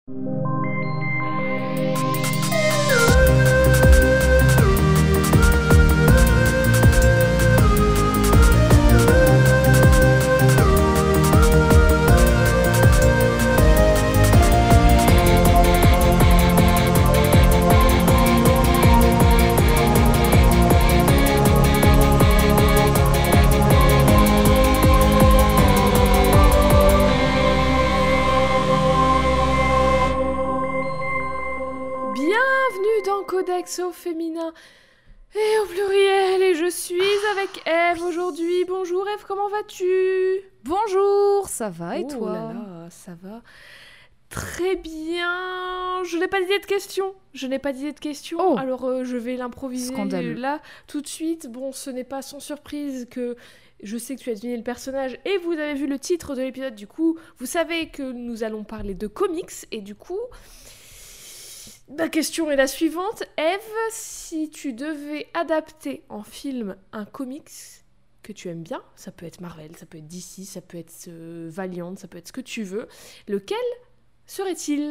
Codex au féminin et au pluriel, et je suis avec Eve aujourd'hui. Bonjour Eve, comment vas-tu ? Bonjour, ça va et toi ? Oh là là, ça va très bien. Je n'ai pas d'idée de question. Oh. Alors je vais l'improviser Scandaleux. Là tout de suite. Bon, ce n'est pas sans surprise que je sais que tu as deviné le personnage et vous avez vu le titre de l'épisode. Du coup, vous savez que nous allons parler de comics et du coup... Ma question est la suivante. Eve, si tu devais adapter en film un comics que tu aimes bien, ça peut être Marvel, ça peut être DC, ça peut être Valiant, ça peut être ce que tu veux, lequel serait-il ?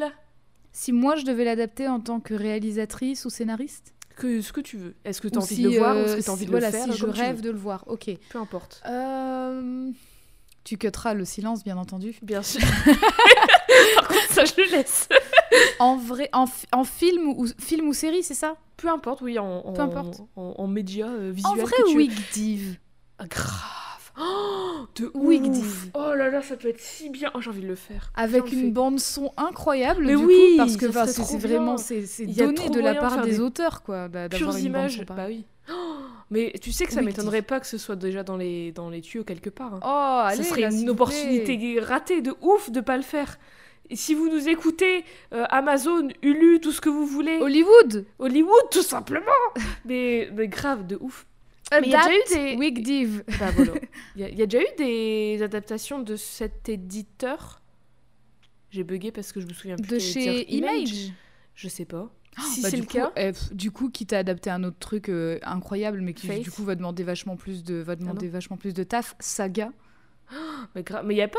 Si moi je devais l'adapter en tant que réalisatrice ou scénariste ? Ce que tu veux. Est-ce que tu as envie de le voir ou est-ce que tu as envie de le faire ? Si je rêve de le voir, ok. Peu importe. Tu cutteras le silence, bien entendu. Bien sûr. Par contre, ça, je le laisse. En vrai, en film ou série, c'est ça ? Peu importe, oui, Peu importe. En média visuel. En vrai, Wig Div. Ah, grave. Oh, de Wig ouf. Div. Oh là là, ça peut être si bien. Oh, j'ai envie de le faire. Avec une bande son incroyable, mais du oui, coup, parce que ça serait c'est trop vraiment bien. c'est Il y a donné trop de la moyen de part faire des des auteurs, quoi, d'avoir pures une images. bande son Bah oui. Oh, mais tu sais que ça Wig m'étonnerait pas que ce soit déjà dans les tuyaux quelque part. Hein. Oh, allez, ça serait là, une s'il vous opportunité plaît. ratée de ouf de pas le faire. Et si vous nous écoutez, Amazon, Hulu, tout ce que vous voulez. Hollywood, tout simplement. mais grave, de ouf. Mais il y a déjà eu des... Wig Div. Bah voilà. Il y a déjà eu des adaptations de cet éditeur. J'ai bugué parce que je me souviens plus. De chez Image. Je sais pas. Oh, Si bah c'est le cas. Du coup, qui t'a adapté un autre truc incroyable, mais qui Faith. du coup va demander vachement plus de taf, Saga. Mais il y a pas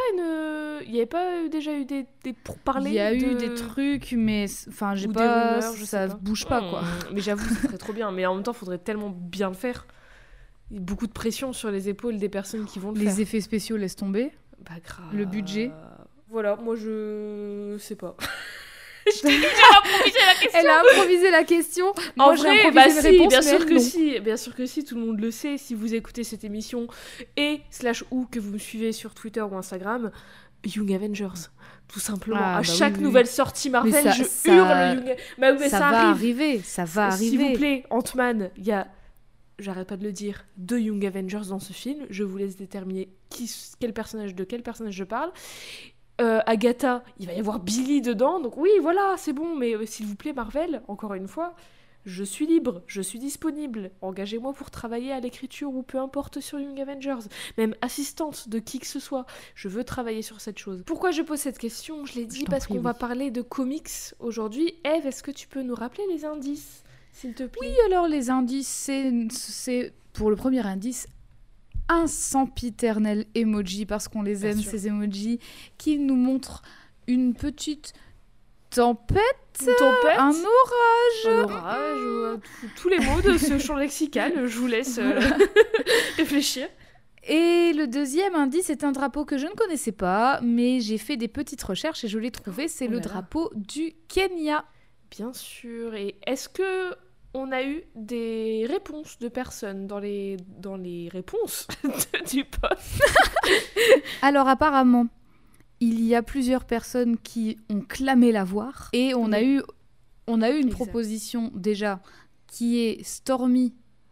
déjà eu des pourparlers. Il y a eu des trucs, mais enfin j'ai ou pas, des rumeurs, ça bouge pas quoi. Mais j'avoue, ça serait trop bien. Mais en même temps, faudrait tellement bien le faire. Il y a beaucoup de pression sur les épaules des personnes qui vont le faire. Les effets spéciaux, laisse tomber. Bah grave. Le budget. Voilà, moi je sais pas. Je t'ai dit que j'allais improviser la question. Elle a improvisé la question. En Moi, vrai, j'ai bah improvisé si, une réponse, bien mais sûr elle, que non. si, bien sûr que si, tout le monde le sait. Si vous écoutez cette émission et ou que vous me suivez sur Twitter ou Instagram, Young Avengers, tout simplement. Ah, à bah chaque oui. nouvelle sortie Marvel, Mais je ça- hurle Young. Bah oui, mais ça ça va arrive. arriver, ça va S'il arriver. vous plaît, Ant-Man, il y a, j'arrête pas de le dire, 2 Young Avengers dans ce film. Je vous laisse déterminer de quel personnage je parle. Agatha, il va y avoir Billy dedans, donc oui, voilà, c'est bon, mais s'il vous plaît, Marvel, encore une fois, je suis libre, je suis disponible, engagez-moi pour travailler à l'écriture ou peu importe sur Young Avengers, même assistante de qui que ce soit, je veux travailler sur cette chose. Pourquoi je pose cette question ? Je l'ai dit t'en parce prie, qu'on va oui. parler de comics aujourd'hui. Eve, est-ce que tu peux nous rappeler les indices, s'il te plaît ? Oui, alors les indices, c'est pour le premier indice, un sempiternel emoji, parce qu'on les Bien aime, sûr. ces emojis, qui nous montrent une petite tempête, Une tempête, un orage. un orage, tous les mots de ce champ lexical, je vous laisse réfléchir. Et le deuxième indice est un drapeau que je ne connaissais pas, mais j'ai fait des petites recherches et je l'ai trouvé, c'est Oh le là là. drapeau du Kenya. Bien sûr. Et est-ce que on a eu des réponses de personnes dans les réponses du post ? Alors apparemment, il y a plusieurs personnes qui ont clamé l'avoir et on a eu une Exact. proposition déjà qui est Stormy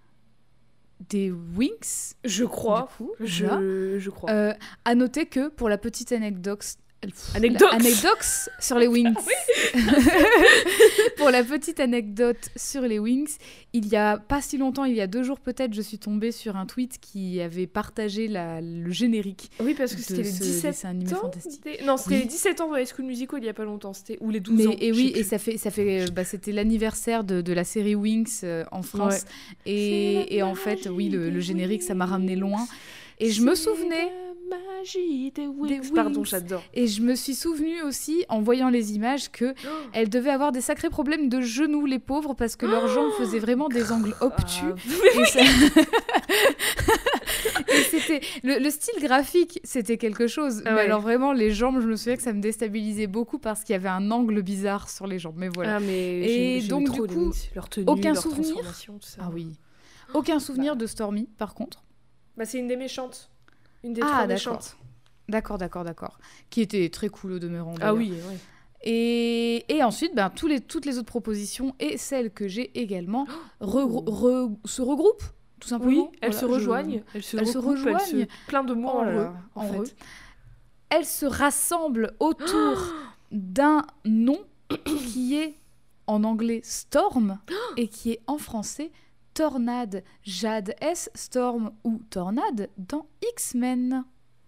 des Wings. Je crois. Du coup, Je crois. à noter que pour la petite anecdote sur les Wings. Pour la petite anecdote sur les Wings, il y a pas si longtemps, il y a 2 jours peut-être, je suis tombée sur un tweet qui avait partagé le générique. Oui, parce que de c'était les ce 17 dessin animé ans. fantastique. Non, c'était Oui. les 17 ans de High School Musical il y a pas longtemps, ou les 12 ans. Et je oui, sais et plus. ça fait c'était l'anniversaire de la série Wings en France. Et en fait, oui, le générique, ça m'a ramené loin. Et je me souvenais magie des Winx. Winx. Pardon, j'adore. Et je me suis souvenue aussi, en voyant les images, que elles devaient avoir des sacrés problèmes de genoux, les pauvres, parce que leurs jambes faisaient vraiment des angles obtus. Et ça- Et c'était le style graphique, c'était quelque chose. Ah mais ouais. alors vraiment, les jambes, je me souviens que ça me déstabilisait beaucoup parce qu'il y avait un angle bizarre sur les jambes. Mais voilà. Ah, mais Et j'aimais donc, trop du les coup, Winx, leur tenue, aucun leur souvenir transformation, tout ça. Ah oui. Aucun souvenir de Stormy, par contre. Bah, c'est une des méchantes. Une des Ah, trois d'accord. méchantes. D'accord. Qui était très cool au demeurant. Ah d'ailleurs. oui, ouais. Et ensuite, toutes les autres propositions et celles que j'ai également se regroupent, tout simplement. Oui, elles Voilà, se rejoignent. Elles se rejoignent. Plein de mots Oh en là eux, là, en en fait. eux. Elles se rassemblent autour d'un nom qui est en anglais Storm et qui est en français Tornade. Jade S. Storm ou Tornade dans X-Men.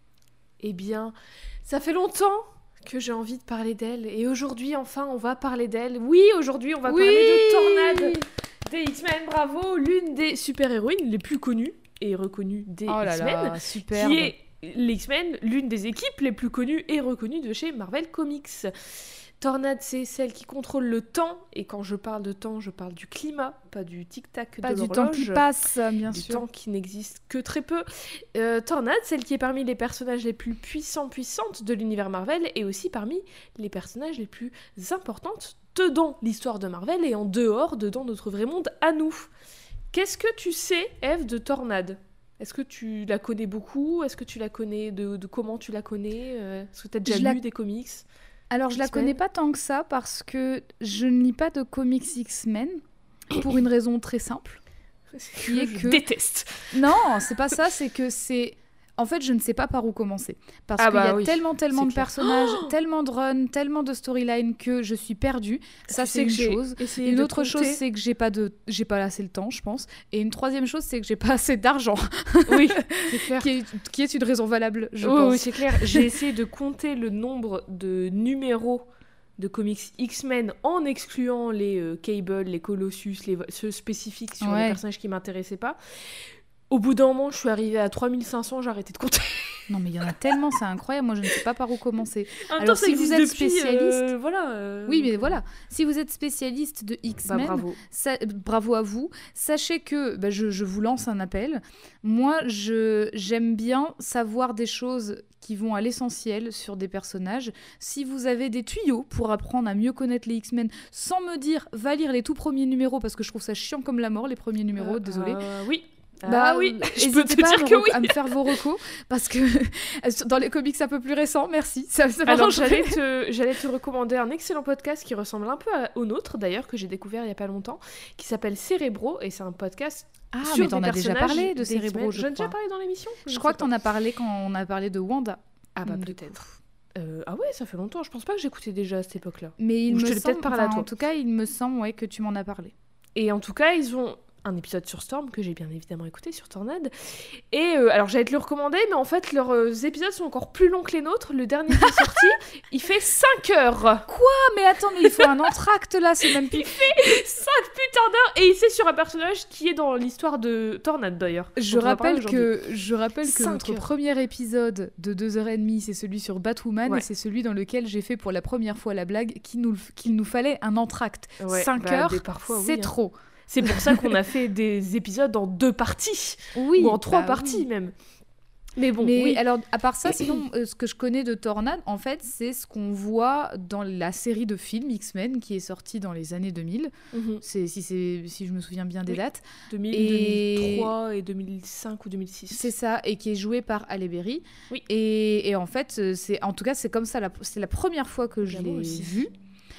Eh bien, ça fait longtemps que j'ai envie de parler d'elle. Et aujourd'hui, enfin, on va parler d'elle. Oui, aujourd'hui, on va parler de Tornade des X-Men. Bravo, l'une des super-héroïnes les plus connues et reconnues des Oh là X-Men. là, superbe. Qui est les X-Men, l'une des équipes les plus connues et reconnues de chez Marvel Comics. Tornade, c'est celle qui contrôle le temps. Et quand je parle de temps, je parle du climat, pas du tic-tac Pas de du temps qui l'horloge. passe, bien Du sûr. temps qui n'existe que très peu. Tornade, celle qui est parmi les personnages les plus puissantes de l'univers Marvel et aussi parmi les personnages les plus importantes dedans l'histoire de Marvel et en dehors, dedans notre vrai monde à nous. Qu'est-ce que tu sais, Eve, de Tornade ? Est-ce que tu la connais beaucoup ? Est-ce que tu la connais de comment tu la connais ? Est-ce que tu as déjà lu des comics ? Alors, je la X-Men. connais pas tant que ça parce que je ne lis pas de comics X-Men pour une raison très simple. Qui est Je que- déteste. Non, c'est pas ça, c'est que c'est... En fait, je ne sais pas par où commencer. Parce Ah qu'il y bah a oui, tellement c'est de clair. personnages, tellement de runs, tellement de storylines que je suis perdue. Ça, Tu c'est sais une que j'ai chose. essayé Une de autre chose, compter. c'est que j'ai pas assez le temps, je pense. Et une troisième chose, c'est que j'ai pas assez d'argent, Oui, c'est clair. qui est une raison valable, je Oui, pense. oui, c'est clair. J'ai essayé de compter le nombre de numéros de comics X-Men en excluant les Cable, les Colossus, ceux spécifiques sur Ouais. les personnages qui m'intéressaient pas. Au bout d'un moment, je suis arrivée à 3500, j'ai arrêté de compter. Non, mais il y en a tellement, c'est incroyable. Moi, je ne sais pas par où commencer. En même Alors, temps, ça si vous existe êtes depuis, spécialiste- voilà. Oui, mais voilà. Si vous êtes spécialiste de Bah, X-Men, bravo. bravo à vous. Sachez que je vous lance un appel. Moi, j'aime bien savoir des choses qui vont à l'essentiel sur des personnages. Si vous avez des tuyaux pour apprendre à mieux connaître les X-Men, sans me dire va lire les tout premiers numéros parce que je trouve ça chiant comme la mort les premiers numéros. Désolée. Oui. Bah oui, je peux n'hésitez te pas dire que oui. à me faire vos recos parce que dans les comics un peu plus récents, merci. Ça Alors m'arrangerait. j'allais te recommander un excellent podcast qui ressemble un peu au nôtre d'ailleurs, que j'ai découvert il y a pas longtemps, qui s'appelle Cérébro, et c'est un podcast Ah, sur mais t'en des as déjà personnages parlé de des Cérébro, X-Men. je J'en ai déjà crois. parlé dans l'émission. Je crois que t'en as parlé quand on a parlé de Wanda. Ah bah Du peut-être. Ah ouais, ça fait longtemps. Je pense pas que j'écoutais déjà à cette époque-là. Mais il Ou me je te l'ai semble, peut-être parlé à enfin, toi. en tout cas, il me semble ouais, que tu m'en as parlé. Et en tout cas, ils ont un épisode sur Storm que j'ai bien évidemment écouté sur Tornade. Et alors j'allais te le recommander, mais en fait leurs épisodes sont encore plus longs que les nôtres. Le dernier qui est sorti, il fait 5 heures. Ah, mais attends, mais il faut un entracte là, c'est même plus... 5 putains d'heures. Et c'est sur un personnage qui est dans l'histoire de Tornade d'ailleurs. Je dont on va parler rappelle aujourd'hui. que 5 notre heures. premier épisode de 2h30, c'est celui sur Batwoman, Ouais. et c'est celui dans lequel j'ai fait pour la première fois la blague qu'il nous fallait un entracte. Ouais, 5 bah, heures, parfois, c'est oui, hein. trop. C'est pour ça qu'on a fait des épisodes en 2 parties. Oui, Ou en 3 bah parties oui. même. Mais bon, Mais oui. alors, à part ça, sinon, ce que je connais de Tornade, en fait, c'est ce qu'on voit dans la série de films X-Men qui est sortie dans les années 2000. Mhm. Si je me souviens bien des Oui. dates. 2000, Et- 2003 et 2005 ou 2006. C'est ça, et qui est joué par Halle Berry. Oui. Et en fait, en tout cas, c'est comme ça. C'est la première fois que je Évidemment l'ai aussi. vue.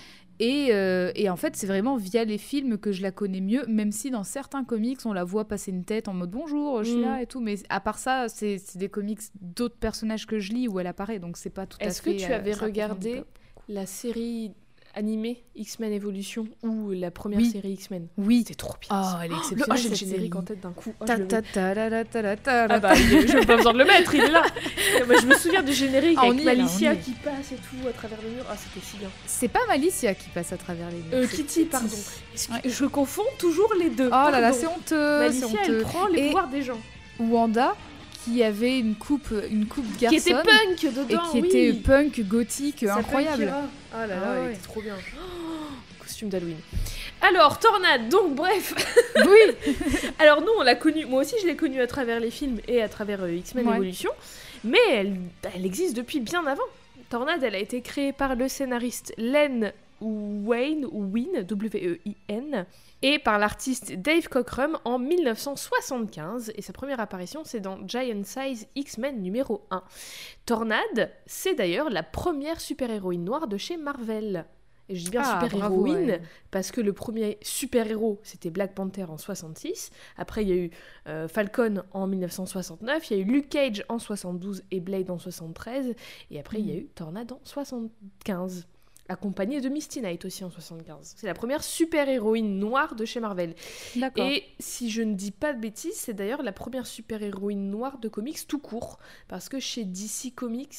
Et en fait, c'est vraiment via les films que je la connais mieux, même si dans certains comics, on la voit passer une tête en mode bonjour, je suis là et tout. Mais à part ça, c'est des comics d'autres personnages que je lis où elle apparaît, donc c'est pas tout à fait. Est-ce que tu avais ça représente regardé pas. la série animée X-Men Evolution ou la première Oui. série X-Men? Oui. C'était trop bien. Oh, elle est exceptionnelle. J'ai le cette générique série. en tête d'un coup. Oh, je Ta le ta mets. ta la la ta la ta Ah la bah, je n'ai pas besoin de le mettre, il est là. Moi, je me souviens du générique Ah, on avec y est, là, Malicia on y est. qui passe et tout à travers le mur. Ah, c'était si bien. C'est pas Malicia qui passe à travers les murs. c'est Kitty, pardon. Ouais. Je confonds toujours les deux. Oh là là, Pardon. c'est honteux. c'est Malicia, honteux. elle prend les Et- pouvoirs des gens. Wanda, qui avait une coupe garçonne. Qui était punk dedans, et qui était punk, gothique, incroyable. Ah là là, Ah elle ouais. était trop bien. Oh, costume d'Halloween. Alors, Tornade, donc bref. Oui. Alors nous, on l'a connue, moi aussi je l'ai connue à travers les films et à travers X-Men Ouais. Evolution, mais elle existe depuis bien avant. Tornade, elle a été créée par le scénariste Len Wein, W-E-I-N, et par l'artiste Dave Cockrum en 1975, et sa première apparition c'est dans Giant Size X-Men numéro 1. Tornade, c'est d'ailleurs la première super-héroïne noire de chez Marvel. Et je dis bien super-héroïne, bravo, ouais. parce que le premier super-héros, c'était Black Panther en 66. Après, il y a eu Falcon en 1969. Il y a eu Luke Cage en 72 et Blade en 73. Et après, il y a eu Tornade en 75. Accompagnée de Misty Knight aussi en 75. C'est la première super-héroïne noire de chez Marvel. D'accord. Et si je ne dis pas de bêtises, c'est d'ailleurs la première super-héroïne noire de comics tout court. Parce que chez DC Comics,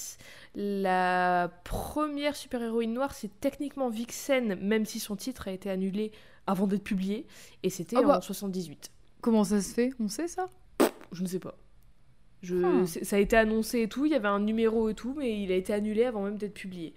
la première super-héroïne noire, c'est techniquement Vixen, même si son titre a été annulé avant d'être publié. Et c'était en 78. Comment ça se fait? On sait ça? Je ne sais pas. Ça a été annoncé et tout, il y avait un numéro et tout, mais il a été annulé avant même d'être publié.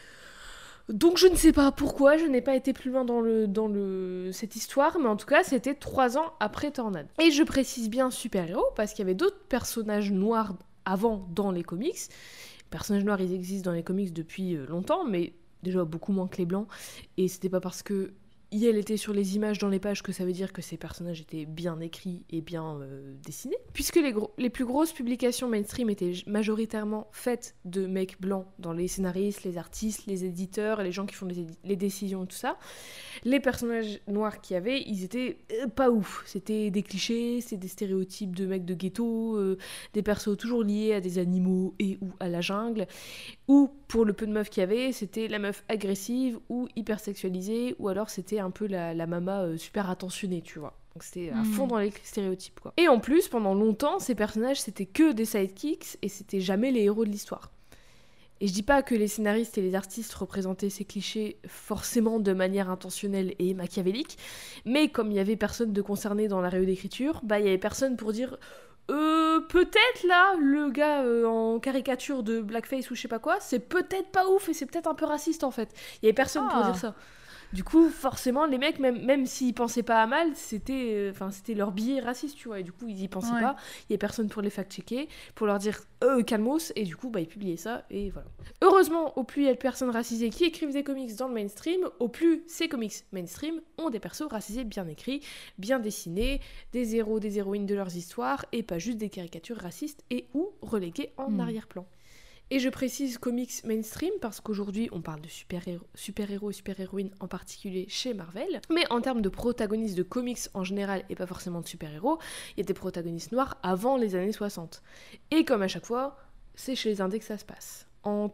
Donc je ne sais pas pourquoi, je n'ai pas été plus loin dans cette histoire, mais en tout cas c'était 3 ans après Tornade. Et je précise bien super-héros, parce qu'il y avait d'autres personnages noirs avant dans les comics. Les personnages noirs, ils existent dans les comics depuis longtemps, mais déjà beaucoup moins que les blancs. Et c'était pas parce que elle était sur les images dans les pages que ça veut dire que ces personnages étaient bien écrits et bien dessinés. Puisque les plus grosses publications mainstream étaient majoritairement faites de mecs blancs dans les scénaristes, les artistes, les éditeurs, les gens qui font les décisions et tout ça, les personnages noirs qu'il y avait, ils étaient pas ouf. C'était des clichés, c'était des stéréotypes de mecs de ghetto, des persos toujours liés à des animaux et ou à la jungle. Ou pour le peu de meufs qu'il y avait, c'était la meuf agressive ou hyper sexualisée, ou alors c'était un peu la mama super attentionnée, tu vois. Donc c'était à fond dans les stéréotypes, quoi. Et en plus, pendant longtemps, ces personnages, c'était que des sidekicks, et c'était jamais les héros de l'histoire. Et je dis pas que les scénaristes et les artistes représentaient ces clichés forcément de manière intentionnelle et machiavélique, mais comme il y avait personne de concerné dans la réo d'écriture, il y avait personne pour dire... peut-être là, le gars en caricature de blackface ou je sais pas quoi, c'est peut-être pas ouf et c'est peut-être un peu raciste en fait. Il y avait personne pour dire ça. Du coup, forcément, les mecs, même s'ils pensaient pas à mal, c'était leur billet raciste, tu vois. Et du coup, ils y pensaient pas. Il y avait personne pour les fact-checker, pour leur dire calmos. Et du coup, ils publiaient ça. Et voilà. Heureusement, au plus il y a de personnes racisées qui écrivent des comics dans le mainstream, au plus ces comics mainstream ont des persos racisés bien écrits, bien dessinés, des héros, des héroïnes de leurs histoires, et pas juste des caricatures racistes et ou reléguées en arrière-plan. Et je précise comics mainstream parce qu'aujourd'hui on parle de super-héros et super-héroïnes en particulier chez Marvel. Mais en termes de protagonistes de comics en général et pas forcément de super-héros, il y a des protagonistes noirs avant les années 60. Et comme à chaque fois, c'est chez les Indés que ça se passe. En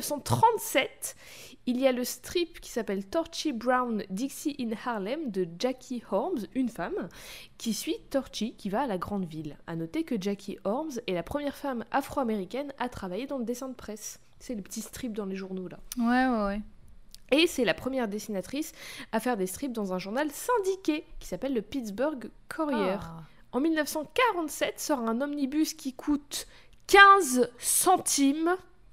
1937, il y a le strip qui s'appelle Torchy Brown Dixie in Harlem de Jackie Holmes, une femme, qui suit Torchy qui va à la grande ville. À noter que Jackie Holmes est la première femme afro-américaine à travailler dans le dessin de presse. C'est le petit strip dans les journaux là. Ouais. Et c'est la première dessinatrice à faire des strips dans un journal syndiqué qui s'appelle le Pittsburgh Courier. En 1947 sort un omnibus qui coûte 15 centimes.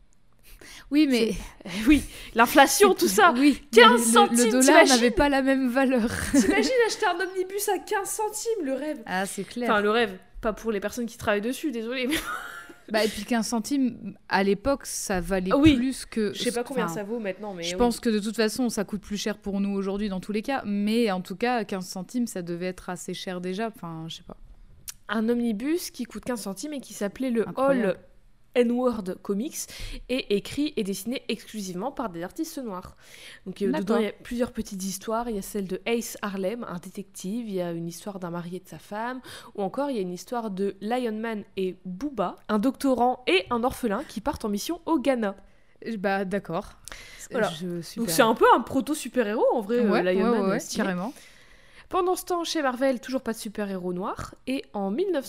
Oui, mais... Oui, l'inflation, tout ça. Oui, 15 centimes, le dollar t'imagines n'avait pas la même valeur. T'imagines acheter un omnibus à 15 centimes, le rêve. Ah, c'est clair. Enfin, le rêve, pas pour les personnes qui travaillent dessus, désolé. Et puis 15 centimes, à l'époque, ça valait plus que... Je sais pas combien ça vaut maintenant, mais... Je pense que de toute façon, ça coûte plus cher pour nous aujourd'hui dans tous les cas, mais en tout cas, 15 centimes, ça devait être assez cher déjà, enfin, je sais pas. Un omnibus qui coûte 15 centimes et qui s'appelait le Incroyable. All N-Word Comics est écrit et dessiné exclusivement par des artistes noirs. Donc dedans il y a plusieurs petites histoires, il y a celle de Ace Harlem, un détective, il y a une histoire d'un marié de sa femme, ou encore il y a une histoire de Lion Man et Booba, un doctorant et un orphelin qui partent en mission au Ghana. D'accord. Voilà. Super. Donc c'est un peu un proto-super-héros en vrai, Lion Man, stylé. Carrément. Pendant ce temps, chez Marvel, toujours pas de super-héros noirs. Et en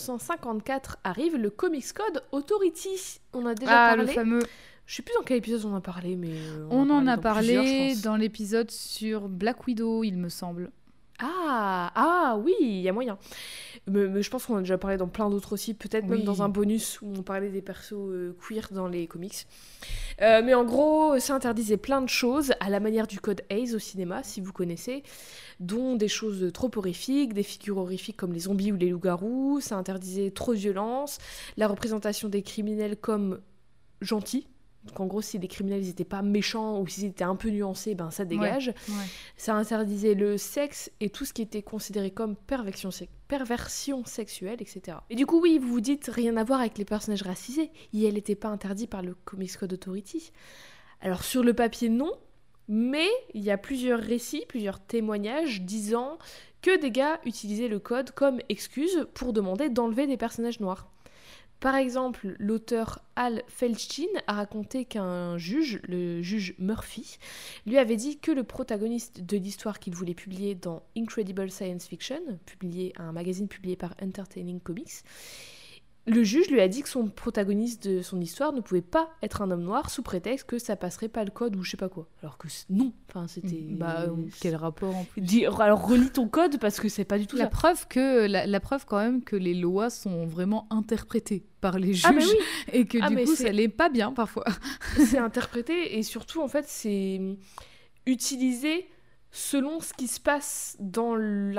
1954 arrive le Comics Code Authority. On a déjà parlé. Le fameux... Je sais plus dans quel épisode on en a parlé, mais... On en a parlé plusieurs, dans l'épisode sur Black Widow, il me semble. Ah oui, il y a moyen. Mais je pense qu'on a déjà parlé dans plein d'autres aussi, peut-être même dans un bonus où on parlait des persos queer dans les comics. Mais en gros, ça interdisait plein de choses, à la manière du code Hays au cinéma, si vous connaissez, dont des choses trop horrifiques, des figures horrifiques comme les zombies ou les loups-garous, ça interdisait trop de violence, la représentation des criminels comme gentils. Donc en gros, si les criminels n'étaient pas méchants ou s'ils étaient un peu nuancés, ben ça dégage. Ouais. Ça interdisait le sexe et tout ce qui était considéré comme perversion sexuelle, etc. Et du coup, oui, vous vous dites, rien à voir avec les personnages racisés. Et elle n'était pas interdite par le Comics Code Authority. Alors sur le papier, non. Mais il y a plusieurs récits, plusieurs témoignages disant que des gars utilisaient le code comme excuse pour demander d'enlever des personnages noirs. Par exemple, l'auteur Al Feldstein a raconté qu'un juge, le juge Murphy, lui avait dit que le protagoniste de l'histoire qu'il voulait publier dans Incredible Science Fiction, un magazine publié par Entertaining Comics, le juge lui a dit que son protagoniste de son histoire ne pouvait pas être un homme noir sous prétexte que ça passerait pas le code ou je sais pas quoi. Alors que non, enfin c'était... Quel rapport en plus. Alors relis ton code parce que c'est pas du tout la ça. Preuve quand même que les lois sont vraiment interprétées par les juges et que du coup ça l'est pas bien parfois. C'est interprété et surtout en fait c'est utilisé selon ce qui se passe dans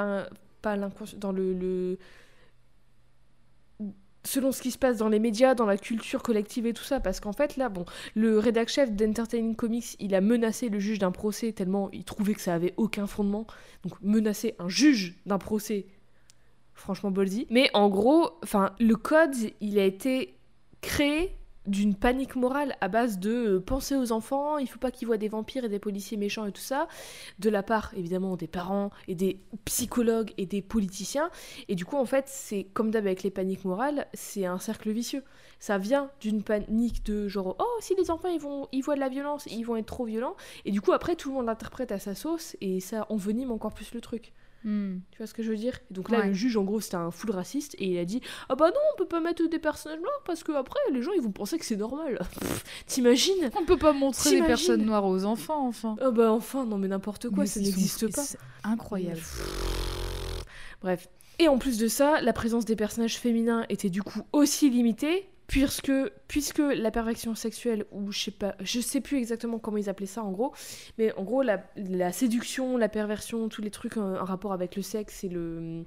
selon ce qui se passe dans les médias, dans la culture collective et tout ça, parce qu'en fait là, le rédac-chef d'Entertaining Comics, il a menacé le juge d'un procès tellement il trouvait que ça avait aucun fondement, donc menacer un juge d'un procès, franchement ballsy. Mais en gros, le code, il a été créé d'une panique morale à base de penser aux enfants, il faut pas qu'ils voient des vampires et des policiers méchants et tout ça, de la part évidemment des parents et des psychologues et des politiciens, et du coup en fait c'est comme d'hab avec les paniques morales, c'est un cercle vicieux. Ça vient d'une panique de genre oh si les enfants ils voient de la violence, ils vont être trop violents, et du coup après tout le monde l'interprète à sa sauce et ça envenime encore plus le truc. Tu vois ce que je veux dire? Et donc là, le juge, en gros, c'était un full raciste et il a dit ah bah non, on peut pas mettre des personnages noirs parce que après les gens ils vont penser que c'est normal. T'imagines? On peut pas montrer des personnes noires aux enfants, enfin. Ah bah enfin, non mais n'importe quoi, ça n'existe pas. C'est incroyable. Bref. Et en plus de ça, la présence des personnages féminins était du coup aussi limitée. Puisque la perversion sexuelle, ou je sais plus exactement comment ils appelaient ça en gros, mais en gros la séduction, la perversion, tous les trucs en rapport avec le sexe et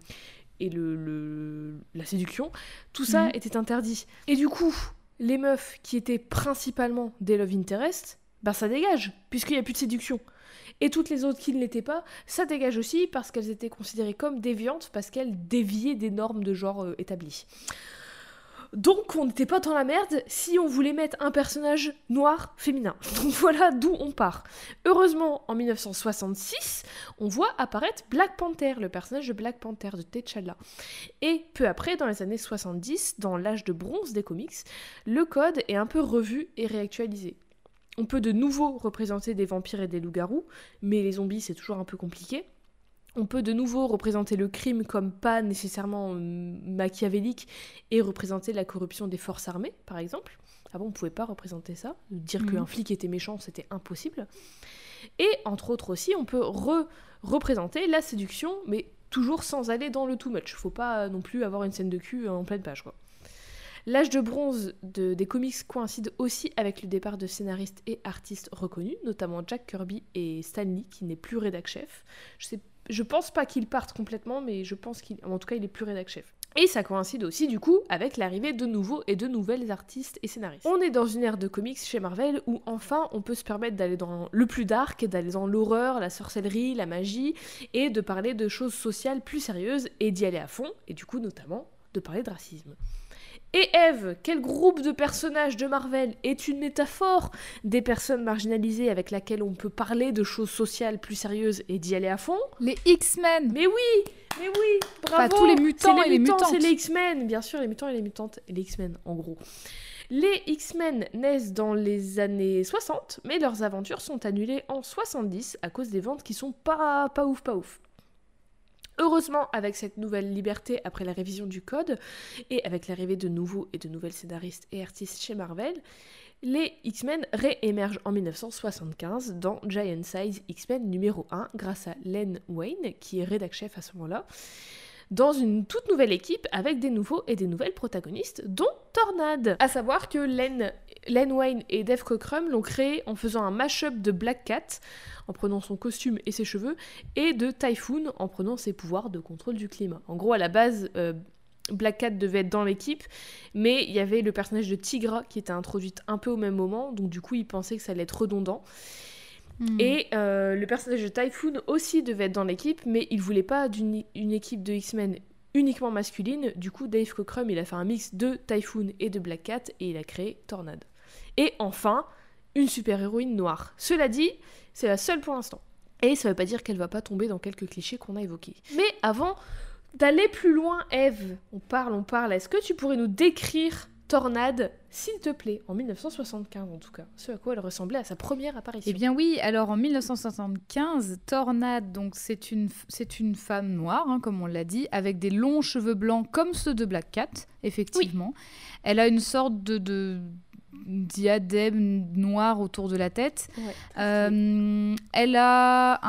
la séduction, tout ça était interdit. Et du coup, les meufs qui étaient principalement des love interest, ça dégage, puisqu'il n'y a plus de séduction. Et toutes les autres qui ne l'étaient pas, ça dégage aussi parce qu'elles étaient considérées comme déviantes, parce qu'elles déviaient des normes de genre établies. Donc on n'était pas dans la merde si on voulait mettre un personnage noir féminin. Donc voilà d'où on part. Heureusement, en 1966, on voit apparaître Black Panther, le personnage de Black Panther de T'Challa. Et peu après, dans les années 70, dans l'âge de bronze des comics, le code est un peu revu et réactualisé. On peut de nouveau représenter des vampires et des loups-garous, mais les zombies c'est toujours un peu compliqué. On peut de nouveau représenter le crime comme pas nécessairement machiavélique et représenter la corruption des forces armées, par exemple. Avant, on pouvait pas représenter ça. Dire qu'un flic était méchant, c'était impossible. Et entre autres aussi, on peut représenter la séduction, mais toujours sans aller dans le too much. Faut pas non plus avoir une scène de cul en pleine page, quoi. L'âge de bronze des comics coïncide aussi avec le départ de scénaristes et artistes reconnus, notamment Jack Kirby et Stan Lee, qui n'est plus rédac-chef. Je pense pas qu'il parte complètement, mais je pense en tout cas, il est plus rédac-chef. Et ça coïncide aussi, du coup, avec l'arrivée de nouveaux et de nouvelles artistes et scénaristes. On est dans une ère de comics chez Marvel où, enfin, on peut se permettre d'aller dans le plus dark, d'aller dans l'horreur, la sorcellerie, la magie, et de parler de choses sociales plus sérieuses, et d'y aller à fond, et du coup, notamment, de parler de racisme. Et Eve, quel groupe de personnages de Marvel est une métaphore des personnes marginalisées avec laquelle on peut parler de choses sociales plus sérieuses et d'y aller à fond? Les X-Men. Mais oui, bravo. Enfin, tous les mutants et les mutantes. C'est les X-Men, bien sûr, les mutants et les mutantes, et les X-Men en gros. Les X-Men naissent dans les années 60, mais leurs aventures sont annulées en 70 à cause des ventes qui sont pas ouf. Heureusement, avec cette nouvelle liberté après la révision du code, et avec l'arrivée de nouveaux et de nouvelles scénaristes et artistes chez Marvel, Les X-Men réémergent en 1975 dans Giant Size X-Men numéro 1 grâce à Len Wein, qui est rédac-chef à ce moment-là, dans une toute nouvelle équipe avec des nouveaux et des nouvelles protagonistes, dont Tornade. À savoir que Len Wein et Dave Cockrum l'ont créé en faisant un mash-up de Black Cat, en prenant son costume et ses cheveux, et de Typhoon en prenant ses pouvoirs de contrôle du climat. En gros, à la base, Black Cat devait être dans l'équipe, mais il y avait le personnage de Tigra qui était introduite un peu au même moment, donc du coup, ils pensaient que ça allait être redondant. Et le personnage de Typhoon aussi devait être dans l'équipe, mais il voulait pas une équipe de X-Men uniquement masculine. Du coup, Dave Cockrum, il a fait un mix de Typhoon et de Black Cat, et il a créé Tornade. Et enfin, une super-héroïne noire. Cela dit, c'est la seule pour l'instant. Et ça veut pas dire qu'elle va pas tomber dans quelques clichés qu'on a évoqués. Mais avant d'aller plus loin, Eve, on parle. Est-ce que tu pourrais nous décrire Tornade, s'il te plaît, en 1975 en tout cas, ce à quoi elle ressemblait à sa première apparition? Eh bien oui, alors en 1975, Tornade, donc c'est une femme noire, comme on l'a dit, avec des longs cheveux blancs comme ceux de Black Cat, effectivement. Oui. Elle a une sorte de diadème noir autour de la tête. Ouais, elle a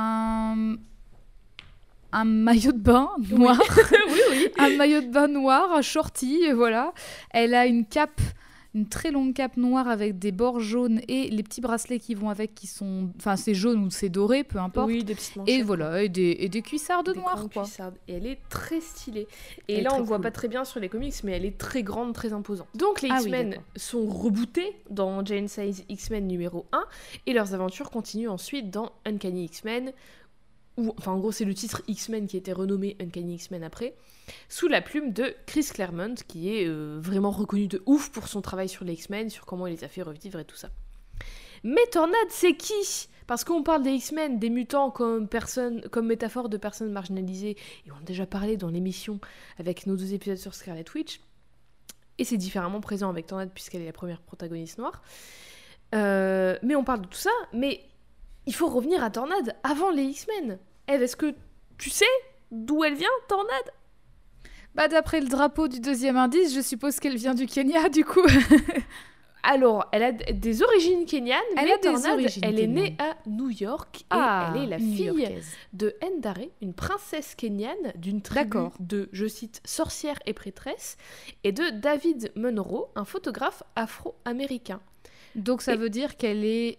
un maillot de bain noir. Oui. Un maillot de bain noir, un shorty, voilà. Elle a une très longue cape noire avec des bords jaunes et les petits bracelets qui vont avec, qui sont... Enfin, c'est jaune ou c'est doré, peu importe. Oui, des petites manchettes. Et voilà, et des cuissardes noires, quoi. Cuissardes. Et elle est très stylée. Et là, on ne voit pas très bien sur les comics, mais elle est très grande, très imposante. Donc, les X-Men sont rebootés dans Giant Size X-Men numéro 1, et leurs aventures continuent ensuite dans Uncanny X-Men, en gros, c'est le titre X-Men qui a été renommé Uncanny X-Men après, sous la plume de Chris Claremont, qui est vraiment reconnu de ouf pour son travail sur les X-Men, sur comment il les a fait revivre et tout ça. Mais Tornade, c'est qui ? Parce qu'on parle des X-Men, des mutants comme métaphore de personnes marginalisées, et on a déjà parlé dans l'émission avec nos 2 épisodes sur Scarlet Witch, et c'est différemment présent avec Tornade puisqu'elle est la première protagoniste noire. Mais on parle de tout ça, mais il faut revenir à Tornade avant les X-Men. Eve, est-ce que tu sais d'où elle vient, Tornade ? Bah, d'après le drapeau du 2e indice, je suppose qu'elle vient du Kenya, du coup. Alors, elle a des origines kenyanes, mais Tornade, elle est née à New York, et elle est la fille de Ndare, une princesse kenyane d'une tribu de, je cite, sorcières et prêtresses, et de David Munro, un photographe afro-américain. Donc ça veut dire qu'elle est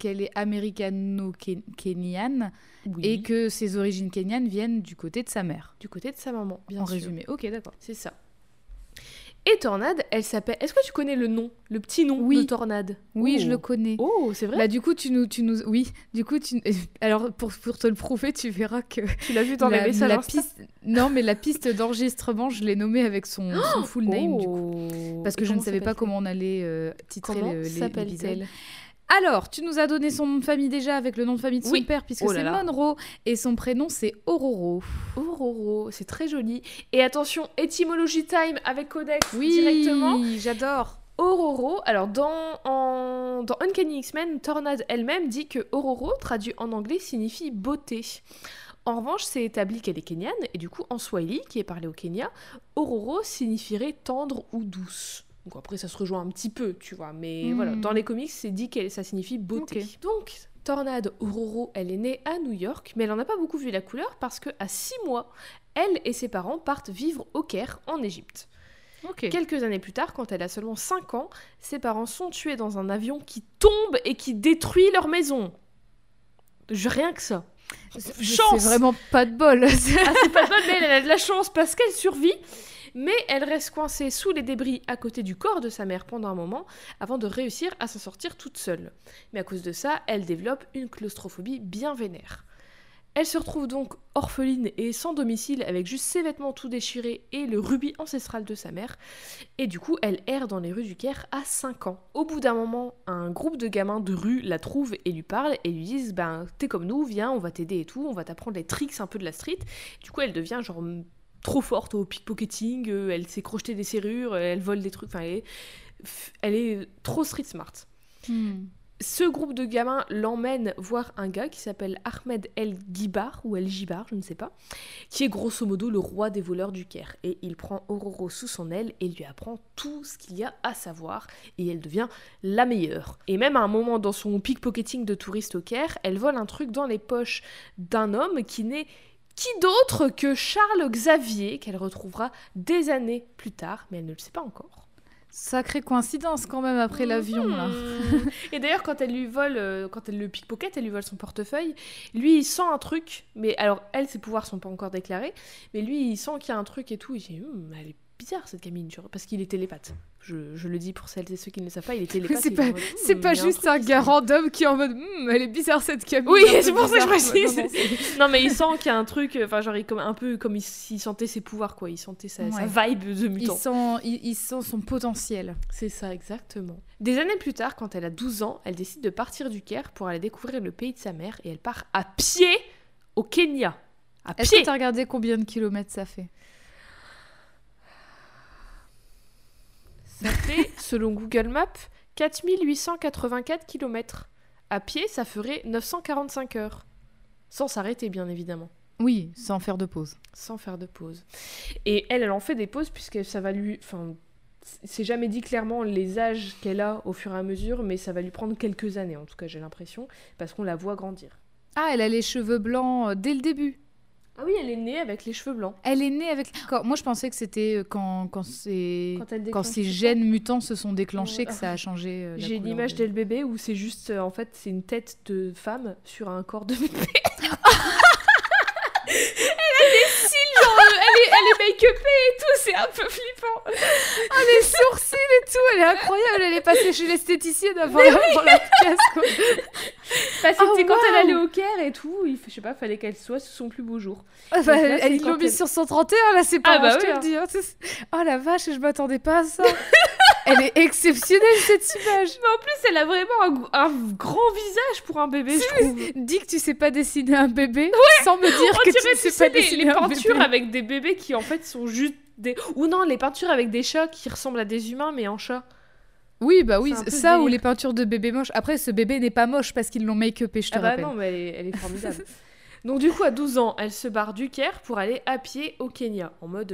américano-kenyane, oui, et que ses origines kenyanes viennent du côté de sa mère. Du côté de sa maman, bien sûr. En résumé, ok, d'accord. C'est ça. Et Tornade, elle s'appelle... Est-ce que tu connais le nom, le petit nom de Tornade ? Oui, je le connais. Oh, c'est vrai ? Bah, du coup, tu nous... Oui, du coup, alors, pour te le prouver, tu verras que... Tu l'as vu dans les messages Insta ? Non, mais la piste d'enregistrement, je l'ai nommée avec son full name, du coup. Parce que je ne savais pas comment on allait titrer l'épisode. Alors, tu nous as donné son nom de famille déjà avec le nom de famille de son père, puisque c'est Monroe, et son prénom c'est Ororo. Ororo, c'est très joli. Et attention, étymologie time avec Codex directement. Oui, j'adore. Ororo, alors dans Uncanny X-Men, Tornade elle-même dit que Ororo, traduit en anglais, signifie beauté. En revanche, c'est établi qu'elle est kenyane, et du coup, en Swahili, qui est parlé au Kenya, Ororo signifierait tendre ou douce. Donc après, ça se rejoint un petit peu, tu vois. Mais voilà, dans les comics, c'est dit que ça signifie beauté. Okay. Donc, Tornade Ororo, elle est née à New York, mais elle n'en a pas beaucoup vu la couleur parce qu'à 6 mois, elle et ses parents partent vivre au Caire, en Égypte. Okay. Quelques années plus tard, quand elle a seulement 5 ans, ses parents sont tués dans un avion qui tombe et qui détruit leur maison. Rien que ça. Chance. C'est vraiment pas de bol. C'est pas de bol, mais elle a de la chance parce qu'elle survit. Mais elle reste coincée sous les débris à côté du corps de sa mère pendant un moment avant de réussir à s'en sortir toute seule. Mais à cause de ça, elle développe une claustrophobie bien vénère. Elle se retrouve donc orpheline et sans domicile avec juste ses vêtements tout déchirés et le rubis ancestral de sa mère. Et du coup, elle erre dans les rues du Caire à 5 ans. Au bout d'un moment, un groupe de gamins de rue la trouve et lui parle et lui disent « t'es comme nous, viens, on va t'aider et tout, on va t'apprendre les tricks un peu de la street. » Du coup, elle devient genre... trop forte au pickpocketing, elle sait crocheter des serrures, elle vole des trucs, enfin elle est trop street smart. Ce groupe de gamins l'emmène voir un gars qui s'appelle Ahmed El Gibar, ou El Gibar, je ne sais pas, qui est grosso modo le roi des voleurs du Caire. Et il prend Ororo sous son aile et lui apprend tout ce qu'il y a à savoir, et elle devient la meilleure. Et même à un moment dans son pickpocketing de touriste au Caire, elle vole un truc dans les poches d'un homme qui n'est qui d'autre que Charles Xavier, qu'elle retrouvera des années plus tard, mais elle ne le sait pas encore. Sacrée coïncidence quand même après l'avion, là. Et d'ailleurs, quand elle lui vole, quand elle le pickpocket, elle lui vole son portefeuille, lui, il sent un truc, mais alors, elle, ses pouvoirs sont pas encore déclarés, mais lui, il sent qu'il y a un truc et tout, il dit, elle est bizarre cette gamine, parce qu'il est télépathe. Je le dis pour celles et ceux qui ne le savent pas, il est télépathe. C'est pas juste un gars random qui est en mode elle est bizarre cette gamine. Oui, c'est pour ça que je précise. Non, mais il sent qu'il y a un truc, enfin, genre, un peu comme s'il sentait ses pouvoirs, quoi. Il sentait sa vibe de mutant. Il sent son potentiel. C'est ça, exactement. Des années plus tard, quand elle a 12 ans, elle décide de partir du Caire pour aller découvrir le pays de sa mère et elle part à pied au Kenya. Est-ce que t'as regardé combien de kilomètres ça fait ? Ça fait, selon Google Maps, 4884 km. À pied, ça ferait 945 heures. Sans s'arrêter, bien évidemment. Oui, sans faire de pause. Sans faire de pause. Et elle en fait des pauses, puisque ça va lui... Enfin, c'est jamais dit clairement les âges qu'elle a au fur et à mesure, mais ça va lui prendre quelques années, en tout cas, j'ai l'impression, parce qu'on la voit grandir. Ah, elle a les cheveux blancs dès le début. Ah oui, elle est née avec les cheveux blancs. Elle est née avec... Moi, je pensais que c'était quand ces gènes mutants se sont déclenchés que ça a changé la J'ai l'image d'elle bébé où c'est juste, en fait, c'est une tête de femme sur un corps de bébé. Elle a des cils, genre, elle est make-upée et tout, c'est un peu flippant. Oh, les sourcils et tout, elle est incroyable. Elle est passée chez l'esthéticienne avant la pièce, quoi. Bah, c'était quand elle allait au Caire et tout, je sais pas, fallait qu'elle soit sur son plus beau jour. Ils l'ont mis sur son 31, là, c'est pas je te le dis. Hein. Oh la vache, je m'attendais pas à ça. Elle est exceptionnelle, cette image. Mais en plus, elle a vraiment un grand visage pour un bébé, je trouve. Dis que tu sais pas dessiner un bébé, sans me dire que tu ne sais pas dessiner un bébé. Les peintures avec des bébés qui, en fait, sont juste des... Ou non, les peintures avec des chats qui ressemblent à des humains, mais en chat. Oui, bah oui, ça ou les peintures de bébés moches. Après, ce bébé n'est pas moche parce qu'ils l'ont make-upé, je te rappelle. Ah bah non, mais elle est formidable. Donc du coup, à 12 ans, elle se barre du Caire pour aller à pied au Kenya, en mode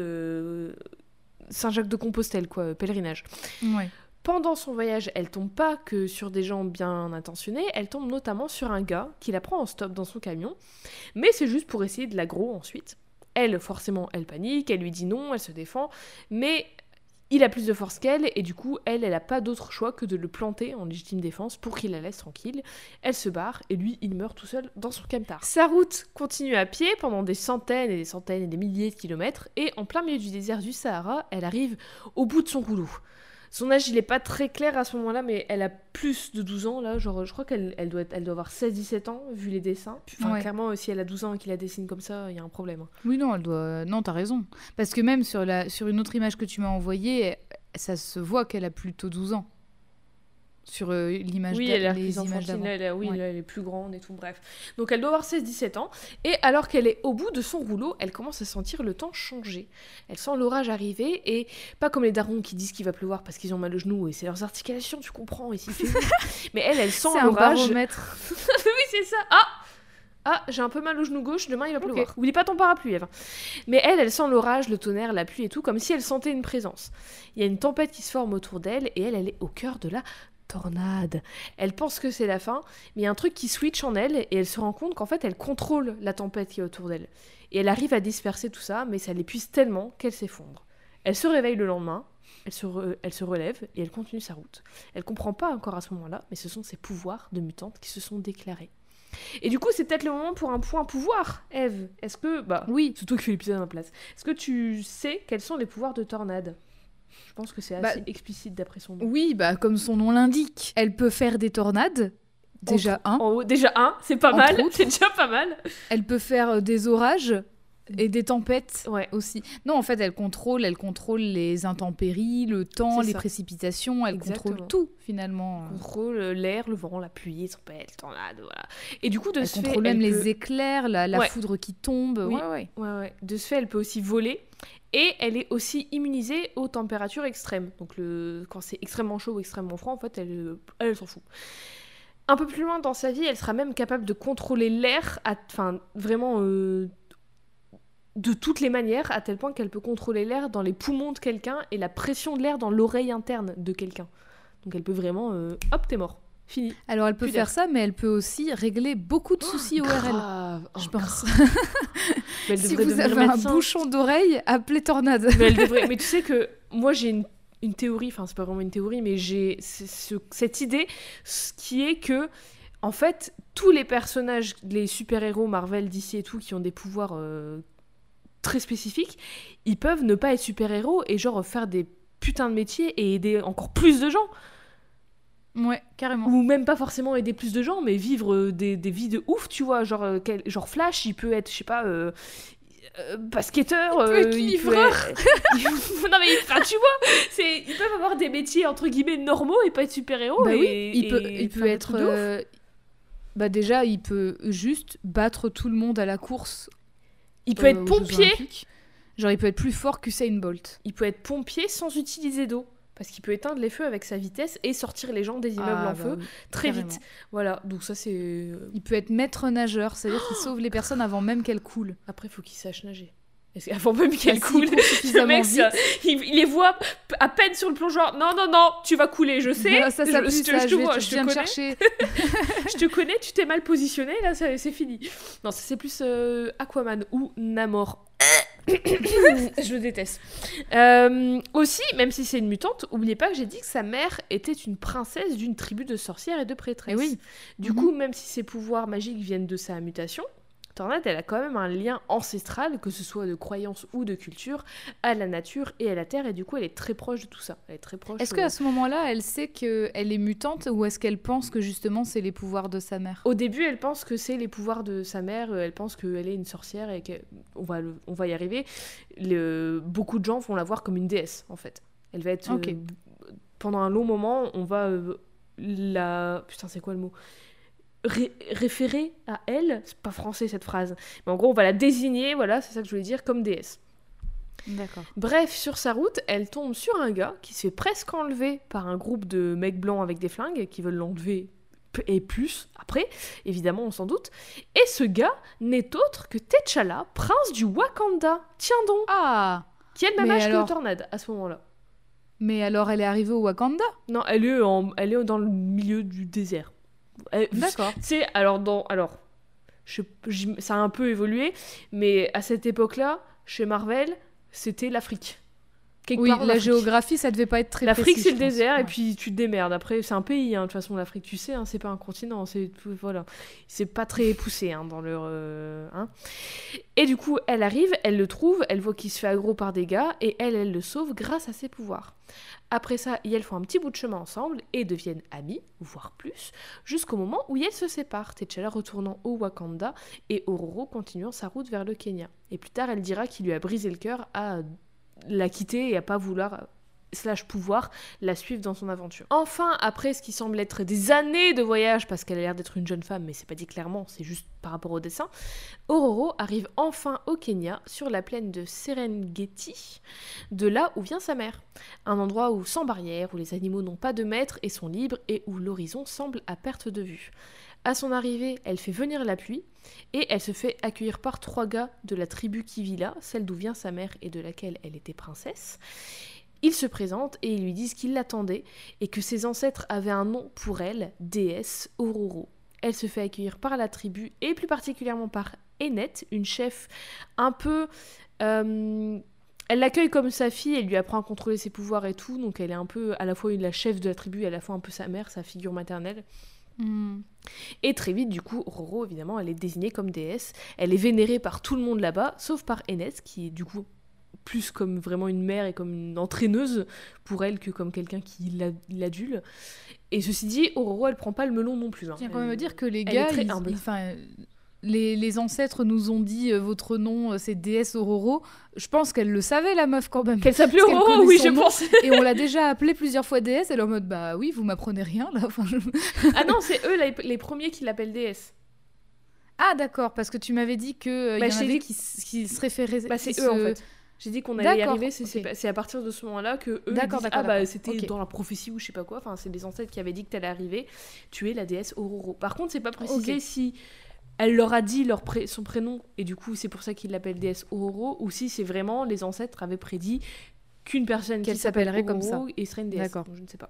Saint-Jacques-de-Compostelle, quoi, pèlerinage. Ouais. Pendant son voyage, elle tombe pas que sur des gens bien intentionnés, elle tombe notamment sur un gars qui la prend en stop dans son camion, mais c'est juste pour essayer de l'aggro ensuite. Elle, forcément, elle panique, elle lui dit non, elle se défend, mais... Il a plus de force qu'elle, et du coup, elle a pas d'autre choix que de le planter en légitime défense pour qu'il la laisse tranquille. Elle se barre, et lui, il meurt tout seul dans son camtar. Sa route continue à pied pendant des centaines et des centaines et des milliers de kilomètres, et en plein milieu du désert du Sahara, elle arrive au bout de son rouleau. Son âge, il est pas très clair à ce moment-là, mais elle a plus de 12 ans, là, genre, je crois qu'elle doit avoir 16-17 ans, vu les dessins. Enfin, clairement, si elle a 12 ans et qu'il la dessine comme ça, il y a un problème. Oui, non, elle doit... Non, t'as raison. Parce que même sur une autre image que tu m'as envoyée, ça se voit qu'elle a plutôt 12 ans. Sur l'image oui, elle a les images d'avant. Là, elle est plus grande et tout, bref. Donc elle doit avoir 16-17 ans, et alors qu'elle est au bout de son rouleau, elle commence à sentir le temps changer. Elle sent l'orage arriver, et pas comme les darons qui disent qu'il va pleuvoir parce qu'ils ont mal au genou, et c'est leurs articulations, tu comprends, et s'il fait... Mais elle sent l'orage... C'est un baromètre. Oui, c'est ça. Ah, j'ai un peu mal au genou gauche, demain il va pleuvoir. Oublie pas ton parapluie, Eve. Mais elle sent l'orage, le tonnerre, la pluie et tout, comme si elle sentait une présence. Il y a une tempête qui se forme autour d'elle, et elle est au cœur de la tornade. Elle pense que c'est la fin, mais il y a un truc qui switch en elle, et elle se rend compte qu'en fait, elle contrôle la tempête qui est autour d'elle. Et elle arrive à disperser tout ça, mais ça l'épuise tellement qu'elle s'effondre. Elle se réveille le lendemain, elle se relève, et elle continue sa route. Elle comprend pas encore à ce moment-là, mais ce sont ses pouvoirs de mutante qui se sont déclarés. Et du coup, c'est peut-être le moment pour un point pouvoir, Eve. Est-ce que... Bah, oui, c'est toi qui fais l'épisode à ma place. Est-ce que tu sais quels sont les pouvoirs de tornade ? Je pense que c'est assez explicite d'après son nom. Oui, bah comme son nom l'indique. Elle peut faire des tornades. Déjà un, c'est pas mal. C'est déjà pas mal. Elle peut faire des orages et des tempêtes aussi. Non, en fait, elle contrôle les intempéries, le temps, les précipitations. Elle contrôle tout, finalement. Elle contrôle l'air, le vent, la pluie, les tempêtes, les tornades, voilà. Et du coup, elle contrôle même les éclairs, la foudre qui tombe. Ouais. De ce fait, elle peut aussi voler. Et elle est aussi immunisée aux températures extrêmes. Donc quand c'est extrêmement chaud ou extrêmement froid, en fait, elle s'en fout. Un peu plus loin dans sa vie, elle sera même capable de contrôler l'air, enfin vraiment de toutes les manières, à tel point qu'elle peut contrôler l'air dans les poumons de quelqu'un et la pression de l'air dans l'oreille interne de quelqu'un. Donc elle peut vraiment, hop, t'es mort, fini. Alors elle peut Plus faire d'air. ça, mais elle peut aussi régler beaucoup de soucis ORL. Grave, Je pense. Mais elle Si devrait vous devenir avez médecin. un bouchon d'oreille, appelez Tornade. Mais elle devrait. Mais tu sais que moi j'ai une théorie, enfin c'est pas vraiment une théorie, mais j'ai cette idée, ce qui est que en fait tous les personnages, les super-héros Marvel, DC et tout, qui ont des pouvoirs très spécifiques, ils peuvent ne pas être super-héros et genre faire des putains de métiers et aider encore plus de gens. Ouais, carrément. Ou même pas forcément aider plus de gens, mais vivre des vies de ouf, tu vois. Genre, genre Flash, il peut être, je sais pas, basketteur. Il peut être livreur. Non mais, enfin, tu vois, ils peuvent avoir des métiers entre guillemets normaux et pas être super-héros. Bah et, oui, il peut faire des être... trucs de ouf. Bah déjà, il peut juste battre tout le monde à la course. Il peut être aux Jeux pompier. Olympiques. Genre, il peut être plus fort qu'Usain Bolt. Il peut être pompier sans utiliser d'eau. Parce qu'il peut éteindre les feux avec sa vitesse et sortir les gens des immeubles en feu oui, très carrément. vite. Voilà, donc ça c'est... Il peut être maître nageur, c'est-à-dire qu'il sauve les personnes avant même qu'elles coulent. Après, il faut qu'il sache nager. Avant même qu'elle Bah, s'il coule, court le suffisamment mec, vite. il les voit à peine sur le plongeoir. Non, non, non, tu vas couler, je sais. Voilà, ça s'appuie, je ça, te vois, je je te viens de connais. chercher. Je te connais, tu t'es mal positionné, là, c'est fini. Non, ça c'est plus Aquaman ou Namor. Je le déteste. Aussi, même si c'est une mutante, oubliez pas que j'ai dit que sa mère était une princesse d'une tribu de sorcières et de prêtresses. Eh oui. Du coup, même si ses pouvoirs magiques viennent de sa mutation, Tornade, elle a quand même un lien ancestral, que ce soit de croyance ou de culture, à la nature et à la terre, et du coup, elle est très proche de tout ça. Elle est très proche. Est-ce qu'à ce moment-là, elle sait qu'elle est mutante ou est-ce qu'elle pense que justement c'est les pouvoirs de sa mère? Au début, elle pense que c'est les pouvoirs de sa mère, elle pense qu'elle est une sorcière et qu'on va y arriver. Beaucoup de gens vont la voir comme une déesse, en fait. Elle va être... Ok. Pendant un long moment, on va la... Putain, c'est quoi le mot? Référer à elle, c'est pas français cette phrase, mais en gros, on va la désigner, voilà, c'est ça que je voulais dire, comme déesse. D'accord. Bref, sur sa route, elle tombe sur un gars qui se fait presque enlever par un groupe de mecs blancs avec des flingues qui veulent l'enlever et plus après, évidemment, on s'en doute. Et ce gars n'est autre que T'Challa, prince du Wakanda. Tiens donc, Ah! qui a le même Mais âge alors- que Tornade à ce moment-là. Mais alors elle est arrivée au Wakanda? Non, elle est dans le milieu du désert. D'accord. C'est ça a un peu évolué, mais à cette époque-là, chez Marvel, c'était l'Afrique. Quelque Oui, part en la Afrique. géographie, ça devait pas être très L'Afrique, précis, c'est le je pense. désert, et Ouais. puis tu te démerdes. Après, c'est un pays, hein, de toute façon, l'Afrique, tu sais, hein, c'est pas un continent, voilà. C'est pas très poussé hein, dans leur... hein. Et du coup, elle arrive, elle le trouve, elle voit qu'il se fait aggro par des gars, et elle le sauve grâce à ses pouvoirs. Après ça, ils font un petit bout de chemin ensemble, et deviennent amis, voire plus, jusqu'au moment où ils se séparent, T'Challa retournant au Wakanda, et Ororo continuant sa route vers le Kenya. Et plus tard, elle dira qu'il lui a brisé le cœur à la quitter et à pas vouloir pouvoir la suivre dans son aventure. Enfin, après ce qui semble être des années de voyage, parce qu'elle a l'air d'être une jeune femme, mais c'est pas dit clairement, c'est juste par rapport au dessin, Ororo arrive enfin au Kenya, sur la plaine de Serengeti, de là où vient sa mère. Un endroit où sans barrière, où les animaux n'ont pas de maître et sont libres, et où l'horizon semble à perte de vue. À son arrivée, elle fait venir la pluie, et elle se fait accueillir par 3 gars de la tribu qui vit là, celle d'où vient sa mère et de laquelle elle était princesse. Ils se présentent et ils lui disent qu'ils l'attendaient et que ses ancêtres avaient un nom pour elle, déesse Ororo. Elle se fait accueillir par la tribu et plus particulièrement par Ennet, une chef un peu... elle l'accueille comme sa fille, elle lui apprend à contrôler ses pouvoirs et tout, donc elle est un peu à la fois la chef de la tribu et à la fois un peu sa mère, sa figure maternelle. Et très vite, du coup, Ororo, évidemment, elle est désignée comme déesse. Elle est vénérée par tout le monde là-bas, sauf par Ennet, qui est du coup plus comme vraiment une mère et comme une entraîneuse pour elle que comme quelqu'un qui l'adule. Et ceci dit, Ororo, elle prend pas le melon non plus. Hein. Je tiens quand même à dire que les elle gars, est très humble. les ancêtres nous ont dit votre nom, c'est déesse Ororo. Je pense qu'elle le savait, la meuf, quand même. Qu'elle s'appelait Parce qu'elle Ororo, connaît oui, son je nom. pense. Et on l'a déjà appelée plusieurs fois déesse. Elle est en mode, bah oui, vous m'apprenez rien, là. Enfin, Ah non, c'est eux les premiers qui l'appellent déesse. Ah, d'accord, parce que tu m'avais dit qu'il Bah, y en j'ai avait dit- qui se référaient... Bah, c'est qui eux, en fait. J'ai dit qu'on allait y D'accord, arriver, ok. c'est à partir de ce moment-là que eux ils D'accord, disent, d'accord, bah d'accord. c'était Ok. dans la prophétie ou je sais pas quoi, enfin c'est les ancêtres qui avaient dit que t'allais arriver, tuer la déesse Ororo. Par contre c'est pas précisé Ok. si elle leur a dit son prénom et du coup c'est pour ça qu'ils l'appellent déesse Ororo, ou si c'est vraiment les ancêtres avaient prédit qu'une personne Qu'elle qui s'appelle s'appellerait comme Ororo et serait une déesse. D'accord. Donc, je ne sais pas.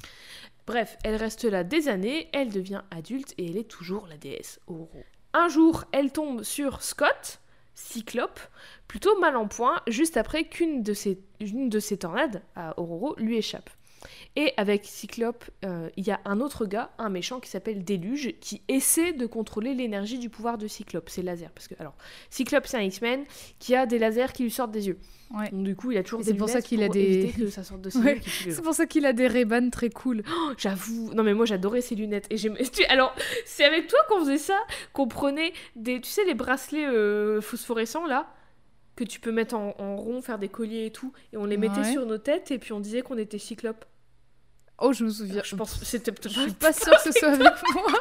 Bref, elle reste là des années, elle devient adulte et elle est toujours la déesse Ororo. Un jour, elle tombe sur Scott, Cyclope, plutôt mal en point, juste après qu'une de ses tornades à Ororo lui échappe. Et avec Cyclope, il y a un autre gars, un méchant qui s'appelle Déluge, qui essaie de contrôler l'énergie du pouvoir de Cyclope, ses lasers. Parce que, alors, Cyclope, c'est un X-Men qui a des lasers qui lui sortent des yeux. Ouais. Donc, du coup, il a toujours Et des c'est pour ça lunettes qu'il a pour des- éviter que ça sorte de ses Ouais. yeux. qui tue les gens. C'est pour ça qu'il a des Ray-Ban très cool. J'avoue, non mais moi j'adorais ces lunettes. Et alors, c'est avec toi qu'on faisait ça, qu'on prenait tu sais, les bracelets phosphorescents là, que tu peux mettre en rond, faire des colliers et tout, et on les mettait Ouais. sur nos têtes et puis on disait qu'on était Cyclope. Oh, je me souviens. Je pense que c'était peut-être Je suis pas sûre que ce soit avec moi.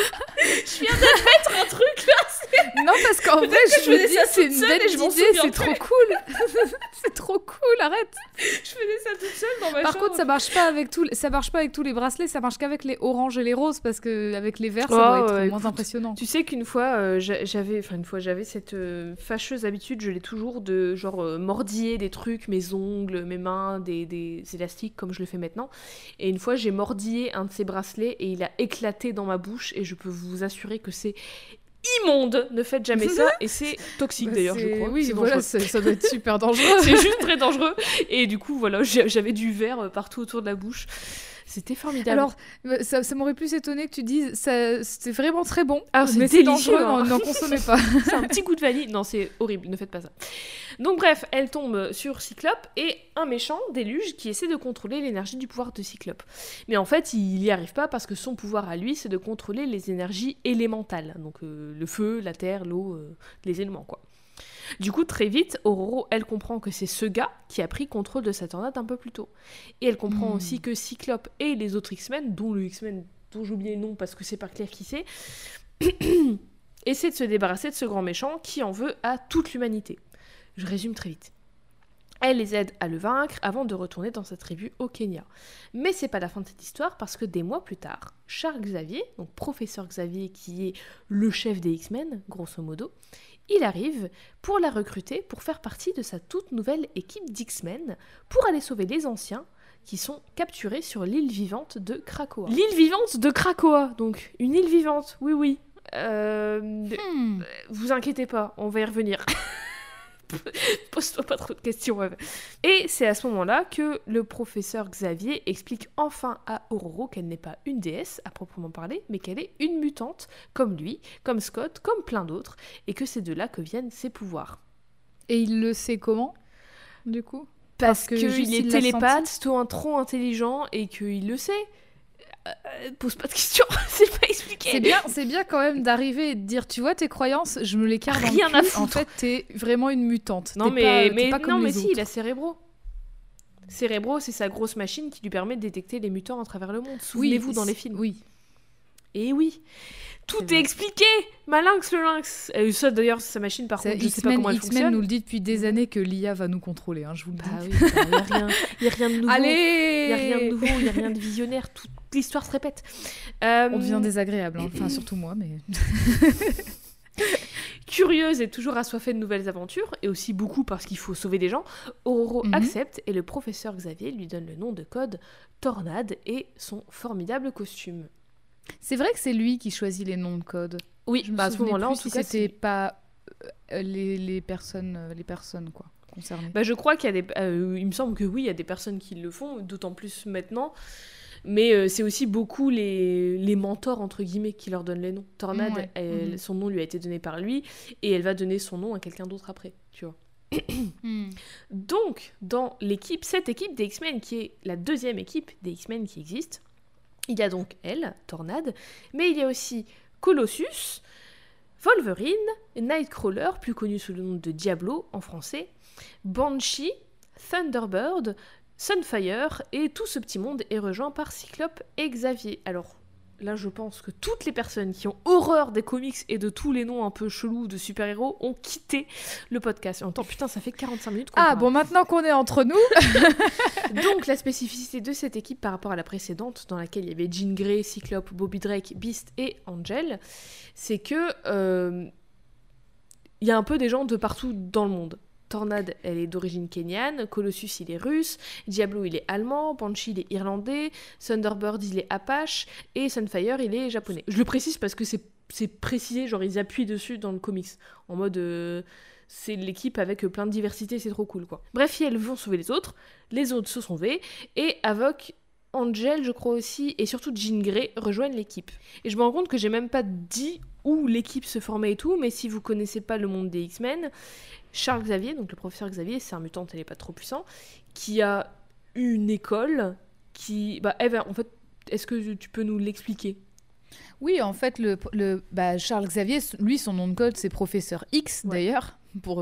Je viens de mettre un truc là. Non, parce qu'en vrai, que je je me faisais dis, ça c'est toute une seule belle et je m'en idée, souviens c'est trop cool. C'est trop cool, arrête. Je faisais ça toute seule dans ma Par chambre. contre, ça marche pas avec tous les bracelets, ça marche qu'avec les oranges et les roses, parce que avec les verts, ça doit être ouais, moins écoute, impressionnant. Tu sais qu'une fois, j'avais cette fâcheuse habitude, je l'ai toujours, de genre mordiller des trucs, mes ongles, mes mains, des élastiques comme je le fais maintenant. Et une fois, j'ai mordillé un de ces bracelets et il a éclaté dans ma bouche et je peux vous assurer que c'est immonde. Ne faites jamais ça et c'est toxique Bah, d'ailleurs, je c'est- crois. Oui, C'est voilà, dangereux. ça doit être super dangereux. C'est juste très dangereux. Et du coup, voilà, j'avais du verre partout autour de la bouche. C'était formidable. Alors, ça m'aurait plus étonné que tu dises, c'est vraiment très bon, Ah, c'est mais c'est délicieux, dangereux, hein. n'en consommez pas. C'est un petit goût de vanille. Non, c'est horrible, ne faites pas ça. Donc bref, elle tombe sur Cyclope et un méchant, Déluge, qui essaie de contrôler l'énergie du pouvoir de Cyclope. Mais en fait, il n'y arrive pas parce que son pouvoir à lui, c'est de contrôler les énergies élémentales. Donc le feu, la terre, l'eau, les éléments, quoi. Du coup, très vite, Ororo, elle comprend que c'est ce gars qui a pris contrôle de sa tornade un peu plus tôt. Et elle comprend aussi que Cyclope et les autres X-Men, dont le X-Men dont j'ai oublié le nom parce que c'est pas clair qui c'est, essaient de se débarrasser de ce grand méchant qui en veut à toute l'humanité. Je résume très vite. Elle les aide à le vaincre avant de retourner dans sa tribu au Kenya. Mais c'est pas la fin de cette histoire parce que des mois plus tard, Charles Xavier, donc professeur Xavier qui est le chef des X-Men, grosso modo, il arrive pour la recruter pour faire partie de sa toute nouvelle équipe d'X-Men pour aller sauver les anciens qui sont capturés sur l'île vivante de Krakoa. L'île vivante de Krakoa, donc une île vivante, oui oui. Vous inquiétez pas, on va y revenir. Pose-toi pas trop de questions. Ouais. Et c'est à ce moment-là que le professeur Xavier explique enfin à Ororo qu'elle n'est pas une déesse à proprement parler, mais qu'elle est une mutante, comme lui, comme Scott, comme plein d'autres, et que c'est de là que viennent ses pouvoirs. Et il le sait comment, du coup? Parce que qu'il juste, est il l'a télépathe, trop intelligent, et qu'il le sait. Pose pas de questions, c'est pas expliqué. C'est bien quand même d'arriver et de dire, tu vois, tes croyances, je me les carre dans Rien le à cul. foutre. En fait, t'es vraiment une mutante. Non, T'es pas comme les si, autres. il a Cérébro. Cérébro, c'est sa grosse machine qui lui permet de détecter les mutants à travers le monde. Souvenez-vous dans les films. Oui. Et oui, tout C'est est vrai. expliqué. Malinx le lynx. Ça d'ailleurs, sa machine par contre, je sais pas comment elle X-Men fonctionne. nous le dit depuis des années que l'IA va nous contrôler, hein, je vous le Bah dis. oui, il y a rien de nouveau. Allez, Il y a rien de nouveau, il y a rien de visionnaire. Toute l'histoire se répète. On devient désagréable, hein. Enfin surtout moi, mais... Curieuse et toujours assoiffée de nouvelles aventures, et aussi beaucoup parce qu'il faut sauver des gens, Ororo accepte et le professeur Xavier lui donne le nom de code Tornade et son formidable costume. C'est vrai que c'est lui qui choisit les noms de code. Oui, Je me bah à ce souvenais moment-là, en plus tout si cas, c'était pas les personnes quoi, concernées. Bah, je crois qu'il y a il me semble que oui, il y a des personnes qui le font, d'autant plus maintenant. Mais c'est aussi beaucoup les mentors, entre guillemets, qui leur donnent les noms. Tornade, Ouais. son nom lui a été donné par lui, et elle va donner son nom à quelqu'un d'autre après, tu vois. Donc, dans cette équipe des X-Men, qui est la deuxième équipe des X-Men qui existe, il y a donc elle, Tornade, mais il y a aussi Colossus, Wolverine, Nightcrawler, plus connu sous le nom de Diablo en français, Banshee, Thunderbird, Sunfire, et tout ce petit monde est rejoint par Cyclope et Xavier. Alors, là je pense que toutes les personnes qui ont horreur des comics et de tous les noms un peu chelous de super-héros ont quitté le podcast. Et en même temps, putain, ça fait 45 minutes qu'on parle. Bon, maintenant qu'on est entre nous... Donc la spécificité de cette équipe par rapport à la précédente, dans laquelle il y avait Jean Grey, Cyclope, Bobby Drake, Beast et Angel, c'est que il y a un peu des gens de partout dans le monde. Tornade, elle est d'origine kenyane, Colossus, il est russe, Diablo, il est allemand, Banshee, il est irlandais, Thunderbird, il est apache, et Sunfire, il est japonais. Je le précise parce que c'est précisé, genre ils appuient dessus dans le comics, en mode c'est l'équipe avec plein de diversité, c'est trop cool quoi. Bref, elles vont sauver les autres se sont sauvés, et Havok, Angel, je crois aussi, et surtout Jean Grey rejoignent l'équipe. Et je me rends compte que j'ai même pas dit où l'équipe se formait et tout, mais si vous connaissez pas le monde des X-Men, Charles Xavier, donc le professeur Xavier, c'est un mutant télépathie puissant, qui a une école qui... Eve, en fait, est-ce que tu peux nous l'expliquer ? Oui, en fait, Charles Xavier, lui, son nom de code, c'est Professeur X, d'ailleurs.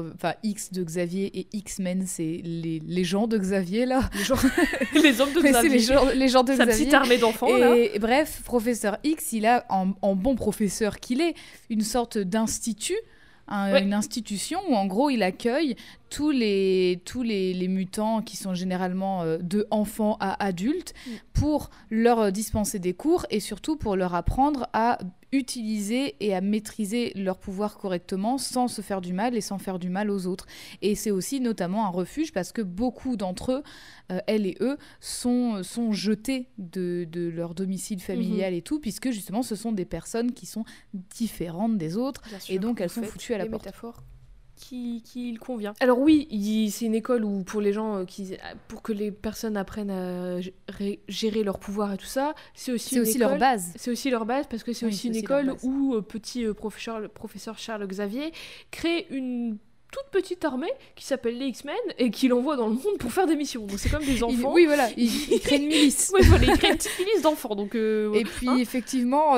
X de Xavier et X-Men, c'est les gens de Xavier, là. Les hommes de Xavier. C'est les gens de Sa Xavier. petite armée d'enfants, là. Et bref, Professeur X, il a, en bon professeur qu'il est, une sorte d'institut, une institution où, en gros, il accueille tous les mutants qui sont généralement de enfants à adultes pour leur dispenser des cours et surtout pour leur apprendre à utiliser et à maîtriser leur pouvoir correctement sans se faire du mal et sans faire du mal aux autres. Et c'est aussi notamment un refuge parce que beaucoup d'entre eux, elles et eux, sont jetés de leur domicile familial et tout, puisque justement ce sont des personnes qui sont différentes des autres et donc elles sont foutues à la porte. Métaphores qui il convient. Alors oui, c'est une école où pour les gens pour que les personnes apprennent à gérer leur pouvoir et tout ça, c'est aussi leur base. C'est aussi leur base parce que c'est aussi une école où petit professeur Charles Xavier crée une toute petite armée qui s'appelle les X-Men et qui l'envoie dans le monde pour faire des missions. Donc c'est comme des enfants. Il crée une milice. Oui, voilà, il crée une petite milice d'enfants. Donc et puis effectivement,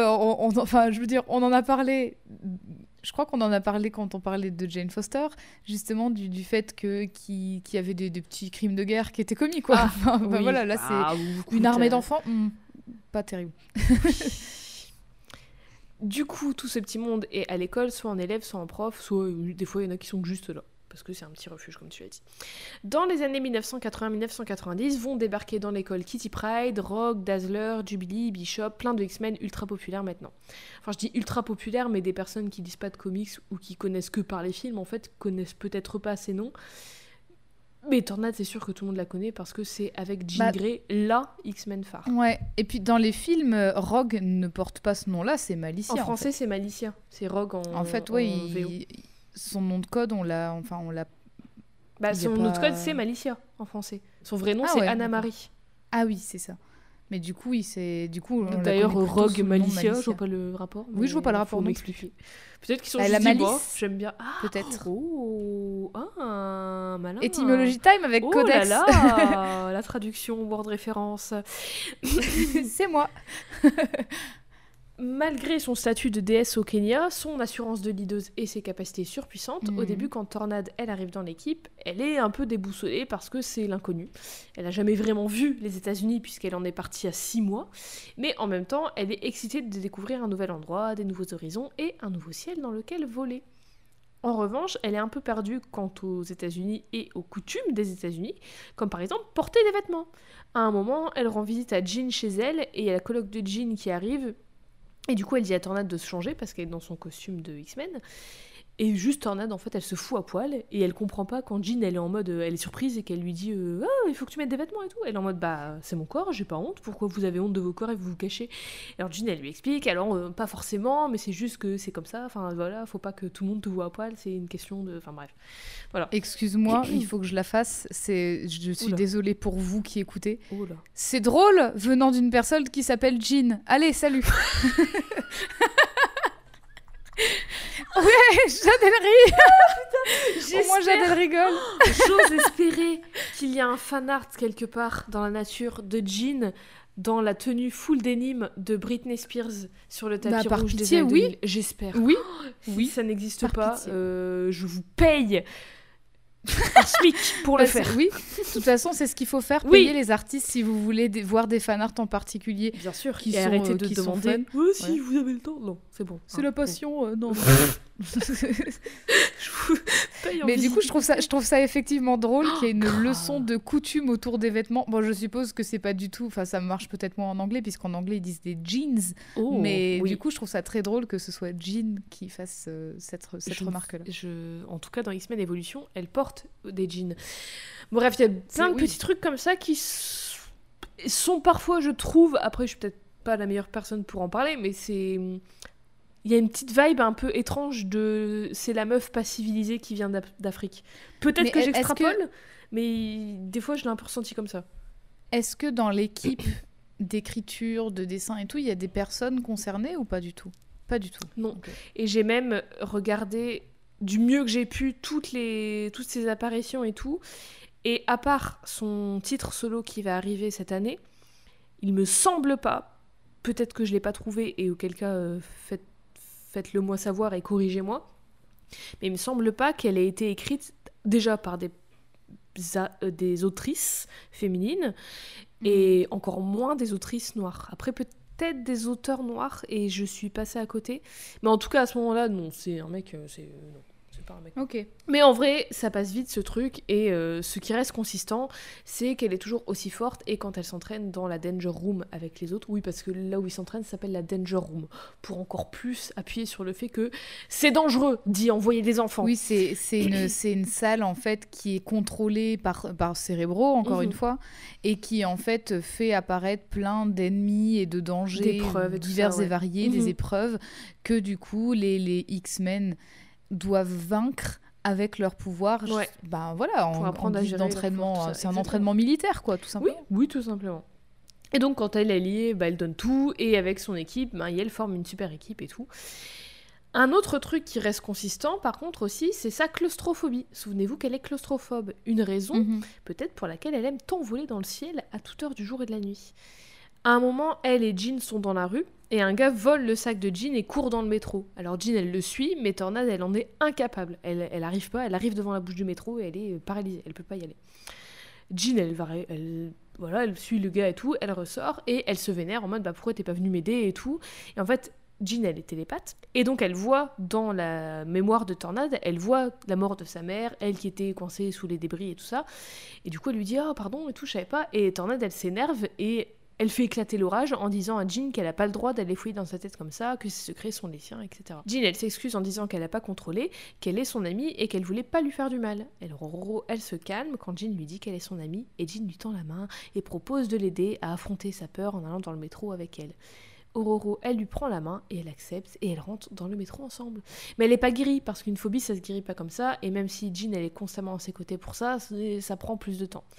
on en a parlé. Je crois qu'on en a parlé quand on parlait de Jane Foster, justement du fait qu'il y avait des petits crimes de guerre qui étaient commis, quoi. Voilà, là c'est une armée d'enfants, pas terrible. Du coup, tout ce petit monde est à l'école, soit en élève, soit en prof, soit des fois il y en a qui sont juste là, parce que c'est un petit refuge, comme tu as dit. Dans les années 1980-1990, vont débarquer dans l'école Kitty Pryde, Rogue, Dazzler, Jubilee, Bishop, plein de X-Men ultra populaires maintenant. Enfin, je dis ultra populaires, mais des personnes qui lisent pas de comics ou qui connaissent que par les films, en fait, connaissent peut-être pas ces noms. Mais Tornade, c'est sûr que tout le monde la connaît parce que c'est avec Jean Grey, la X-Men phare. Ouais, et puis dans les films, Rogue ne porte pas ce nom-là, c'est Malicia. En français, c'est Malicia. C'est Rogue en fait, oui, son nom de code, on l'a... son nom de code, c'est Malicia, en français. Son vrai nom, c'est Anna-Marie. Ah oui, c'est ça. Mais du coup, d'ailleurs, Rogue, Malicia, je vois pas le rapport. Oui, je vois pas le rapport. Faut m'expliquer. Peut-être qu'ils sont juste dit, j'aime bien. Peut-être. Malin. Etymology time avec Codex. Oh là là, la traduction, word référence. C'est moi. Malgré son statut de déesse au Kenya, son assurance de leaduse et ses capacités surpuissantes, au début, quand Tornade, elle arrive dans l'équipe, elle est un peu déboussolée parce que c'est l'inconnu. Elle n'a jamais vraiment vu les États-Unis puisqu'elle en est partie à 6 mois, mais en même temps, elle est excitée de découvrir un nouvel endroit, des nouveaux horizons et un nouveau ciel dans lequel voler. En revanche, elle est un peu perdue quant aux États-Unis et aux coutumes des États-Unis, comme par exemple porter des vêtements. À un moment, elle rend visite à Jean chez elle et il y a la coloc de Jean qui arrive. Et du coup, elle dit à Tornade de se changer parce qu'elle est dans son costume de X-Men. Et juste Tornade, en fait, elle se fout à poil et elle comprend pas quand Jean, elle est en mode, elle est surprise et qu'elle lui dit il faut que tu mettes des vêtements et tout. Elle est en mode c'est mon corps, j'ai pas honte. Pourquoi vous avez honte de vos corps et vous vous cachez? Alors Jean, elle lui explique, alors pas forcément, mais c'est juste que c'est comme ça. Enfin voilà, faut pas que tout le monde te voit à poil. C'est une question de, enfin bref, voilà. Excuse-moi, il faut que je la fasse. Je suis désolée pour vous qui écoutez. Oula. C'est drôle venant d'une personne qui s'appelle Jean. Allez, salut. Ouais, Jade rit. Au moins Jade rigole. J'ose espérer qu'il y a un fanart quelque part dans la nature de Jean dans la tenue full denim de Britney Spears sur le tapis rouge des années 2000. J'espère. Oui. Si ça n'existe Par pas, pitié. je vous paye un SMIC pour le faire. Oui, de toute façon, c'est ce qu'il faut faire. Oui. Payer les artistes si vous voulez voir des fanarts en particulier. Bien sûr, Qui et sont, arrêtez de qui sont demander. fans. Ouais, si Ouais. vous avez le temps. Non, c'est bon. C'est la passion, non. Je vous paye en Mais du coup, visibilité. je trouve ça effectivement drôle qu'il y ait une grave. leçon de coutume autour des vêtements. Bon, je suppose que c'est pas du tout... Enfin, ça marche peut-être moins en anglais, puisqu'en anglais, ils disent des jeans. Oh, Mais oui. du coup, je trouve ça très drôle que ce soit Jean qui fasse cette Je- remarque-là. En tout cas, dans X-Men Evolution, elle porte des jeans. Bref, il y a plein de oui. petits trucs comme ça qui sont parfois, je trouve, après, je suis peut-être pas la meilleure personne pour en parler, mais c'est... Il y a une petite vibe un peu étrange de... C'est la meuf pas civilisée qui vient d'Afrique. Peut-être Mais que est-ce j'extrapole, mais des fois, je l'ai un peu ressenti comme ça. Est-ce que dans l'équipe d'écriture, de dessin et tout, il y a des personnes concernées ou pas du tout? Pas du tout. Non. Ok. Et j'ai même regardé du mieux que j'ai pu toutes ces apparitions et tout. Et à part son titre solo qui va arriver cette année, il me semble pas, peut-être que je l'ai pas trouvé et auquel cas faites-le moi savoir et corrigez-moi, mais il me semble pas qu'elle ait été écrite déjà par des autrices féminines et encore moins des autrices noires. Après peut-être des auteurs noirs et je suis passée à côté, mais en tout cas à ce moment-là non, c'est un mec, non, c'est pas un mec. Ok. Mais en vrai, ça passe vite ce truc, et ce qui reste consistant, c'est qu'elle est toujours aussi forte, et quand elle s'entraîne dans la Danger Room avec les autres, oui, parce que là où ils s'entraînent, ça s'appelle la Danger Room, pour encore plus appuyer sur le fait que c'est dangereux d'y envoyer des enfants. Oui, c'est une salle en fait qui est contrôlée par Cérébro, encore une fois, et qui en fait fait apparaître plein d'ennemis et de dangers D'épreuves et tout divers ça, ouais. et variés, des épreuves que du coup les X-Men doivent vaincre avec leur pouvoir. Ouais. Ben voilà, Pour en apprendre à guise gérer leur d'entraînement. pouvoir, tout ça, C'est un exactement. entraînement militaire, quoi, tout Oui, simplement. oui, tout simplement. Et donc, quand elle est liée, bah, elle donne tout, et avec son équipe, bah, elle forme une super équipe et tout. Un autre truc qui reste consistant, par contre, aussi, c'est sa claustrophobie. Souvenez-vous qu'elle est claustrophobe. Une raison, Mhm. peut-être pour laquelle elle aime tant voler dans le ciel à toute heure du jour et de la nuit. À un moment, elle et Jean sont dans la rue, et un gars vole le sac de Jean et court dans le métro. Alors Jean, elle le suit, mais Tornade, elle en est incapable. Elle arrive pas, elle arrive devant la bouche du métro et elle est paralysée, elle peut pas y aller. Jean, elle suit le gars et tout, elle ressort, et elle se vénère en mode, bah pourquoi t'es pas venu m'aider et tout. Et en fait, Jean, elle est télépathe, et donc elle voit dans la mémoire de Tornade, elle voit la mort de sa mère, elle qui était coincée sous les débris et tout ça, et du coup elle lui dit « Oh pardon » et tout, je savais pas, et Tornade, elle s'énerve, et elle fait éclater l'orage en disant à Jean qu'elle a pas le droit d'aller fouiller dans sa tête comme ça, que ses secrets sont les siens, etc. Jean, elle s'excuse en disant qu'elle a pas contrôlé, qu'elle est son amie et qu'elle voulait pas lui faire du mal. Elle se calme quand Jean lui dit qu'elle est son amie, et Jean lui tend la main et propose de l'aider à affronter sa peur en allant dans le métro avec elle. Ororo, elle lui prend la main et elle accepte et elles rentrent dans le métro ensemble. Mais elle est pas guérie parce qu'une phobie ça se guérit pas comme ça, et même si Jean elle est constamment à ses côtés pour ça, ça prend plus de temps.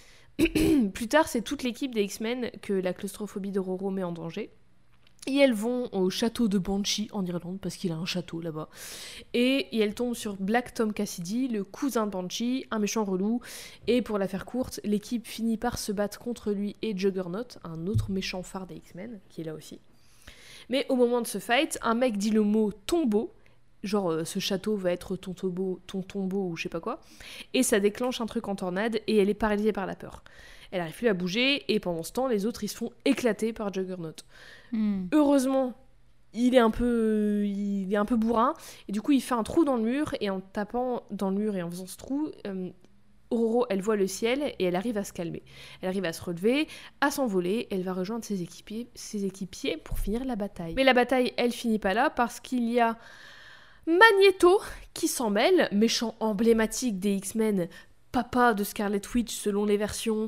Plus tard, c'est toute l'équipe des X-Men que la claustrophobie d'Ororo met en danger. Et elles vont au château de Banshee en Irlande, parce qu'il a un château là-bas. Et elles tombent sur Black Tom Cassidy, le cousin de Banshee, un méchant relou. Et pour la faire courte, l'équipe finit par se battre contre lui et Juggernaut, un autre méchant phare des X-Men, qui est là aussi. Mais au moment de ce fight, un mec dit le mot tombeau, genre ce château va être ton tombeau ou je sais pas quoi, et ça déclenche un truc en tornade et elle est paralysée par la peur. Elle arrive plus à bouger et pendant ce temps les autres ils se font éclater par Juggernaut. Heureusement il est un peu bourrin et du coup il fait un trou dans le mur et en tapant dans le mur et en faisant ce trou, Ororo elle voit le ciel et elle arrive à se calmer. Elle arrive à se relever, à s'envoler, elle va rejoindre ses équipiers pour finir la bataille. Mais la bataille elle finit pas là parce qu'il y a Magneto qui s'en mêle, méchant emblématique des X-Men, papa de Scarlet Witch selon les versions,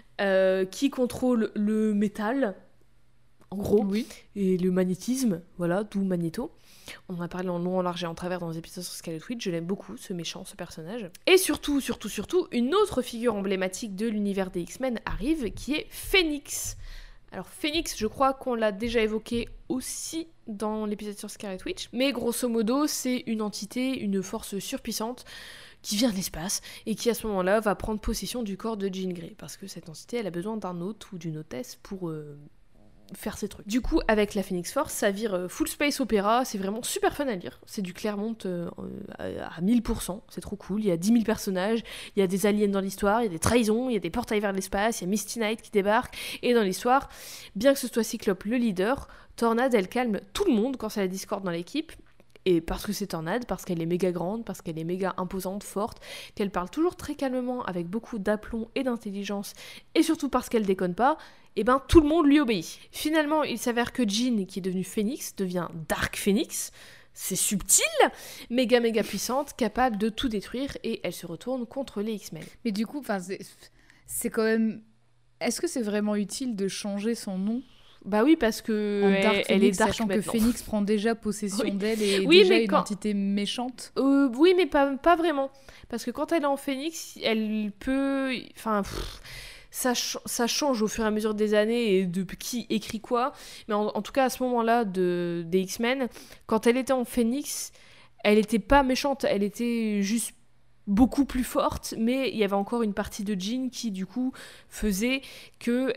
qui contrôle le métal, en gros, Oui. et le magnétisme, voilà, d'où Magneto. On en a parlé en long, en large et en travers dans les épisodes sur Scarlet Witch, je l'aime beaucoup, ce méchant, ce personnage. Et surtout, une autre figure emblématique de l'univers des X-Men arrive, qui est Phoenix. Alors Phoenix, je crois qu'on l'a déjà évoqué aussi dans l'épisode sur Scarlet Witch, mais grosso modo, c'est une entité, une force surpuissante qui vient de l'espace et qui à ce moment-là va prendre possession du corps de Jean Grey, parce que cette entité, elle a besoin d'un hôte ou d'une hôtesse pour faire ses trucs. Du coup, avec la Phoenix Force, ça vire full space opéra, c'est vraiment super fun à lire. C'est du Claremont à 1000%, c'est trop cool. Il y a 10 000 personnages, il y a des aliens dans l'histoire, il y a des trahisons, il y a des portails vers l'espace, il y a Misty Knight qui débarque. Et dans l'histoire, bien que ce soit Cyclope le leader, Tornade, elle calme tout le monde quand ça la discorde dans l'équipe. Et parce que c'est Tornade, parce qu'elle est méga grande, parce qu'elle est méga imposante, forte, qu'elle parle toujours très calmement, avec beaucoup d'aplomb et d'intelligence, et surtout parce qu'elle déconne pas, et ben tout le monde lui obéit. Finalement, il s'avère que Jean, qui est devenue Phoenix, devient Dark Phoenix. C'est subtil, méga puissante, capable de tout détruire, et elle se retourne contre les X-Men. Mais du coup, c'est quand même... Est-ce que c'est vraiment utile de changer son nom ? Bah oui, parce que elle est dark sachant maintenant. Que Phoenix prend déjà possession d'elle et est oui, déjà une entité méchante. Oui, mais pas vraiment. Parce que quand elle est en Phoenix, elle peut... Enfin, ça change au fur et à mesure des années et de qui écrit quoi. Mais en tout cas, à ce moment-là des X-Men, quand elle était en Phoenix, elle était pas méchante, elle était juste beaucoup plus forte, mais il y avait encore une partie de Jean qui, du coup, faisait que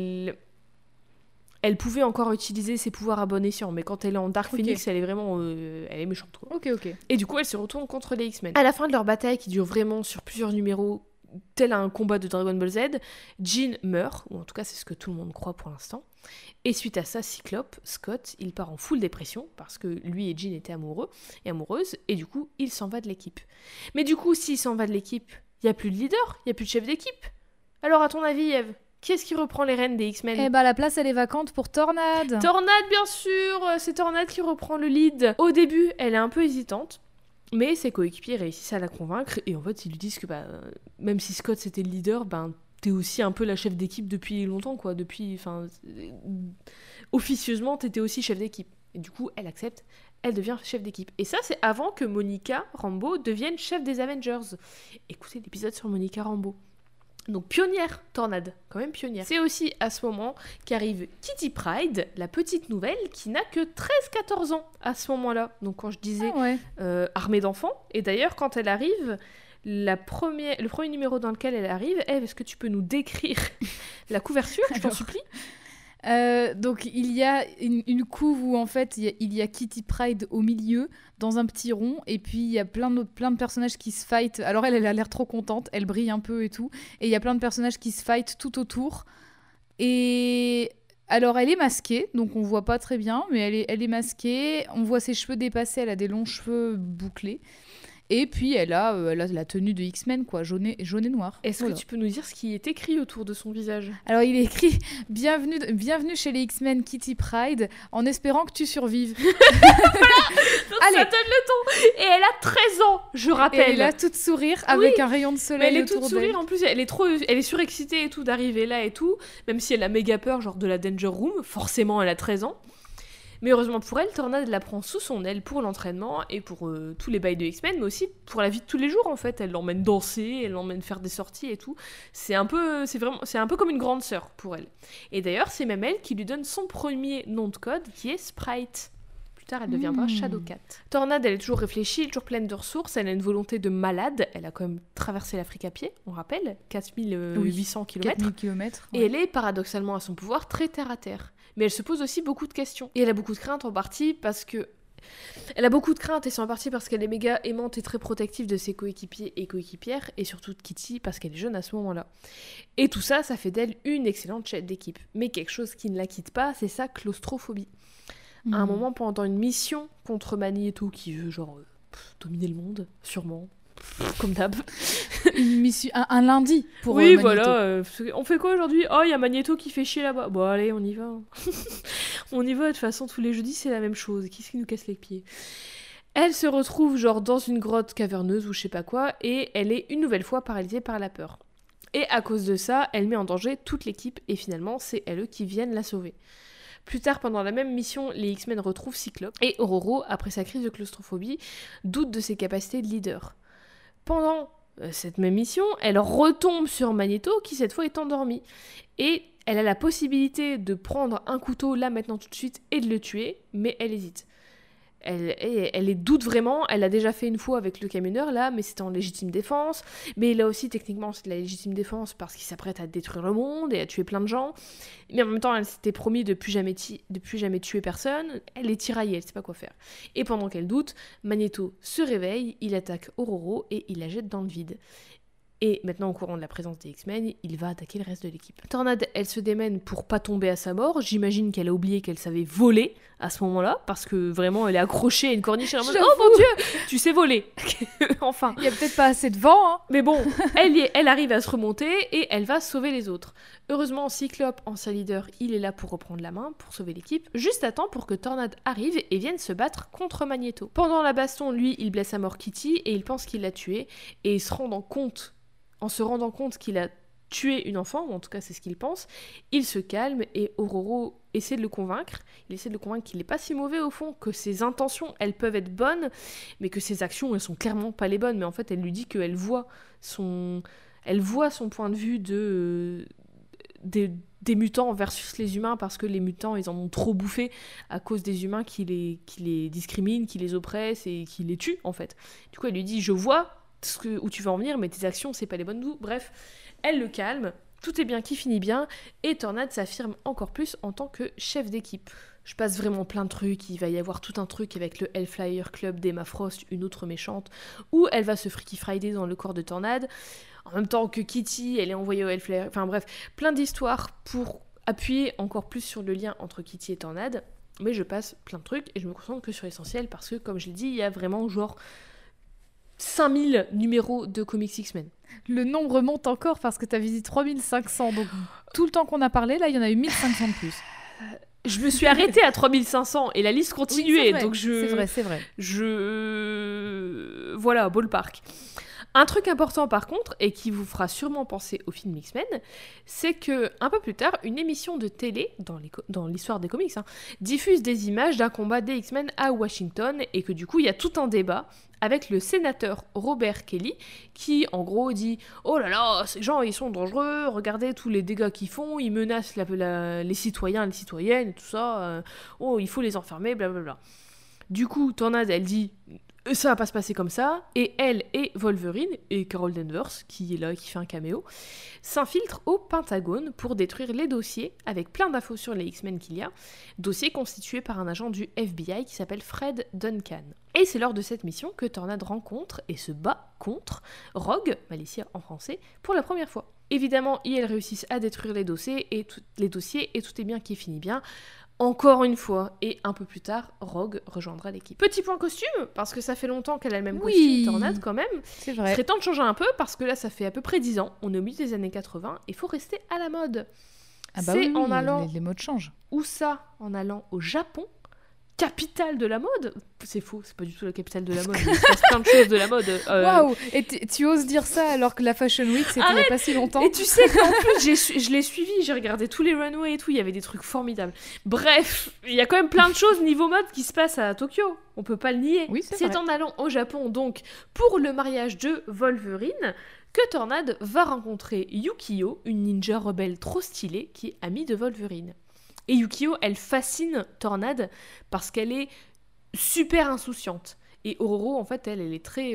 elle pouvait encore utiliser ses pouvoirs à bon escient, mais quand elle est en Dark Phoenix, elle est vraiment elle est méchante, quoi. Ok. Et du coup, elle se retourne contre les X-Men. À la fin de leur bataille, qui dure vraiment sur plusieurs numéros, tel un combat de Dragon Ball Z, Jean meurt, ou en tout cas c'est ce que tout le monde croit pour l'instant. Et suite à ça, Cyclope, Scott, il part en full dépression, parce que lui et Jean étaient amoureux et amoureuses, et du coup, il s'en va de l'équipe. Mais du coup, s'il s'en va de l'équipe, il n'y a plus de leader, il n'y a plus de chef d'équipe. Alors à ton avis, Eve, qui est-ce qui reprend les rênes des X-Men ? Eh ben, la place, elle est vacante pour Tornade. Tornade, bien sûr. C'est Tornade qui reprend le lead. Au début, elle est un peu hésitante, mais ses coéquipiers réussissent à la convaincre. Et en fait, ils lui disent que même si Scott c'était le leader, t'es aussi un peu la chef d'équipe depuis longtemps, quoi. Officieusement, t'étais aussi chef d'équipe. Et du coup, elle accepte. Elle devient chef d'équipe. Et ça, c'est avant que Monica Rambeau devienne chef des Avengers. Écoutez l'épisode sur Monica Rambeau. Donc pionnière, Tornade, quand même pionnière. C'est aussi à ce moment qu'arrive Kitty Pryde, la petite nouvelle, qui n'a que 13-14 ans à ce moment-là. Donc quand je disais armée d'enfants, et d'ailleurs quand elle arrive, le premier numéro dans lequel elle arrive, Eve, est-ce que tu peux nous décrire la couverture, je t'en supplie ? Donc il y a une couve où en fait il y a Kitty Pryde au milieu dans un petit rond et puis il y a plein de personnages qui se fight. Alors elle a l'air trop contente, elle brille un peu et tout, et il y a plein de personnages qui se fight tout autour. Et alors elle est masquée, donc on voit pas très bien, mais elle est masquée, on voit ses cheveux dépassés, elle a des longs cheveux bouclés. Et puis elle a la tenue de X-Men, quoi, jaune et noir. Est-ce que tu peux nous dire ce qui est écrit autour de son visage ? Alors il est écrit « Bienvenue chez les X-Men Kitty Pryde, en espérant que tu survives. » Allez. Ça donne le ton. Et elle a 13 ans, je rappelle. Et elle a toute sourire avec un rayon de soleil autour d'elle. Elle est toute sourire, en plus elle est surexcitée et tout d'arriver là et tout, même si elle a méga peur, genre de la Danger Room, forcément elle a 13 ans. Mais heureusement pour elle, Tornade la prend sous son aile pour l'entraînement et pour tous les bails de X-Men, mais aussi pour la vie de tous les jours en fait. Elle l'emmène danser, elle l'emmène faire des sorties et tout. C'est un peu comme une grande sœur pour elle. Et d'ailleurs, c'est même elle qui lui donne son premier nom de code qui est Sprite. Plus tard, elle deviendra Shadowcat. Tornade, elle est toujours réfléchie, elle est toujours pleine de ressources, elle a une volonté de malade. Elle a quand même traversé l'Afrique à pied, on rappelle, 4800 km. 4000 km. Et elle est paradoxalement à son pouvoir très terre à terre. Mais elle se pose aussi beaucoup de questions. Et elle a beaucoup de craintes en partie parce que... Elle a beaucoup de craintes et c'est en partie parce qu'elle est méga aimante et très protective de ses coéquipiers et coéquipières et surtout de Kitty parce qu'elle est jeune à ce moment-là. Et tout ça, ça fait d'elle une excellente chef d'équipe. Mais quelque chose qui ne la quitte pas, c'est sa claustrophobie. À un moment, pendant une mission contre Magneto qui veut dominer le monde, sûrement, comme d'hab. Une mission, un lundi pour oui, Magneto. Voilà. On fait quoi aujourd'hui ? Oh, il y a Magneto qui fait chier là-bas. Bon, allez, on y va. On y va, de toute façon, tous les jeudis, c'est la même chose. Qui est-ce qui nous casse les pieds ? Elle se retrouve, dans une grotte caverneuse ou je sais pas quoi, et elle est une nouvelle fois paralysée par la peur. Et à cause de ça, elle met en danger toute l'équipe, et finalement, c'est elles qui viennent la sauver. Plus tard, pendant la même mission, les X-Men retrouvent Cyclope, et Ororo, après sa crise de claustrophobie, doute de ses capacités de leader. Pendant cette même mission, elle retombe sur Magneto, qui cette fois est endormi. Et elle a la possibilité de prendre un couteau, là, maintenant, tout de suite, et de le tuer, mais elle hésite. elle doute vraiment. Elle l'a déjà fait une fois avec le camionneur, là, mais c'était en légitime défense. Mais là aussi, techniquement, c'est de la légitime défense parce qu'il s'apprête à détruire le monde et à tuer plein de gens. Mais en même temps, elle s'était promis de plus jamais tuer personne. Elle est tiraillée, elle sait pas quoi faire. Et pendant qu'elle doute, Magneto se réveille, il attaque Ororo et il la jette dans le vide. Et maintenant, au courant de la présence des X-Men, il va attaquer le reste de l'équipe. Tornade, elle se démène pour pas tomber à sa mort. J'imagine qu'elle a oublié qu'elle savait voler à ce moment-là, parce que vraiment, elle est accrochée à une corniche. Elle est en mode, oh mon Dieu, tu sais voler. Enfin. Il y a peut-être pas assez de vent, hein. Mais bon, elle arrive à se remonter et elle va sauver les autres. Heureusement, Cyclope, ancien leader, il est là pour reprendre la main, pour sauver l'équipe, juste à temps pour que Tornade arrive et vienne se battre contre Magneto. Pendant la baston, lui, il blesse à mort Kitty et il pense qu'il l'a tuée. Et en se rendant compte qu'il a tué une enfant, ou en tout cas c'est ce qu'il pense, il se calme et Ororo essaie de le convaincre. Il essaie de le convaincre qu'il n'est pas si mauvais au fond, que ses intentions, elles peuvent être bonnes, mais que ses actions, elles sont clairement pas les bonnes. Mais en fait, elle lui dit qu'elle voit son point de vue des mutants versus les humains, parce que les mutants, ils en ont trop bouffé à cause des humains qui les discriminent, qui les oppressent et qui les tuent, en fait. Du coup, elle lui dit, je vois où tu veux en venir, mais tes actions, c'est pas les bonnes. Bref, elle le calme, tout est bien qui finit bien, et Tornade s'affirme encore plus en tant que chef d'équipe. Je passe vraiment plein de trucs, il va y avoir tout un truc avec le Hellfire Club d'Emma Frost, une autre méchante, où elle va se Freaky Friday dans le corps de Tornade, en même temps que Kitty, elle est envoyée au Hellfire, enfin bref, plein d'histoires pour appuyer encore plus sur le lien entre Kitty et Tornade, mais je passe plein de trucs, et je me concentre que sur l'essentiel, parce que, comme je l'ai dit, il y a vraiment genre 5000 numéros de comics X-Men. Le nombre monte encore parce que tu avais dit 3500. Donc, tout le temps qu'on a parlé, là, il y en a eu 1500 de plus. Je me suis arrêtée à 3500 et la liste continuait. Oui, donc c'est vrai. Voilà, ballpark. Un truc important par contre, et qui vous fera sûrement penser au film X-Men, c'est que un peu plus tard, une émission de télé, dans l'histoire des comics, diffuse des images d'un combat des X-Men à Washington, et que du coup, il y a tout un débat avec le sénateur Robert Kelly, qui en gros dit « Oh là là, ces gens, ils sont dangereux, regardez tous les dégâts qu'ils font, ils menacent les citoyens et les citoyennes, et tout ça, oh, il faut les enfermer, blablabla. » Du coup, Tornade, elle dit ça va pas se passer comme ça, et elle et Wolverine, et Carol Danvers, qui est là, qui fait un caméo, s'infiltrent au Pentagone pour détruire les dossiers, avec plein d'infos sur les X-Men qu'il y a, dossiers constitués par un agent du FBI qui s'appelle Fred Duncan. Et c'est lors de cette mission que Tornade rencontre et se bat contre Rogue, Malicia en français, pour la première fois. Évidemment, ils réussissent à détruire les dossiers, et tout est bien qui finit bien. Encore une fois, et un peu plus tard, Rogue rejoindra l'équipe. Petit point costume, parce que ça fait longtemps qu'elle a le même costume, Tornade quand même. C'est vrai. Il serait temps de changer un peu, parce que là, ça fait à peu près 10 ans. On est au milieu des années 80, il faut rester à la mode. Ah bah oui, en allant... les modes changent. Où ça ? En allant au Japon, capitale de la mode. C'est faux, c'est pas du tout la capitale de la mode. Il se passe plein de choses de la mode. Waouh. Et tu oses dire ça alors que la Fashion Week, c'était il n'y a pas si longtemps. Et tu sais qu'en plus, je l'ai suivi, j'ai regardé tous les runways et tout, il y avait des trucs formidables. Bref, il y a quand même plein de choses niveau mode qui se passent à Tokyo. On peut pas le nier. Oui, c'est vrai. En allant au Japon, donc, pour le mariage de Wolverine, que Tornade va rencontrer Yukio, une ninja rebelle trop stylée qui est amie de Wolverine. Et Yukio, elle fascine Tornade parce qu'elle est super insouciante. Et Ororo, en fait, elle est très...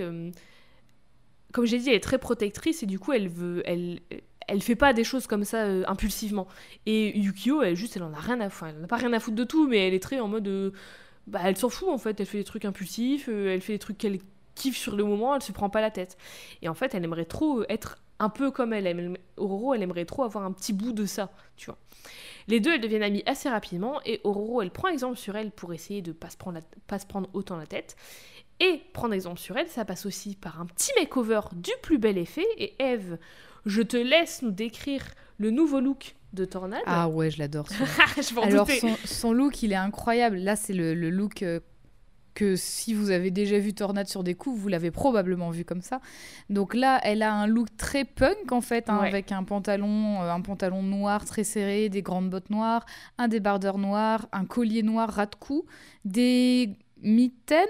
comme j'ai dit, elle est très protectrice et du coup, elle fait pas des choses comme ça impulsivement. Et Yukio, elle en a rien à foutre. Elle n'a pas rien à foutre de tout, mais elle est très en mode... elle s'en fout, en fait. Elle fait des trucs impulsifs, elle fait des trucs qu'elle kiffe sur le moment, elle se prend pas la tête. Et en fait, elle aimerait trop être un peu comme elle. Ororo, elle aimerait trop avoir un petit bout de ça, tu vois. Les deux, elles deviennent amies assez rapidement et Ororo, elle prend exemple sur elle pour essayer de pas se prendre autant la tête. Et prendre exemple sur elle, ça passe aussi par un petit makeover du plus bel effet. Et Eve, je te laisse nous décrire le nouveau look de Tornade. Ah ouais, je l'adore. Je m'en Alors, doutais. son look, il est incroyable. Là, c'est le look... que si vous avez déjà vu Tornade sur des coups, vous l'avez probablement vu comme ça. Donc là, elle a un look très punk en fait, Ouais. avec un pantalon noir très serré, des grandes bottes noires, un débardeur noir, un collier noir ras de cou, des mitaines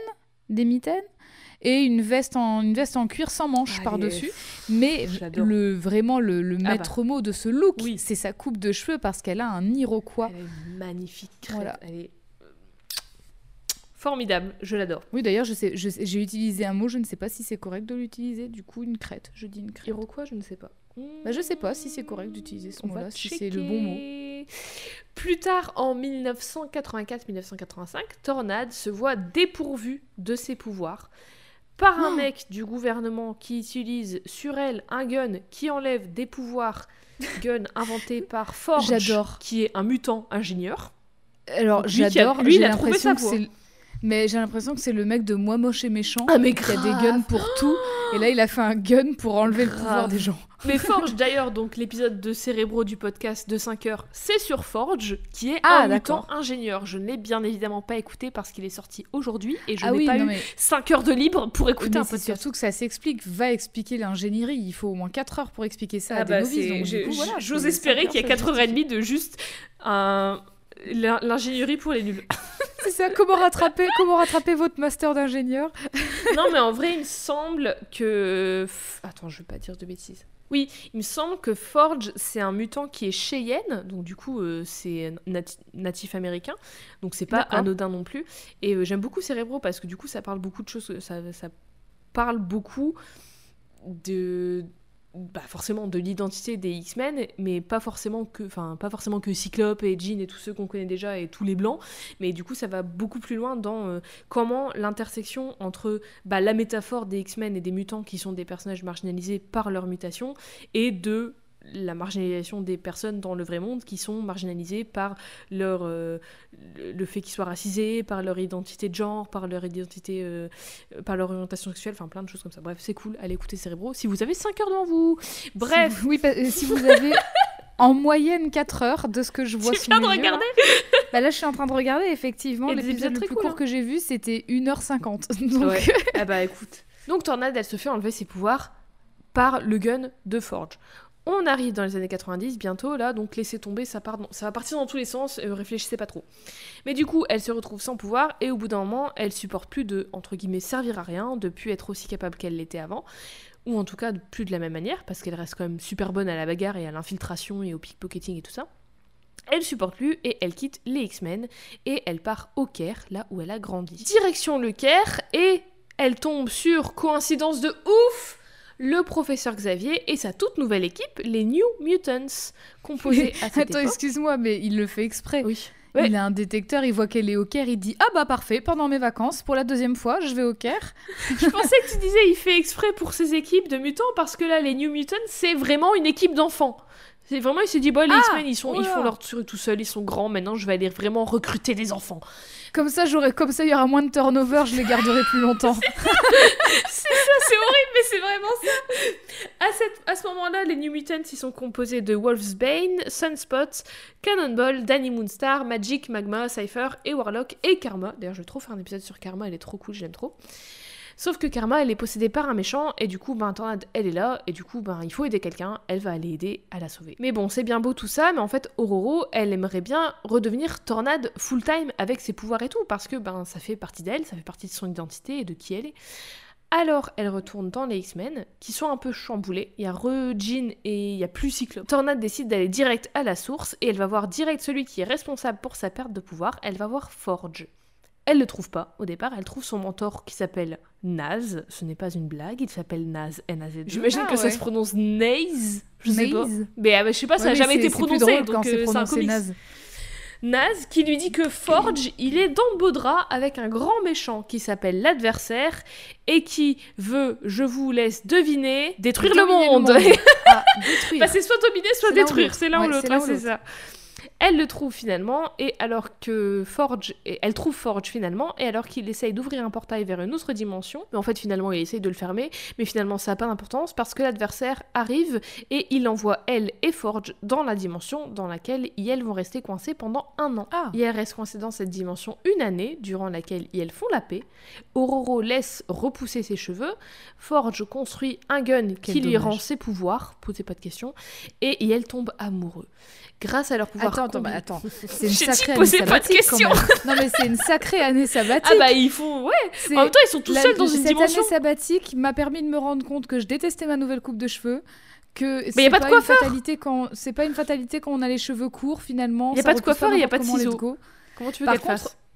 et une veste en cuir sans manches par-dessus. Mais J'adore. vraiment le maître mot de ce look, Oui. c'est sa coupe de cheveux parce qu'elle a un iroquois. Elle est magnifique. Voilà. Elle est Formidable, je l'adore. Oui, d'ailleurs, j'ai utilisé un mot, je ne sais pas si c'est correct de l'utiliser, du coup, une crête. Je dis une crête. Iroquois, je ne sais pas. Bah, je sais pas si c'est correct d'utiliser ce On va mot-là, si checker. c'est le bon mot. Plus tard, en 1984-1985, Tornade se voit dépourvue de ses pouvoirs par un mec du gouvernement qui utilise sur elle un gun qui enlève des pouvoirs, gun inventé par Forge, J'adore. qui est un mutant ingénieur. Alors, Donc, lui, j'adore, lui, j'ai il a trouvé l'impression sa que voie. c'est... Mais j'ai l'impression que c'est le mec de Moi Moche et Méchant Ah, mais qui a grave. des guns pour tout. Et là, il a fait un gun pour enlever le pouvoir Grave. des gens. Mais Forge, d'ailleurs, donc l'épisode de Cérébro du podcast de 5 heures, c'est sur Forge, qui est Ah, un d'accord. mutant ingénieur. Je ne l'ai bien évidemment pas écouté parce qu'il est sorti aujourd'hui et je Ah n'ai oui, pas non, eu mais... 5 heures de libre pour écouter mais un c'est podcast. surtout que ça s'explique. Va expliquer l'ingénierie. Il faut au moins 4 heures pour expliquer ça à des novices. Donc, du coup, voilà, j'ose c'est espérer 5 qu'il y a heures, ça 4h30 de juste l'ingénierie pour les nuls. C'est ça, comment rattraper votre master d'ingénieur. Non, mais en vrai, il me semble que... Attends, je vais pas dire de bêtises. Oui, il me semble que Forge, c'est un mutant qui est Cheyenne, donc du coup, c'est natif américain, donc c'est pas D'accord. anodin non plus. Et j'aime beaucoup Cérébro parce que du coup, ça parle beaucoup de choses, ça parle beaucoup de... Bah forcément de l'identité des X-Men, mais pas forcément que Cyclope et Jean et tous ceux qu'on connaît déjà et tous les blancs, mais du coup ça va beaucoup plus loin dans comment l'intersection entre la métaphore des X-Men et des mutants qui sont des personnages marginalisés par leur mutation et de la marginalisation des personnes dans le vrai monde qui sont marginalisées par leur le fait qu'ils soient racisés, par leur identité de genre, par leur identité par leur orientation sexuelle, enfin plein de choses comme ça. Bref, c'est cool, allez écouter Cérébro si vous avez 5 heures devant vous. Bref, Si vous avez en moyenne 4 heures de ce que je vois tu sous viens de mes yeux, regarder là, je suis en train de regarder, effectivement, Il y a des l'épisode épisodes le très plus cool, court hein. que j'ai vu, c'était 1h50. Donc... Ouais. Ah bah écoute. Donc Tornade, elle se fait enlever ses pouvoirs par le gun de Forge. On arrive dans les années 90 bientôt là, donc laissez tomber, ça va partir dans tous les sens, réfléchissez pas trop. Mais du coup, elle se retrouve sans pouvoir et au bout d'un moment, elle supporte plus de, entre guillemets, servir à rien, de plus être aussi capable qu'elle l'était avant, ou en tout cas plus de la même manière, parce qu'elle reste quand même super bonne à la bagarre et à l'infiltration et au pickpocketing et tout ça. Elle supporte plus et elle quitte les X-Men et elle part au Caire, là où elle a grandi. Direction le Caire et elle tombe sur, coïncidence de ouf, le professeur Xavier et sa toute nouvelle équipe, les New Mutants, composés à cette Attends, époque. excuse-moi, mais il le fait exprès. Oui. Ouais. Il a un détecteur, il voit qu'elle est au Caire, il dit « Ah bah parfait, pendant mes vacances, pour la 2e fois, je vais au Caire. » Je pensais que tu disais il fait exprès pour ses équipes de mutants parce que là, les New Mutants, c'est vraiment une équipe d'enfants. C'est vraiment, il s'est dit, bon, les X-Men, ils font leur truc tout seuls, ils sont grands, maintenant je vais aller vraiment recruter des enfants. Comme ça, il y aura moins de turnover, je les garderai plus longtemps. C'est horrible, mais c'est vraiment ça. À ce moment-là, les New Mutants, ils sont composés de Wolfsbane, Sunspot, Cannonball, Danny Moonstar, Magic, Magma, Cypher et Warlock et Karma. D'ailleurs, je vais trop faire un épisode sur Karma, elle est trop cool, je l'aime trop. Sauf que Karma, elle est possédée par un méchant, et du coup, Tornade, elle est là, et du coup, il faut aider quelqu'un, elle va aller aider à la sauver. Mais bon, c'est bien beau tout ça, mais en fait, Ororo, elle aimerait bien redevenir Tornade full-time avec ses pouvoirs et tout, parce que ça fait partie d'elle, ça fait partie de son identité et de qui elle est. Alors, elle retourne dans les X-Men, qui sont un peu chamboulés. Il y a Jean et il y a plus Cyclope. Tornade décide d'aller direct à la source, et elle va voir direct celui qui est responsable pour sa perte de pouvoir, elle va voir Forge. Elle le trouve pas au départ, elle trouve son mentor qui s'appelle Naz, ce n'est pas une blague, il s'appelle Naz, N-A-Z. J'imagine que ça se prononce Naze, je sais pas. Mais je sais pas, ça n'a jamais été prononcé, donc c'est un comics. Naz qui lui dit que Forge, il est dans le beau drap avec un grand méchant qui s'appelle l'adversaire et qui veut, je vous laisse deviner, détruire le monde. Détruire. C'est soit dominer, soit détruire, c'est l'un ou l'autre, c'est ça. Elle le trouve finalement, et alors que elle trouve Forge finalement, et alors qu'il essaye d'ouvrir un portail vers une autre dimension, mais en fait finalement il essaye de le fermer, mais finalement ça n'a pas d'importance parce que l'adversaire arrive et il envoie elle et Forge dans la dimension dans laquelle elles vont rester coincées pendant 1 an. Et elles restent coincées dans cette dimension 1 année, durant laquelle elles font la paix. Ororo laisse repousser ses cheveux, Forge construit un gun qui lui rend ses pouvoirs, posez pas de questions, et elles tombent amoureux. Grâce à leur pouvoir. Attends. C'est une sacrée année sabbatique quand même. Non mais c'est une sacrée année sabbatique. Ils font... Ouais. En même temps, ils sont tous seuls dans une dimension. Cette année sabbatique m'a permis de me rendre compte que je détestais ma nouvelle coupe de cheveux. Que mais il n'y a pas de coiffeur. C'est pas une fatalité quand on a les cheveux courts finalement. Il n'y a pas de coiffeur et il n'y a pas de ciseaux. Comment tu veux qu'elle fasse ?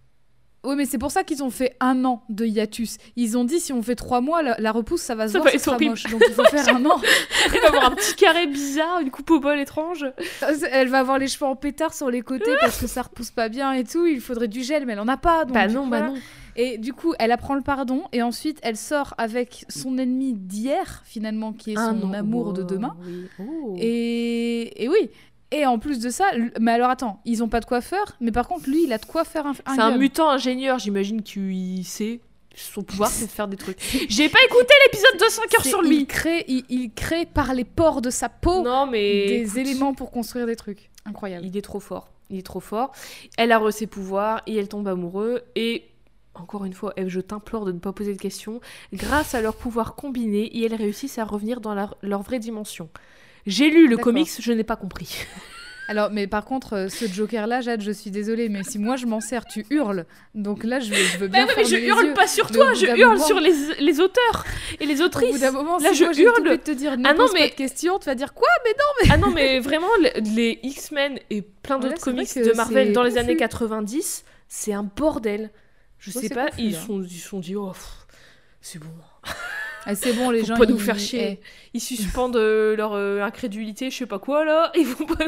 Oui, mais c'est pour ça qu'ils ont fait 1 an de hiatus. Ils ont dit, si on fait 3 mois, la repousse, ça va se Ça voir, va ce être sera horrible. moche. Donc il faut faire 1 an. Elle va avoir un petit carré bizarre, une coupe au bol étrange. Elle va avoir les cheveux en pétard sur les côtés parce que ça repousse pas bien et tout. Il faudrait du gel, mais elle en a pas. Donc Bah du non, coup, bah voilà. non. Et du coup, elle apprend le pardon et ensuite elle sort avec son ennemi d'hier, finalement, qui est son amour de demain. Oui. Oh. Et oui. Et en plus de ça, mais alors attends, ils ont pas de coiffeur, mais par contre, lui, il a de quoi faire un C'est un gun. mutant ingénieur, j'imagine qu'il sait. Son pouvoir, c'est de faire des trucs. J'ai pas écouté l'épisode de 5 heures sur lui. Il crée par les pores de sa peau Non, mais. des écoute, éléments pour construire des trucs. Incroyable. Il est trop fort. Il est trop fort. Elle a ses pouvoirs et elle tombe amoureux. Et encore une fois, Eve, je t'implore de ne pas poser de questions. Grâce à leurs pouvoirs combinés, et elles réussissent à revenir dans leur vraie dimension. J'ai lu le D'accord. comics, je n'ai pas compris. Alors, mais par contre, ce Joker-là, Jade, je suis désolée, mais si moi je m'en sers, tu hurles. Donc là, je veux bien Mais fermer je les hurle yeux. pas sur Mais toi, au bout je d'un hurle moment- sur les auteurs et les Au autrices. bout d'un moment, Là, si je moi j'ai hurle. tout fait de te dire ne Ah non, pose pas mais- de questions, tu vas dire quoi? Mais non. Ah non, mais vraiment, les X-Men et plein d'autres Ouais, c'est vrai comics que de Marvel c'est dans les confus. années 90, c'est un bordel. Je Ouais, sais c'est pas, confus, ils hein. se sont dit, oh, c'est bon. Ah, c'est bon, les Faut gens. pas nous ils- faire chier. eh, Ils suspendent leur incrédulité, je sais pas quoi là. Ils vont pas.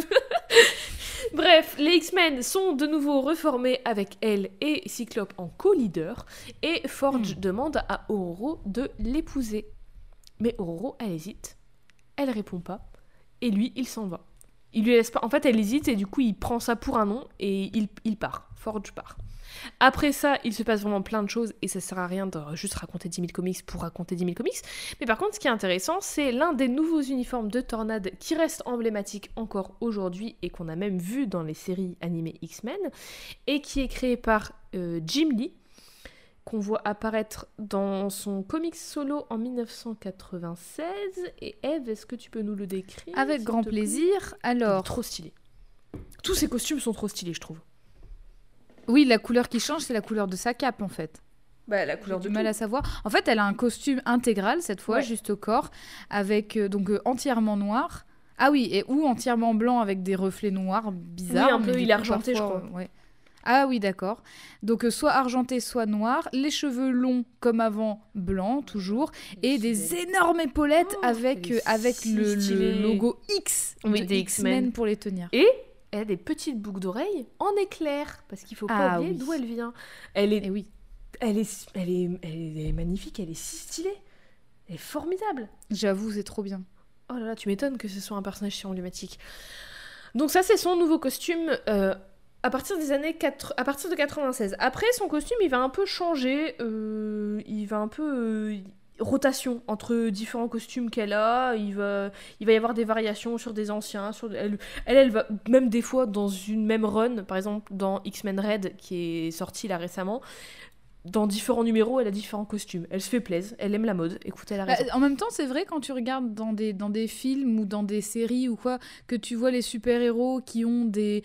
Bref, les X-Men sont de nouveau reformés avec elle et Cyclope en co-leader. Et Forge demande à Ororo de l'épouser. Mais Ororo, elle hésite. Elle répond pas. Et lui, il s'en va. Il lui laisse pas. En fait, elle hésite et du coup, il prend ça pour un nom et il part. Forge part. Après ça, il se passe vraiment plein de choses et ça sert à rien de juste raconter 10 000 comics pour raconter 10 000 comics. Mais par contre, ce qui est intéressant, c'est l'un des nouveaux uniformes de Tornade qui reste emblématique encore aujourd'hui et qu'on a même vu dans les séries animées X-Men et qui est créé par Jim Lee, qu'on voit apparaître dans son comics solo en 1996. Et Eve, est-ce que tu peux nous le décrire Avec s'il grand te plaît? plaisir. Il est Alors, trop stylé. Tous ces costumes sont trop stylés, je trouve. oui, la couleur qui change, c'est la couleur de sa cape, en fait. Bah, la J'ai du mal à savoir. En fait, elle a un costume intégral, cette fois, Ouais. juste au corps, avec donc entièrement noir. Ah oui, ou entièrement blanc avec des reflets noirs bizarres. Oui, un mais peu, du il est coup, argenté, je parfois, crois. ouais. Ah oui, d'accord. Donc, soit argenté, soit noir. Les cheveux longs, comme avant, blanc, toujours. Et des énormes épaulettes Oh, avec, elle est avec si le stylée. logo X Oui, de des X-Men. pour les tenir. Et elle a des petites boucles d'oreilles en éclair, parce qu'il faut pas Ah oublier oui. d'où elle vient. Elle est, Et oui, elle est magnifique, elle est si stylée, elle est formidable. j'avoue, c'est trop bien. Oh là là, tu m'étonnes que ce soit un personnage si emblématique. Donc ça, c'est son nouveau costume à partir des années à partir de 96. Après, son costume, il va un peu changer, il va un peu rotation entre différents costumes qu'elle a. Il va y avoir des variations sur des anciens. Elle va même des fois dans une même run, par exemple dans X-Men Red qui est sorti là récemment. Dans différents numéros, elle a différents costumes. Elle se fait plaisir, elle aime la mode. Écoute, elle a raison. En même temps, c'est vrai quand tu regardes dans des films ou dans des séries ou quoi, que tu vois les super-héros qui ont des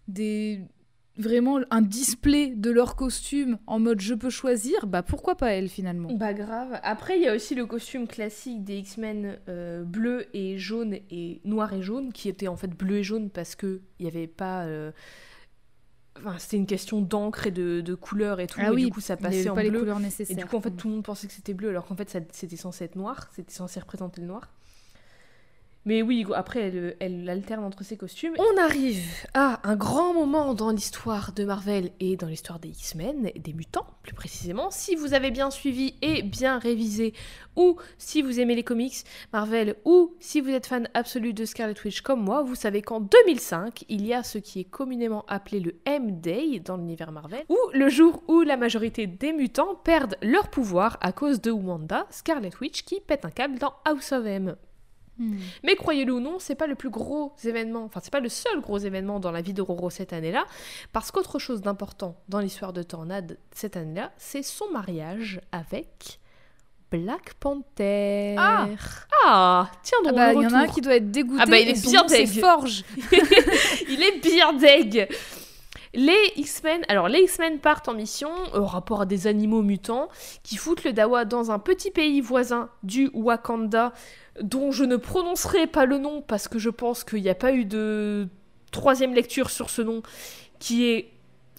vraiment un display de leur costume en mode je peux choisir, bah pourquoi pas elle finalement. Bah grave. Après, il y a aussi le costume classique des X-Men bleu et jaune et noir et jaune, qui était en fait bleu et jaune parce que il y avait pas. Enfin, c'était une question d'encre et de couleur et tout, Ah et oui, du coup ça il n'y avait passait en pas les bleu. couleurs Et nécessaires. du coup, en fait, tout le monde pensait que c'était bleu, alors qu'en fait, c'était censé être noir, c'était censé représenter le noir. Mais oui, après, elle alterne entre ses costumes. On arrive à un grand moment dans l'histoire de Marvel et dans l'histoire des X-Men, des mutants, plus précisément. Si vous avez bien suivi et bien révisé, ou si vous aimez les comics Marvel, ou si vous êtes fan absolu de Scarlet Witch comme moi, vous savez qu'en 2005, il y a ce qui est communément appelé le M-Day dans l'univers Marvel, ou le jour où la majorité des mutants perdent leur pouvoir à cause de Wanda, Scarlet Witch, qui pète un câble dans House of M. Mais croyez-le ou non, c'est pas le plus gros événement, enfin c'est pas le seul gros événement dans la vie d'Ororo cette année-là, parce qu'autre chose d'important dans l'histoire de Tornade cette année-là, c'est son mariage avec Black Panther. Tiens donc, bah le il y en a un retour. qui doit être dégoûté. Ah bah, il est et son bien nom, c'est deg. Forge. Il est bien deg. Les X-Men partent en mission au rapport à des animaux mutants qui foutent le dawa dans un petit pays voisin du Wakanda, dont je ne prononcerai pas le nom parce que je pense qu'il n'y a pas eu de troisième lecture sur ce nom, qui est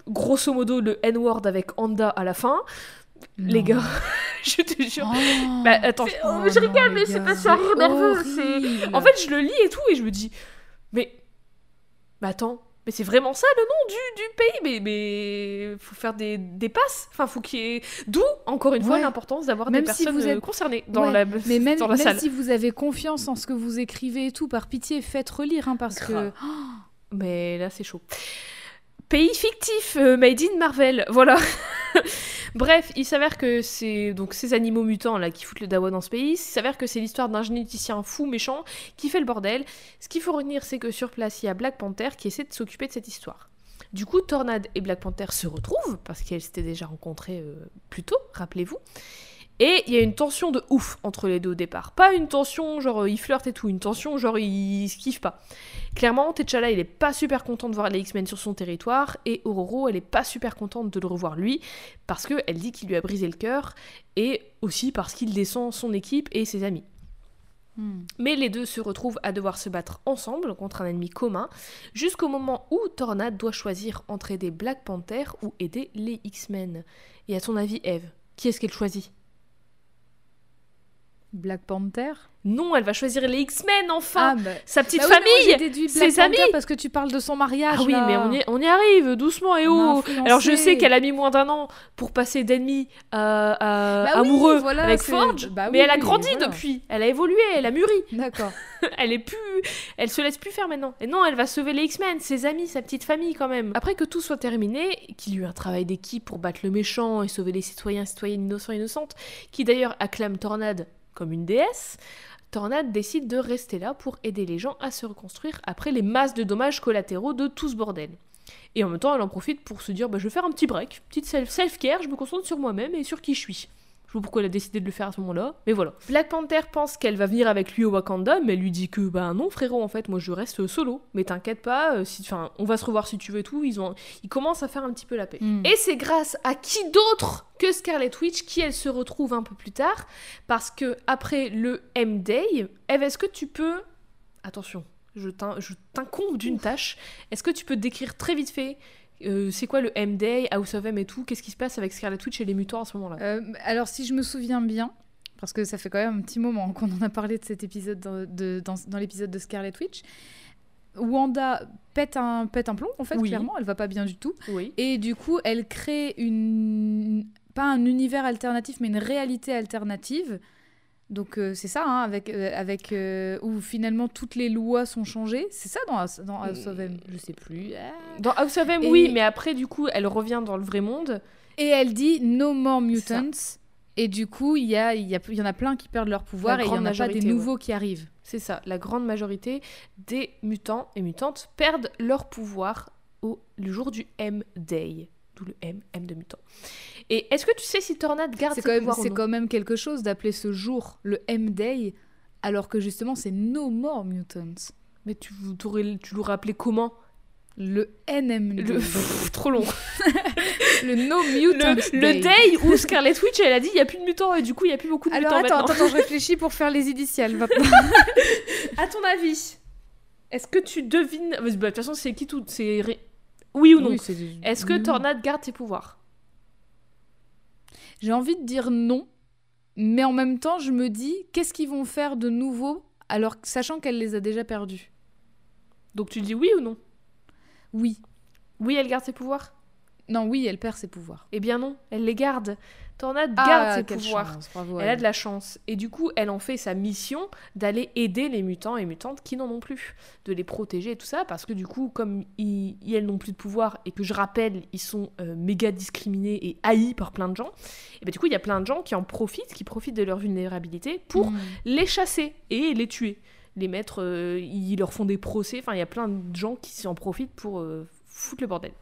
grosso modo le N-word avec Anda à la fin. Non. Les gars, je te jure. Oh, Bah attends, je rigole, mais les c'est gars, pas ça rire nerveux. horrible. En fait, je le lis et tout, et je me dis, mais attends, mais c'est vraiment ça le nom du pays, mais faut faire des passes. Enfin, faut qu'il y ait. D'où, encore une fois, Ouais. l'importance d'avoir Même des si personnes vous êtes- concernées dans Ouais, la, mais même, dans la même salle. si vous avez confiance en ce que vous écrivez et tout, par pitié, faites relire, hein, parce Grave. que... Mais là, c'est chaud. Pays fictif, made in Marvel, voilà. Bref, il s'avère que c'est donc ces animaux mutants là qui foutent le dawa dans ce pays. Il s'avère que c'est l'histoire d'un généticien fou méchant qui fait le bordel. Ce qu'il faut retenir, c'est que sur place, il y a Black Panther qui essaie de s'occuper de cette histoire. Du coup, Tornade et Black Panther se retrouvent parce qu'elles s'étaient déjà rencontrées plus tôt, rappelez-vous. Et il y a une tension de ouf entre les deux au départ. Pas une tension genre ils flirtent et tout, une tension genre ils se kiffent pas. Clairement, T'Challa il est pas super content de voir les X-Men sur son territoire et Ororo elle est pas super contente de le revoir lui parce qu'elle dit qu'il lui a brisé le cœur et aussi parce qu'il descend son équipe et ses amis. Mais les deux se retrouvent à devoir se battre ensemble contre un ennemi commun jusqu'au moment où Tornade doit choisir entre aider Black Panther ou aider les X-Men. Et à ton avis, Eve, qui est-ce qu'elle choisit ? Black Panther. Non, elle va choisir les X-Men, enfin. bah... Sa petite bah oui, mais moi, famille, j'ai déduit Black ses Panther amis. parce que tu parles de son mariage. Ah oui, là. mais on y arrive, doucement et On a oh. influencé. Alors je sais qu'elle a mis moins d'1 an pour passer d'ennemi à Bah oui, amoureux voilà, avec c'est- Forge, bah mais oui, elle a oui, grandi voilà. depuis, elle a évolué, elle a mûri, D'accord. elle se laisse plus faire maintenant. Et non, elle va sauver les X-Men, ses amis, sa petite famille quand même. Après que tout soit terminé, qu'il y ait eu un travail d'équipe pour battre le méchant et sauver les citoyens, citoyennes innocents et innocentes, qui d'ailleurs acclament Tornade comme une déesse, Tornade décide de rester là pour aider les gens à se reconstruire après les masses de dommages collatéraux de tout ce bordel. Et en même temps, elle en profite pour se dire, je vais faire un petit break, petite self-care, je me concentre sur moi-même et sur qui je suis. Je sais pas pourquoi elle a décidé de le faire à ce moment-là, mais voilà. Black Panther pense qu'elle va venir avec lui au Wakanda, mais elle lui dit que, non frérot, en fait, moi je reste solo. Mais t'inquiète pas, on va se revoir si tu veux et tout. Ils commencent à faire un petit peu la paix. Et c'est grâce à qui d'autre que Scarlet Witch qui elle se retrouve un peu plus tard, parce que après le M-Day, Eve, est-ce que tu peux... Attention, je t'incombe d'une tâche. Est-ce que tu peux décrire très vite fait c'est quoi le M-Day, House of M et tout? Qu'est-ce qui se passe avec Scarlet Witch et les mutants à ce moment-là? Alors, si je me souviens bien, parce que ça fait quand même un petit moment qu'on en a parlé de cet épisode dans l'épisode de Scarlet Witch, Wanda pète un plomb, en fait, Oui. clairement, elle va pas bien du tout. Oui. Et du coup, elle crée pas un univers alternatif, mais une réalité alternative. Donc c'est ça, hein, avec où finalement toutes les lois sont changées. C'est ça dans House of M, je sais plus. Dans House of M, Et- oui, mais après, du coup, elle revient dans le vrai monde. Et elle dit No more mutants. Et du coup, il y en a plein qui perdent leur pouvoir La et il y en grande a pas des majorité, nouveaux qui arrivent. C'est ça, la grande majorité des mutants et mutantes perdent leur pouvoir le jour du M-Day. D'où le M de mutant. Et est-ce que tu sais si Tornade garde ses pouvoirs ou C'est non? quand même quelque chose d'appeler ce jour le M-Day, alors que justement c'est No more mutants. Mais tu l'aurais appelé comment? Le NM Day. Trop long. Le No Mutant Le day où Scarlet Witch, elle a dit il n'y a plus de mutants et du coup il n'y a plus beaucoup de Alors mutants maintenant. attends, je réfléchis pour faire les initiales maintenant. À ton avis, est-ce que tu devines... De toute façon, c'est qui tout... Oui ou non? Oui, Est-ce que oui. Tornade garde ses pouvoirs? J'ai envie de dire non, mais en même temps, je me dis, qu'est-ce qu'ils vont faire de nouveau, alors sachant qu'elle les a déjà perdus? Donc tu dis oui ou non? Oui. Oui, elle garde ses pouvoirs? Non, oui, elle perd ses pouvoirs. Eh bien non, elle les garde. Tornade garde ses quelle pouvoirs. chance, bravo, Elle a de la chance. Et du coup, elle en fait sa mission d'aller aider les mutants et mutantes qui n'en ont plus. De les protéger et tout ça, parce que du coup, comme elles n'ont plus de pouvoir, et que je rappelle, ils sont méga discriminés et haïs par plein de gens, et ben du coup, il y a plein de gens qui profitent de leur vulnérabilité pour les chasser et les tuer. Les mettre, ils leur font des procès, enfin, il y a plein de gens qui s'en profitent pour foutre le bordel.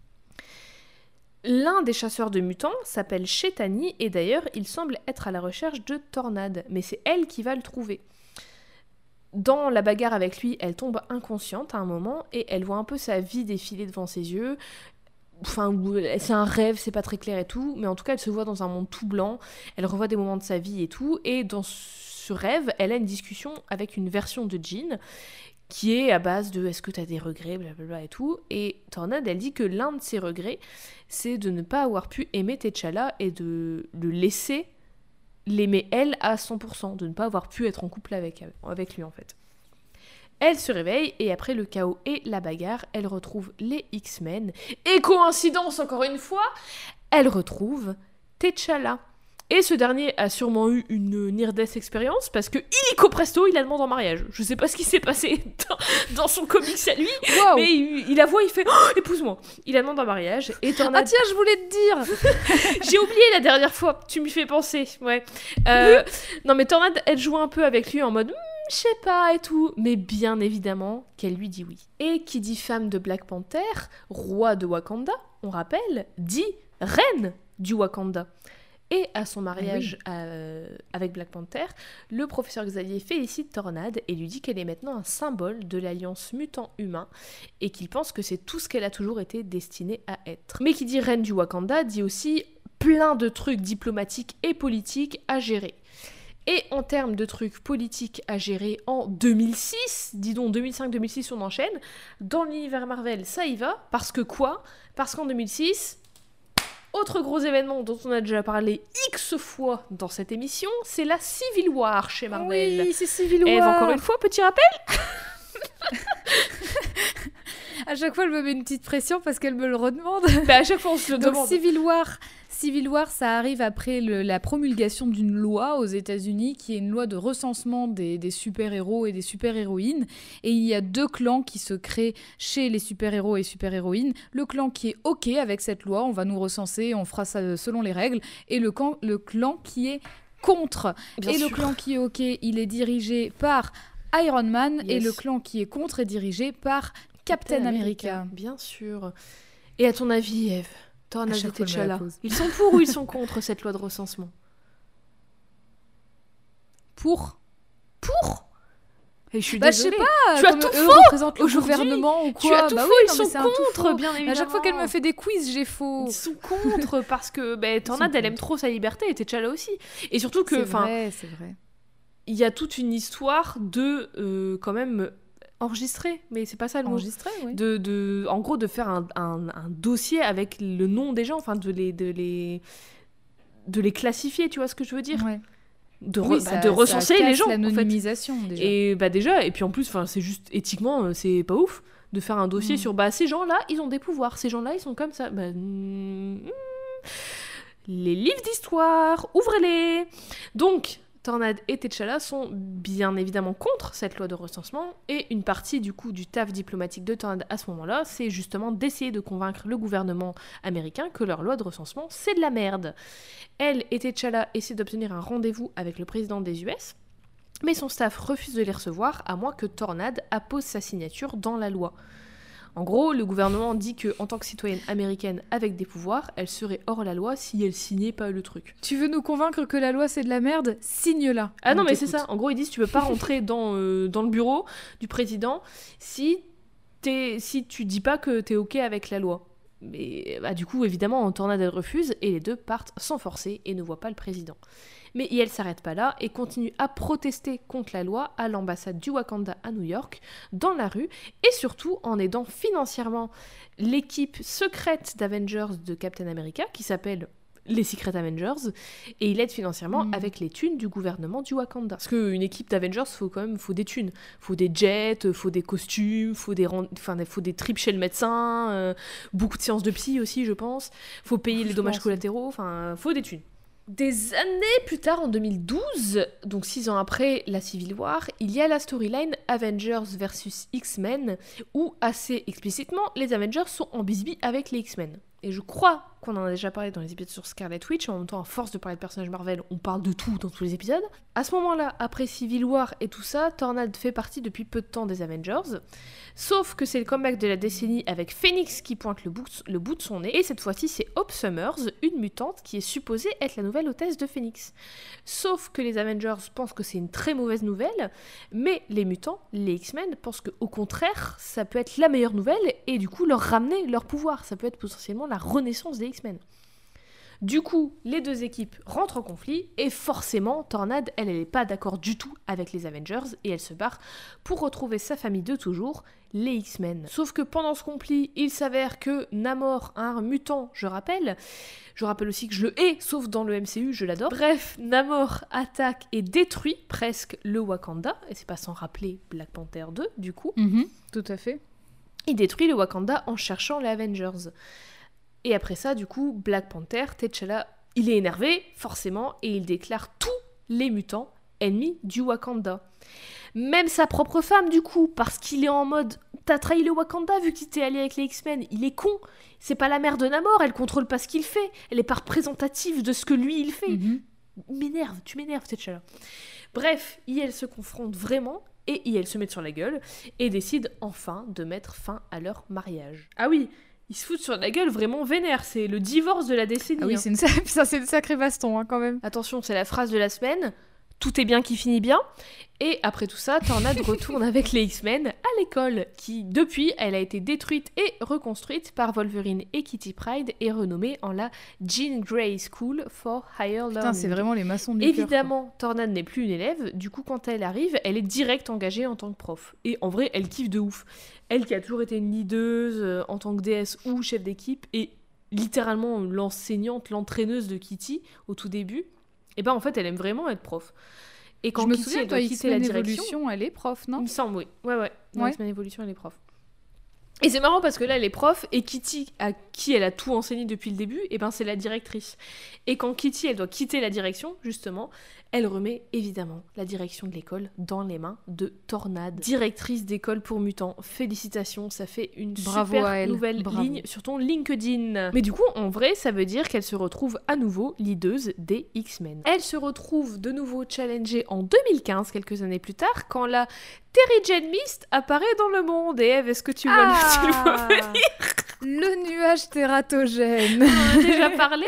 L'un des chasseurs de mutants s'appelle Shetani et d'ailleurs il semble être à la recherche de Tornade, mais c'est elle qui va le trouver. Dans la bagarre avec lui, elle tombe inconsciente à un moment et elle voit un peu sa vie défiler devant ses yeux. Enfin, c'est un rêve, c'est pas très clair et tout, mais en tout cas elle se voit dans un monde tout blanc, elle revoit des moments de sa vie et tout, et dans ce rêve, elle a une discussion avec une version de Jean qui est à base de est-ce que t'as des regrets, blablabla et tout. Et Tornade, elle dit que l'un de ses regrets, c'est de ne pas avoir pu aimer T'Challa et de le laisser l'aimer elle à 100%, de ne pas avoir pu être en couple avec lui en fait. Elle se réveille et après le chaos et la bagarre, elle retrouve les X-Men. Et coïncidence encore une fois, elle retrouve T'Challa. Et ce dernier a sûrement eu une near-death expérience parce que illico presto, il la demande en mariage. Je sais pas ce qui s'est passé dans son comics à lui, wow. Mais il la voit, il fait oh, épouse-moi. Il la demande en mariage et Tornade... Ah tiens, je voulais te dire. J'ai oublié la dernière fois, tu m'y fais penser, ouais. Non mais Tornade, elle joue un peu avec lui en mode je sais pas et tout, mais bien évidemment qu'elle lui dit oui. Et qui dit femme de Black Panther, roi de Wakanda, on rappelle, dit reine du Wakanda. Et à son mariage avec Black Panther, le professeur Xavier félicite Tornade et lui dit qu'elle est maintenant un symbole de l'alliance mutant-humain et qu'il pense que c'est tout ce qu'elle a toujours été destinée à être. Mais qui dit reine du Wakanda dit aussi plein de trucs diplomatiques et politiques à gérer. Et en termes de trucs politiques à gérer en 2006, dis donc 2005-2006 on enchaîne, dans l'univers Marvel ça y va, parce que quoi ? Parce qu'en 2006... Autre gros événement dont on a déjà parlé X fois dans cette émission, c'est la Civil War chez Marvel. Oui, c'est Civil War. Et encore une fois, petit rappel. À chaque fois, elle me met une petite pression parce qu'elle me le redemande. Bah, à chaque fois, on se le demande. Civil War, ça arrive après la promulgation d'une loi aux États-Unis qui est une loi de recensement des super-héros et des super-héroïnes. Et il y a 2 clans qui se créent chez les super-héros et super-héroïnes. Le clan qui est OK avec cette loi, on va nous recenser, on fera ça selon les règles. Et le clan qui est contre. Bien et sûr. Le clan qui est OK, il est dirigé par Iron Man. Yes. Et le clan qui est contre est dirigé par Captain America. Bien sûr. Et à ton avis, Eve, Tornade et T'Challa, ils sont pour ou ils sont contre cette loi de recensement ? Pour. Et je suis désolée. Je sais pas, tu as tout faux représente le gouvernement ou quoi. Tu as tout faux, ils sont contre, bien évidemment. À chaque fois qu'elle me fait des quiz, j'ai faux. Ils sont contre parce que Tornade, elle aime trop sa liberté et T'Challa aussi. Et surtout que, c'est vrai. Il y a toute une histoire de quand même enregistrer, mais c'est pas ça le mot. Enregistrer, oui. En gros, de faire un dossier avec le nom des gens, enfin de les classifier, tu vois ce que je veux dire ? Ouais. De recenser les gens, l'anonymisation, en fait. déjà. Et puis en plus, c'est juste éthiquement, c'est pas ouf de faire un dossier sur ces gens-là, ils ont des pouvoirs, ces gens-là, ils sont comme ça. Les livres d'histoire, ouvrez-les. Donc Tornade et T'Challa sont bien évidemment contre cette loi de recensement, et une partie du coup du taf diplomatique de Tornade à ce moment-là, c'est justement d'essayer de convaincre le gouvernement américain que leur loi de recensement, c'est de la merde. Elle et T'Challa essaient d'obtenir un rendez-vous avec le président des US, mais son staff refuse de les recevoir à moins que Tornade appose sa signature dans la loi. En gros, le gouvernement dit qu'en tant que citoyenne américaine avec des pouvoirs, elle serait hors la loi si elle signait pas le truc. Tu veux nous convaincre que la loi c'est de la merde ? Signe-la. Ah non, mais c'est ça. En gros, ils disent tu peux pas rentrer dans le bureau du président si tu dis pas que t'es OK avec la loi. Mais du coup, évidemment, Tornade elle refuse et les deux partent sans forcer et ne voient pas le président. Mais elle s'arrête pas là et continue à protester contre la loi à l'ambassade du Wakanda à New York, dans la rue, et surtout en aidant financièrement l'équipe secrète d'Avengers de Captain America, qui s'appelle les Secret Avengers, et il aide financièrement avec les thunes du gouvernement du Wakanda. Parce qu'une équipe d'Avengers, faut des thunes. Faut des jets, faut des costumes, faut des trips chez le médecin, beaucoup de séances de psy aussi, je pense. Faut payer les dommages collatéraux, faut des thunes. Des années plus tard, en 2012, donc 6 ans après la Civil War, il y a la storyline Avengers vs X-Men, où assez explicitement, les Avengers sont en bisbille avec les X-Men. Et je crois qu'on en a déjà parlé dans les épisodes sur Scarlet Witch, en même temps, à force de parler de personnages Marvel, on parle de tout dans tous les épisodes. À ce moment-là, après Civil War et tout ça, Tornade fait partie depuis peu de temps des Avengers, sauf que c'est le comeback de la décennie avec Phoenix qui pointe le bout de son nez, et cette fois-ci c'est Hope Summers, une mutante qui est supposée être la nouvelle hôtesse de Phoenix. Sauf que les Avengers pensent que c'est une très mauvaise nouvelle, mais les mutants, les X-Men, pensent qu'au contraire, ça peut être la meilleure nouvelle, et du coup leur ramener leur pouvoir, ça peut être potentiellement la renaissance des X-Men. Du coup, les deux équipes rentrent en conflit et forcément, Tornade, elle n'est pas d'accord du tout avec les Avengers et elle se barre pour retrouver sa famille de toujours, les X-Men. Sauf que pendant ce conflit, il s'avère que Namor, un mutant, je rappelle aussi que je le hais, sauf dans le MCU, je l'adore. Bref, Namor attaque et détruit presque le Wakanda, et c'est pas sans rappeler Black Panther 2, du coup. Tout à fait. Il détruit le Wakanda en cherchant les Avengers. Et après ça, du coup, Black Panther, T'Challa, il est énervé, forcément, et il déclare tous les mutants ennemis du Wakanda. Même sa propre femme, du coup, parce qu'il est en mode « T'as trahi le Wakanda vu qu'il t'est allié avec les X-Men, il est con. C'est pas la mère de Namor, elle contrôle pas ce qu'il fait. Elle est pas représentative de ce que lui, il fait. Tu m'énerves, T'Challa. » Bref, ils se confrontent vraiment, et ils se mettent sur la gueule, et décident enfin de mettre fin à leur mariage. Ah oui, ils se foutent sur la gueule vraiment vénère, c'est le divorce de la décennie. Ah oui, c'est une sacrée baston, quand même. Attention, c'est la phrase de la semaine. Tout est bien qui finit bien. Et après tout ça, Tornade retourne avec les X-Men à l'école, qui, depuis, elle a été détruite et reconstruite par Wolverine et Kitty Pryde et renommée en la Jean Grey School for Higher Learning. Putain, c'est vraiment les maçons du Évidemment, cœur, Tornade n'est plus une élève, du coup, quand elle arrive, elle est direct engagée en tant que prof. Et en vrai, elle kiffe de ouf. Elle qui a toujours été une leaduse en tant que déesse ou chef d'équipe, et littéralement l'enseignante, l'entraîneuse de Kitty au tout début, et ben en fait, elle aime vraiment être prof. Et quand je me Kitty, souviens, elle doit quitter la direction, Evolution, elle est prof, non? il me semble, oui. Ouais. Dans Ouais. X-Men Evolution, elle est prof. Et c'est marrant parce que là, elle est prof, et Kitty, à qui elle a tout enseigné depuis le début, et ben c'est la directrice. Et quand Kitty, elle doit quitter la direction, justement, elle remet évidemment la direction de l'école dans les mains de Tornade, directrice d'école pour mutants. Félicitations, ça fait une super nouvelle ligne sur ton LinkedIn. Mais du coup, en vrai, ça veut dire qu'elle se retrouve à nouveau leaduse des X-Men. Elle se retrouve de nouveau challengée en 2015, quelques années plus tard, quand la Terry Jane Mist apparaît dans le monde. Et Eve, est-ce que tu vois le style venir? Le nuage tératogène. On en a déjà parlé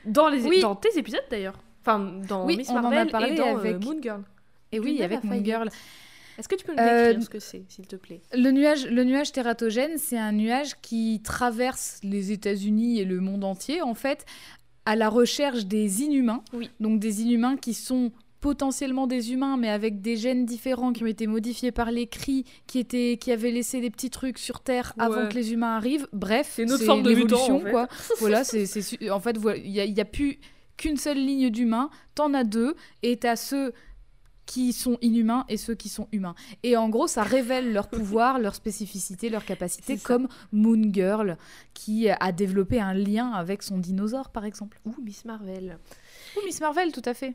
dans tes épisodes d'ailleurs. Enfin, dans Miss Marvel et dans Moon Girl. Et oui, avec Moon Girl. Est-ce que tu peux me décrire ce que c'est, s'il te plaît? Le nuage tératogène, c'est un nuage qui traverse les États-Unis et le monde entier, en fait, à la recherche des inhumains. Oui. Donc des inhumains qui sont potentiellement des humains, mais avec des gènes différents qui ont été modifiés par les cris, qui avaient laissé des petits trucs sur Terre avant que les humains arrivent. Bref, c'est une autre forme de l'évolution, mutant, en fait. quoi. Voilà, en fait, il y a plus qu'une seule ligne d'humains, t'en as deux, et t'as ceux qui sont inhumains et ceux qui sont humains. Et en gros, ça révèle leur pouvoir, leur spécificité, leur capacité, comme Moon Girl, qui a développé un lien avec son dinosaure, par exemple. Ou Miss Marvel. Ou Miss Marvel, tout à fait.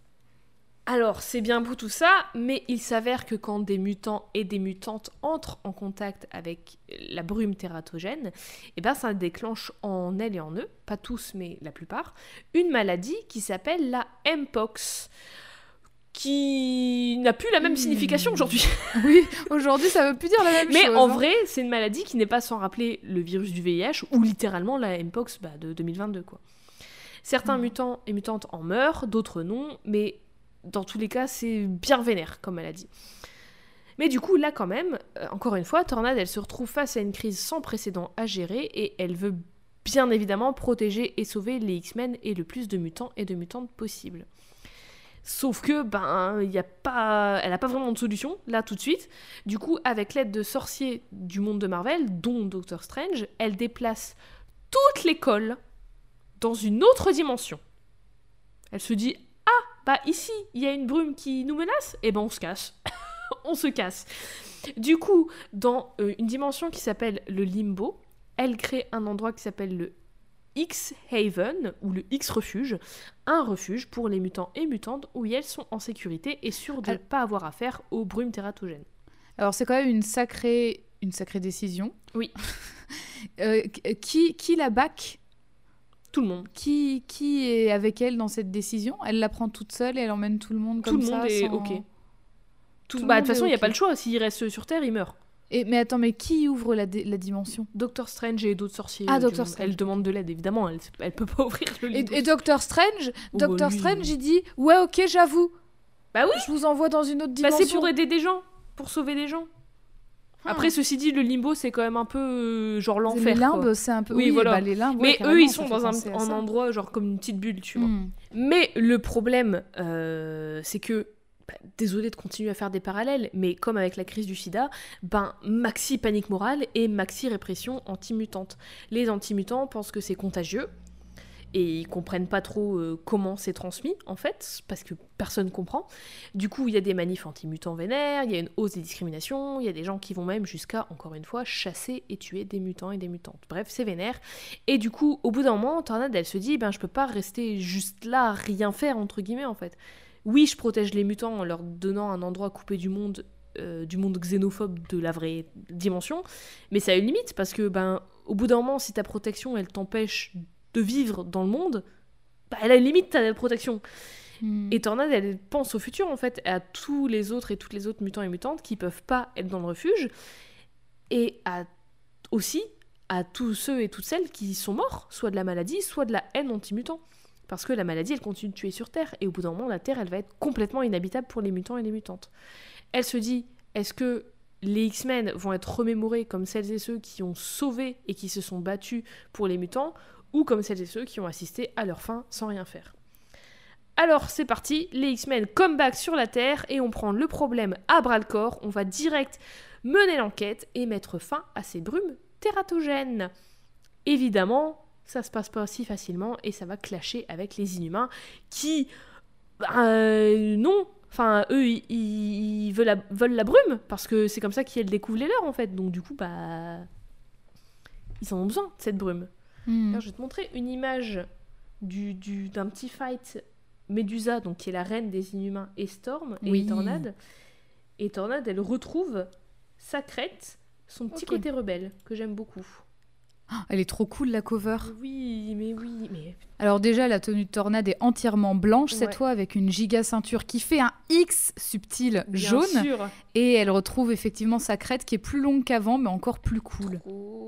Alors, c'est bien beau tout ça, mais il s'avère que quand des mutants et des mutantes entrent en contact avec la brume tératogène, eh ben ça déclenche en elles et en eux, pas tous mais la plupart, une maladie qui s'appelle la Mpox, qui n'a plus la même signification aujourd'hui. Oui, aujourd'hui ça veut plus dire la même chose. Mais en vrai, c'est une maladie qui n'est pas sans rappeler le virus du VIH ou littéralement la Mpox de 2022, quoi. Certains mutants et mutantes en meurent, d'autres non, mais dans tous les cas, c'est bien vénère comme maladie. Mais du coup, là quand même, encore une fois, Tornade, elle se retrouve face à une crise sans précédent à gérer et elle veut bien évidemment protéger et sauver les X-Men et le plus de mutants et de mutantes possible. Sauf que, elle a pas vraiment de solution, là, tout de suite. Du coup, avec l'aide de sorciers du monde de Marvel, dont Doctor Strange, elle déplace toute l'école dans une autre dimension. Elle se dit... ici, il y a une brume qui nous menace, et on se casse. On se casse. Du coup, dans une dimension qui s'appelle le Limbo, elle crée un endroit qui s'appelle le X-Haven, ou le X-Refuge, un refuge pour les mutants et mutantes où elles sont en sécurité et sûres de ne pas avoir affaire aux brumes tératogènes. Alors c'est quand même une sacrée décision. Oui. Qui la back? Tout le monde. Qui est avec elle dans cette décision? Elle la prend toute seule et elle emmène tout le monde comme ça? Tout le monde est OK. De toute façon, il n'y a pas le choix. S'il reste sur Terre, il meurt. Mais attends, mais qui ouvre la dimension? Doctor Strange et d'autres sorciers. Doctor Strange. Elle demande de l'aide, évidemment. Elle peut pas ouvrir le lit. Et Doctor Strange, Strange, il dit « Ouais, ok, j'avoue. Bah oui. Je vous envoie dans une autre dimension. » c'est pour aider des gens. Pour sauver des gens. Après, ceci dit, le limbo, c'est quand même un peu genre l'enfer. Les limbes, c'est un peu... Oui, voilà. Bah, les limbes, mais ouais, eux, ils ça sont fait dans penser à un ça. endroit genre comme une petite bulle, tu vois. Mais le problème, c'est que, désolé de continuer à faire des parallèles, mais comme avec la crise du sida, maxi panique morale et maxi répression anti-mutante. Les anti-mutants pensent que c'est contagieux, et ils comprennent pas trop comment c'est transmis, en fait, parce que personne comprend. Du coup, il y a des manifs anti-mutants vénères, il y a une hausse des discriminations, il y a des gens qui vont même jusqu'à, encore une fois, chasser et tuer des mutants et des mutantes. Bref, c'est vénère. Et du coup, au bout d'un moment, Tornade, elle se dit, je peux pas rester juste là, rien faire, entre guillemets, en fait. Oui, je protège les mutants en leur donnant un endroit coupé du monde xénophobe de la vraie dimension, mais ça a une limite, parce que, au bout d'un moment, si ta protection, elle t'empêche de vivre dans le monde, elle a une limite, ta protection. Et Tornade, elle pense au futur, en fait, à tous les autres et toutes les autres mutants et mutantes qui peuvent pas être dans le refuge, et aussi à tous ceux et toutes celles qui sont morts, soit de la maladie, soit de la haine anti-mutant. Parce que la maladie, elle continue de tuer sur Terre, et au bout d'un moment, la Terre, elle va être complètement inhabitable pour les mutants et les mutantes. Elle se dit, est-ce que les X-Men vont être remémorés comme celles et ceux qui ont sauvé et qui se sont battus pour les mutants, ou comme celles et ceux qui ont assisté à leur fin sans rien faire. Alors c'est parti, les X-Men come back sur la Terre et on prend le problème à bras-le-corps, on va direct mener l'enquête et mettre fin à ces brumes tératogènes. Évidemment, ça se passe pas si facilement et ça va clasher avec les Inhumains qui... non, enfin eux ils veulent la brume parce que c'est comme ça qu'ils découvrent les leurs en fait, donc du coup ils en ont besoin de cette brume. Alors, je vais te montrer une image d'un petit fight Médusa, donc qui est la reine des Inhumains, et Storm, et Tornade. Et Tornade, elle retrouve sa crête, son petit côté rebelle, que j'aime beaucoup. Elle est trop cool, la cover. Oui. Alors déjà, la tenue de Tornade est entièrement blanche cette fois, avec une giga ceinture qui fait un X subtil jaune. Bien sûr. Et elle retrouve effectivement sa crête qui est plus longue qu'avant, mais encore plus cool.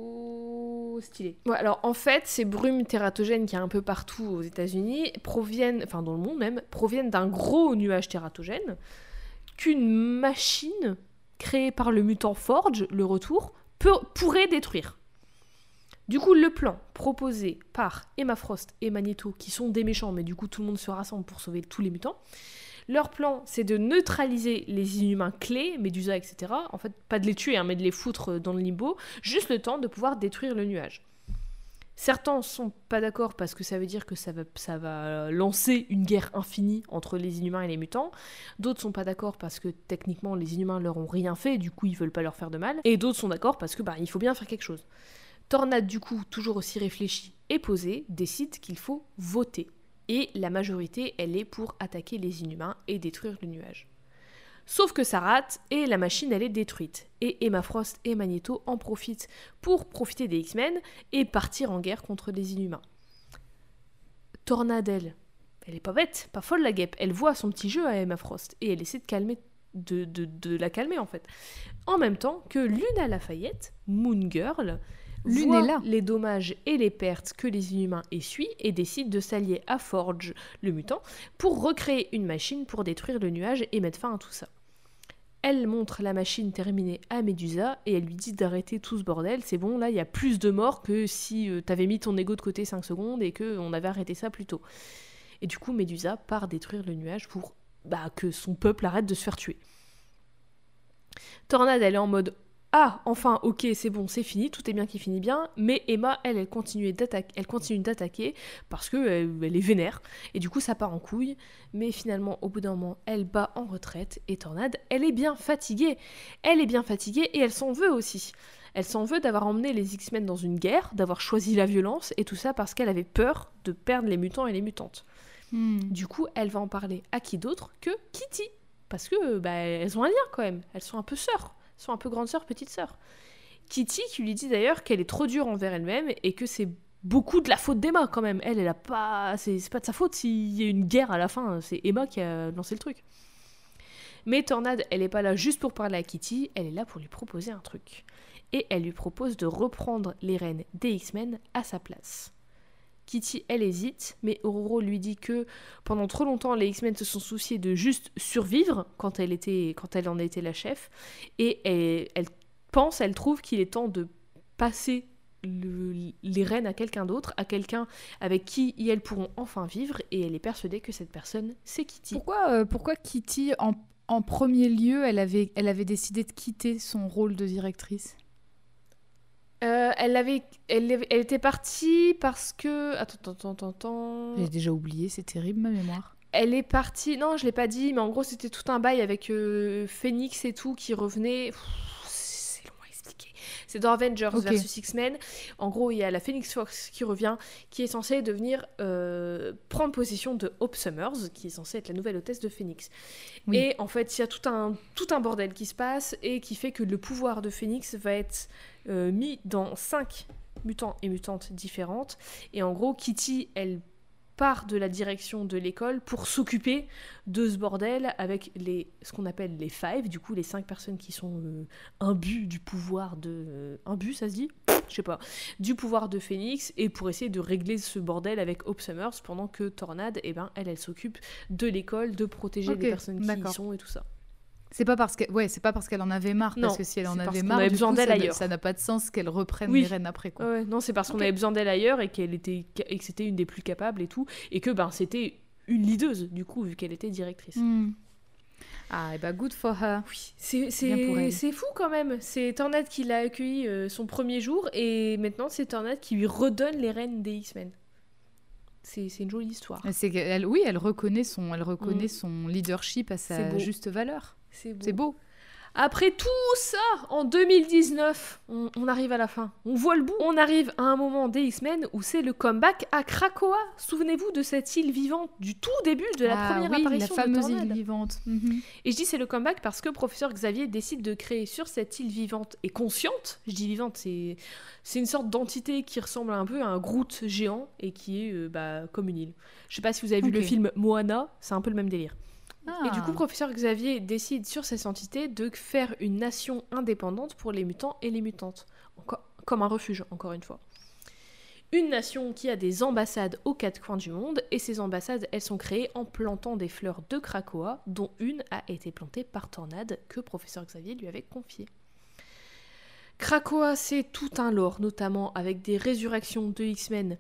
Stylé. Ouais, alors en fait, ces brumes tératogènes qu'il y a un peu partout aux États-Unis dans le monde même, proviennent d'un gros nuage tératogène qu'une machine créée par le mutant Forge, le retour, pourrait détruire. Du coup, le plan proposé par Emma Frost et Magneto, qui sont des méchants, mais du coup tout le monde se rassemble pour sauver tous les mutants, leur plan, c'est de neutraliser les Inhumains clés, Médusa, etc. En fait, pas de les tuer, mais de les foutre dans le limbo, juste le temps de pouvoir détruire le nuage. Certains sont pas d'accord parce que ça veut dire que ça va lancer une guerre infinie entre les Inhumains et les mutants. D'autres sont pas d'accord parce que techniquement les Inhumains leur ont rien fait, du coup ils veulent pas leur faire de mal. Et d'autres sont d'accord parce que il faut bien faire quelque chose. Tornade, du coup, toujours aussi réfléchi et posé, décide qu'il faut voter. Et la majorité, elle est pour attaquer les Inhumains et détruire le nuage. Sauf que ça rate et la machine, elle est détruite. Et Emma Frost et Magneto en profitent pour profiter des X-Men et partir en guerre contre les Inhumains. Tornade, elle est pas bête, pas folle la guêpe. Elle voit son petit jeu à Emma Frost et elle essaie de la calmer en fait. En même temps que Luna Lafayette, Moon Girl, voit les dommages et les pertes que les Inhumains essuient et décide de s'allier à Forge, le mutant, pour recréer une machine pour détruire le nuage et mettre fin à tout ça. Elle montre la machine terminée à Médusa et elle lui dit d'arrêter tout ce bordel, c'est bon, là il y a plus de morts que si t'avais mis ton ego de côté 5 secondes et qu'on avait arrêté ça plus tôt. Et du coup Médusa part détruire le nuage pour que son peuple arrête de se faire tuer. Tornade, elle est en mode ah, enfin, ok, c'est bon, c'est fini, tout est bien qui finit bien, mais Emma, elle continue d'attaquer parce qu'elle est vénère, et du coup ça part en couille, mais finalement, au bout d'un moment, elle bat en retraite, et Tornade, elle est bien fatiguée et elle s'en veut aussi. Elle s'en veut d'avoir emmené les X-Men dans une guerre, d'avoir choisi la violence, et tout ça parce qu'elle avait peur de perdre les mutants et les mutantes. Du coup, elle va en parler à qui d'autre que Kitty, parce que elles ont un lien quand même, elles sont un peu sœurs. Sont un peu grande sœur, petite sœur. Kitty qui lui dit d'ailleurs qu'elle est trop dure envers elle-même et que c'est beaucoup de la faute d'Emma quand même. Elle a pas... C'est pas de sa faute s'il y a une guerre à la fin, c'est Emma qui a lancé le truc. Mais Tornade, elle est pas là juste pour parler à Kitty, elle est là pour lui proposer un truc. Et elle lui propose de reprendre les rênes des X-Men à sa place. Kitty, elle hésite, mais Ororo lui dit que pendant trop longtemps, les X-Men se sont souciés de juste survivre quand elle en était la chef, et elle elle trouve qu'il est temps de passer les rênes à quelqu'un d'autre, à quelqu'un avec qui elles pourront enfin vivre, et elle est persuadée que cette personne, c'est Kitty. Pourquoi Kitty, en premier lieu, elle avait décidé de quitter son rôle de directrice ? Elle était partie parce que... Attends. J'ai déjà oublié, c'est terrible ma mémoire. Elle est partie... Non, je l'ai pas dit, mais en gros, c'était tout un bail avec Phoenix et tout qui revenait... C'est long à expliquer. C'est dans Avengers versus X-Men. En gros, il y a la Phoenix Force qui revient, qui est censée devenir... prendre possession de Hope Summers, qui est censée être la nouvelle hôtesse de Phoenix. Oui. Et en fait, il y a tout un bordel qui se passe et qui fait que le pouvoir de Phoenix va être mis dans 5 mutants et mutantes différentes. Et en gros, Kitty, elle part de la direction de l'école pour s'occuper de ce bordel avec ce qu'on appelle les Five, du coup les 5 personnes qui sont imbues du pouvoir de... imbues, ça se dit ? Je sais pas. Du pouvoir de Phoenix, et pour essayer de régler ce bordel avec Hope Summers, pendant que Tornade, elle s'occupe de l'école, de protéger les personnes qui y sont et tout ça. C'est pas parce qu'elle en avait marre, parce que si elle en avait marre, avait besoin d'elle ailleurs. Ça n'a pas de sens qu'elle reprenne les rênes après, quoi. Ouais, non, c'est parce qu'on avait besoin d'elle ailleurs et que c'était une des plus capables et tout, et que c'était une leaduse du coup vu qu'elle était directrice. Ah, et good for her. Oui, c'est fou quand même. C'est Tornade qui l'a accueilli son premier jour, et maintenant c'est Tornade qui lui redonne les rênes des X-Men. C'est une jolie histoire. Elle reconnaît son leadership à sa juste valeur. C'est beau. Après tout ça, en 2019, on arrive à la fin. On voit le bout. On arrive à un moment des X-Men où c'est le comeback à Krakoa. Souvenez-vous de cette île vivante du tout début de la première apparition de Tornade. La fameuse île vivante. Et je dis c'est le comeback parce que Professeur Xavier décide de créer sur cette île vivante et consciente, je dis vivante, c'est une sorte d'entité qui ressemble un peu à un Groot géant et qui est comme une île. Je sais pas si vous avez vu le film Moana, c'est un peu le même délire. Et du coup, Professeur Xavier décide sur cette entité de faire une nation indépendante pour les mutants et les mutantes. Comme un refuge, encore une fois. Une nation qui a des ambassades aux 4 coins du monde, et ces ambassades, elles sont créées en plantant des fleurs de Krakoa, dont une a été plantée par Tornade, que Professeur Xavier lui avait confiée. Krakoa, c'est tout un lore, notamment avec des résurrections de X-Men.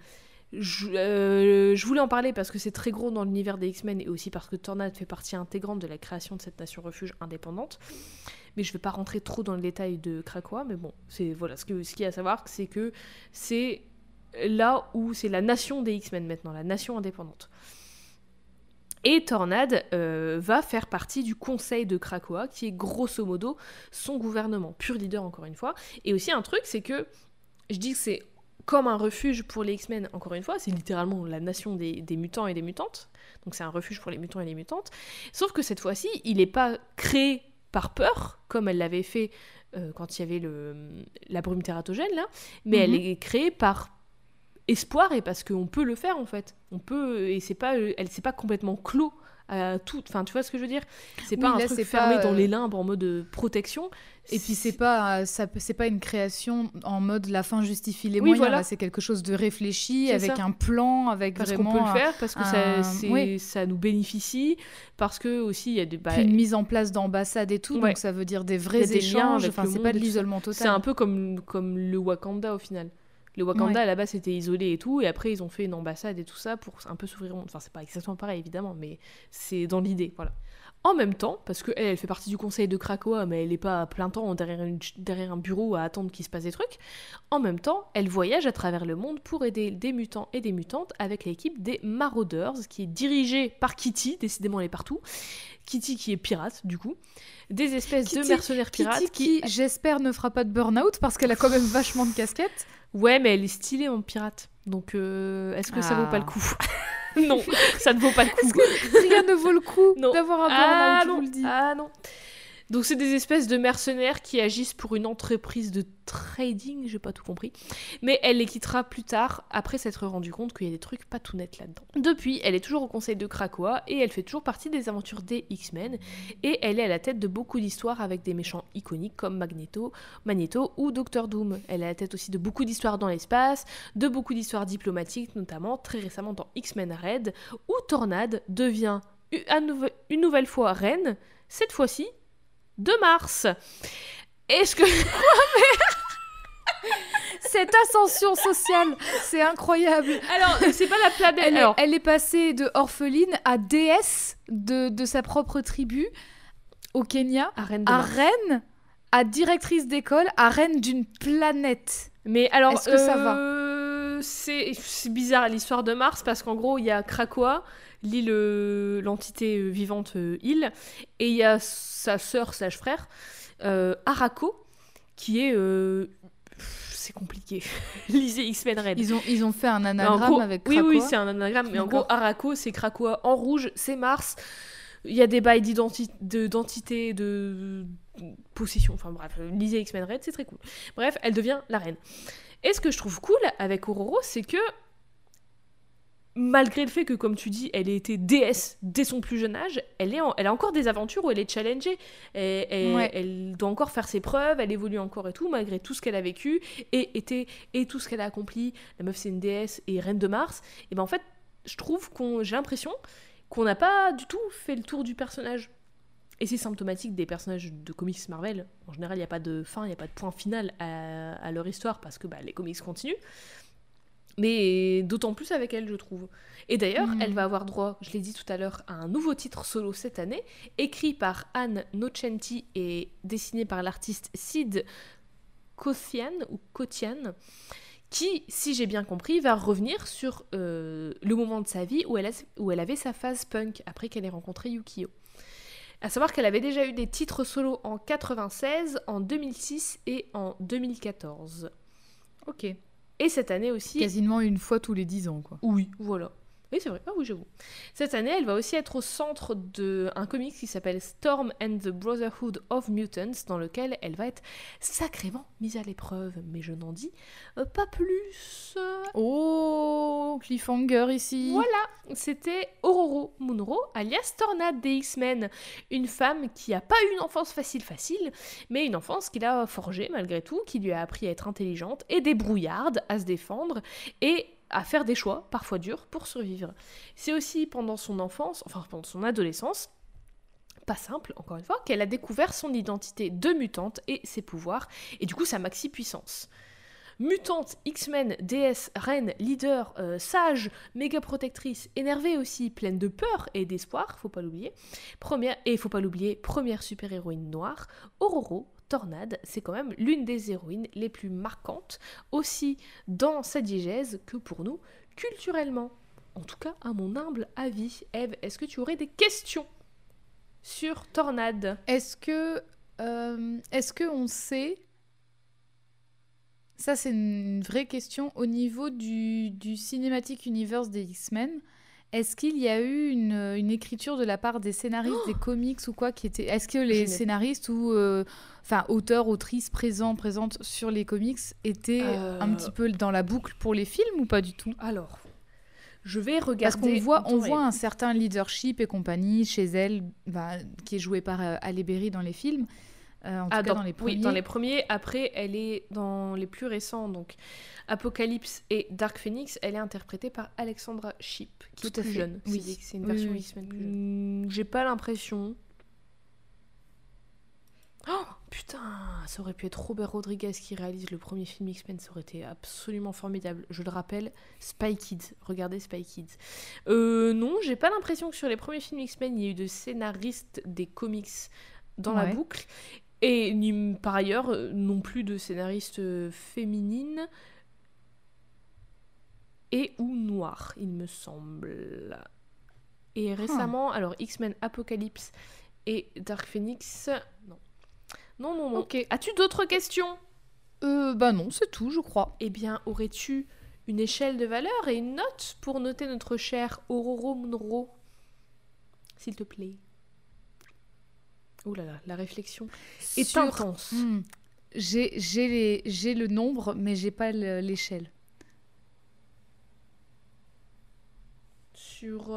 Je voulais en parler parce que c'est très gros dans l'univers des X-Men, et aussi parce que Tornade fait partie intégrante de la création de cette nation refuge indépendante. Mais je ne vais pas rentrer trop dans le détail de Krakoa, mais bon, ce qu'il y a à savoir, c'est que c'est là où c'est la nation des X-Men maintenant, la nation indépendante. Et Tornade va faire partie du conseil de Krakoa, qui est grosso modo son gouvernement, pur leader encore une fois. Et aussi un truc, c'est que, je dis que c'est comme un refuge pour les X-Men, encore une fois, c'est littéralement la nation des mutants et des mutantes, donc c'est un refuge pour les mutants et les mutantes, sauf que cette fois-ci, il n'est pas créé par peur, comme elle l'avait fait quand il y avait la brume tératogène, là, mais elle est créée par espoir, et parce qu'on peut le faire, en fait. On peut, et c'est pas complètement clos à tout, enfin, tu vois ce que je veux dire ? C'est pas un truc fermé dans les limbes en mode protection. Et puis c'est pas une création en mode la fin justifie les moyens. Voilà. Là, c'est quelque chose de réfléchi, avec un plan, avec parce vraiment... Parce qu'on peut le faire, parce que ça nous bénéficie, parce que aussi il y a des... Puis une mise en place d'ambassades et tout, donc ça veut dire des vrais échanges, enfin c'est pas de l'isolement total. C'est un peu comme le Wakanda au final. Le Wakanda, à la base, c'était isolé et tout, et après, ils ont fait une ambassade et tout ça pour un peu s'ouvrir au monde. Enfin, c'est pas exactement pareil, évidemment, mais c'est dans l'idée, voilà. En même temps, parce qu'elle fait partie du conseil de Krakoa, mais elle n'est pas à plein temps derrière un bureau à attendre qu'il se passe des trucs, en même temps, elle voyage à travers le monde pour aider des mutants et des mutantes avec l'équipe des Marauders, qui est dirigée par Kitty, décidément elle est partout. Kitty qui est pirate, du coup. Des espèces de mercenaires pirates qui, j'espère, ne fera pas de burn-out, parce qu'elle a quand même vachement de casquettes. Ouais, mais elle est stylée en pirate. Donc, est-ce que ça vaut pas le coup ? Non, ça ne vaut pas le coup. Rien ne vaut le coup d'avoir un burn-out, je vous le dis. Ah non. Donc c'est des espèces de mercenaires qui agissent pour une entreprise de trading, j'ai pas tout compris. Mais elle les quittera plus tard, après s'être rendu compte qu'il y a des trucs pas tout nets là-dedans. Depuis, elle est toujours au conseil de Krakoa, et elle fait toujours partie des aventures des X-Men, et elle est à la tête de beaucoup d'histoires avec des méchants iconiques comme Magneto ou Doctor Doom. Elle est à la tête aussi de beaucoup d'histoires dans l'espace, de beaucoup d'histoires diplomatiques, notamment très récemment dans X-Men Red, où Tornade devient une nouvelle fois reine, cette fois-ci de Mars. Est-ce que... Cette ascension sociale, c'est incroyable. Alors, c'est pas la planète... Elle est passée de orpheline à déesse de sa propre tribu au Kenya, à reine, à directrice d'école, à reine d'une planète. Mais alors, est-ce que ça va? C'est bizarre l'histoire de Mars, parce qu'en gros, il y a Krakoa, l'île, l'entité vivante île, et il y a sa sœur / frère, Arako, qui est... c'est compliqué. Lisez X-Men Red. Ils ont fait un anagramme avec Krakoa. Oui, c'est un anagramme, mais en gros, Arako, c'est Krakoa en rouge, c'est Mars. Il y a des bails d'identité, de possession, enfin bref, lisez X-Men Red, c'est très cool. Bref, elle devient la reine. Et ce que je trouve cool avec Ororo, c'est que malgré le fait que, comme tu dis, elle ait été déesse dès son plus jeune âge, elle a encore des aventures où elle est challengée. Elle doit encore faire ses preuves, elle évolue encore et tout, malgré tout ce qu'elle a vécu et tout ce qu'elle a accompli. La meuf, c'est une déesse et reine de Mars. Et ben en fait, j'ai l'impression qu'on n'a pas du tout fait le tour du personnage. Et c'est symptomatique des personnages de comics Marvel. En général, il n'y a pas de fin, il n'y a pas de point final à leur histoire parce que les comics continuent. Mais d'autant plus avec elle, je trouve. Et d'ailleurs, elle va avoir droit, je l'ai dit tout à l'heure, à un nouveau titre solo cette année, écrit par Anne Nocenti et dessiné par l'artiste Sid Kothian, qui, si j'ai bien compris, va revenir sur le moment de sa vie où elle avait sa phase punk, après qu'elle ait rencontré Yukio. À savoir qu'elle avait déjà eu des titres solo en 96, en 2006 et en 2014. Ok. Et cette année aussi... Quasiment une fois tous les 10 ans, quoi. Oui, voilà. Oui, c'est vrai. Ah oui, j'avoue. Cette année, elle va aussi être au centre d'un comics qui s'appelle Storm and the Brotherhood of Mutants, dans lequel elle va être sacrément mise à l'épreuve. Mais je n'en dis pas plus. Oh, cliffhanger ici. Voilà, c'était Ororo Munro, alias Tornade des X-Men. Une femme qui n'a pas eu une enfance facile, mais une enfance qu'il a forgée malgré tout, qui lui a appris à être intelligente et débrouillarde, à se défendre et à faire des choix, parfois durs, pour survivre. C'est aussi pendant son enfance, enfin pendant son adolescence, pas simple, encore une fois, qu'elle a découvert son identité de mutante et ses pouvoirs, et du coup sa maxi-puissance. Mutante, X-Men, déesse, reine, leader, sage, méga protectrice, énervée aussi, pleine de peur et d'espoir, faut pas l'oublier. Première super-héroïne noire, Ororo Tornade, c'est quand même l'une des héroïnes les plus marquantes, aussi dans sa diégèse que pour nous, culturellement. En tout cas, à mon humble avis. Eve, est-ce que tu aurais des questions sur Tornade ? Est-ce que on sait... Ça, c'est une vraie question. Au niveau du Cinematic Universe des X-Men, est-ce qu'il y a eu une écriture de la part des scénaristes des comics ou quoi qui était... Est-ce que les scénaristes ou auteurs, autrices présentes sur les comics étaient un petit peu dans la boucle pour les films ou pas du tout ? Alors, je vais regarder... Parce qu'on voit un certain leadership et compagnie chez elle, qui est joué par Halle Berry dans les films. En tout cas, dans les premiers. Oui, dans les premiers. Après, elle est dans les plus récents, donc Apocalypse et Dark Phoenix, elle est interprétée par Alexandra Shipp, qui est plus jeune. Oui. C'est une version X-Men plus jeune. J'ai pas l'impression. Oh putain, ça aurait pu être Robert Rodriguez qui réalise le premier film X-Men, ça aurait été absolument formidable. Je le rappelle, Spy Kids. Regardez Spy Kids. Non, j'ai pas l'impression que sur les premiers films X-Men, il y ait eu de scénaristes des comics dans la boucle. Et par ailleurs, non plus de scénaristes féminines et ou noires, il me semble. Et récemment, alors X-Men Apocalypse et Dark Phoenix, non. Ok. As-tu d'autres questions ? Non, c'est tout, je crois. Eh bien, aurais-tu une échelle de valeur et une note pour noter notre chère Ororo Munro ? S'il te plaît. Ouh là là, la réflexion est intense. J'ai le nombre, mais j'ai pas l'échelle. Sur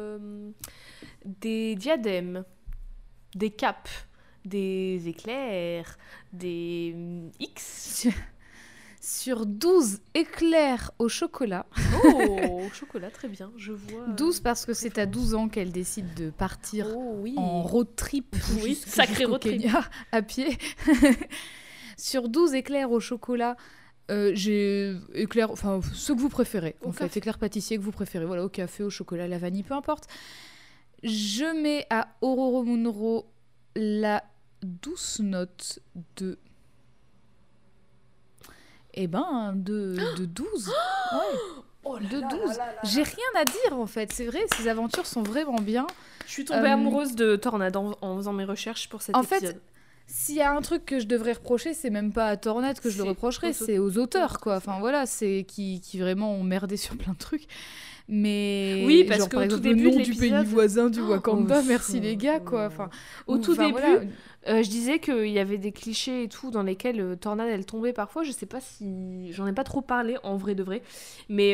des diadèmes, des capes, des éclairs, des X. Sur 12 éclairs au chocolat. Oh, au chocolat, très bien, je vois. 12 parce que c'est à 12 ans qu'elle décide de partir en road trip. Oui, sacré road trip. Kenya, à pied. Sur 12 éclairs au chocolat, j'ai éclair, enfin ce que vous préférez. En fait, éclair pâtissier que vous préférez. Voilà, au café, au chocolat, à la vanille, peu importe. Je mets à Ororo Munro la douce note de... de 12. Ouais. Oh là De là 12. là là là. J'ai rien à dire en fait, c'est vrai, ces aventures sont vraiment bien. Je suis tombée amoureuse de Tornade en faisant mes recherches pour cet épisode. En fait, s'il y a un truc que je devrais reprocher, c'est même pas à Tornade que je le reprocherais, c'est aux auteurs quoi. Enfin voilà, c'est qui vraiment ont merdé sur plein de trucs. Mais oui, parce genre, que par au exemple, tout début le nom de du pays l'épisode... voisin du Wakanda, merci les gars quoi. Enfin, au tout début, voilà. je disais qu'il y avait des clichés et tout dans lesquels Tornade elle tombait parfois. Je sais pas si j'en ai pas trop parlé en vrai de vrai, mais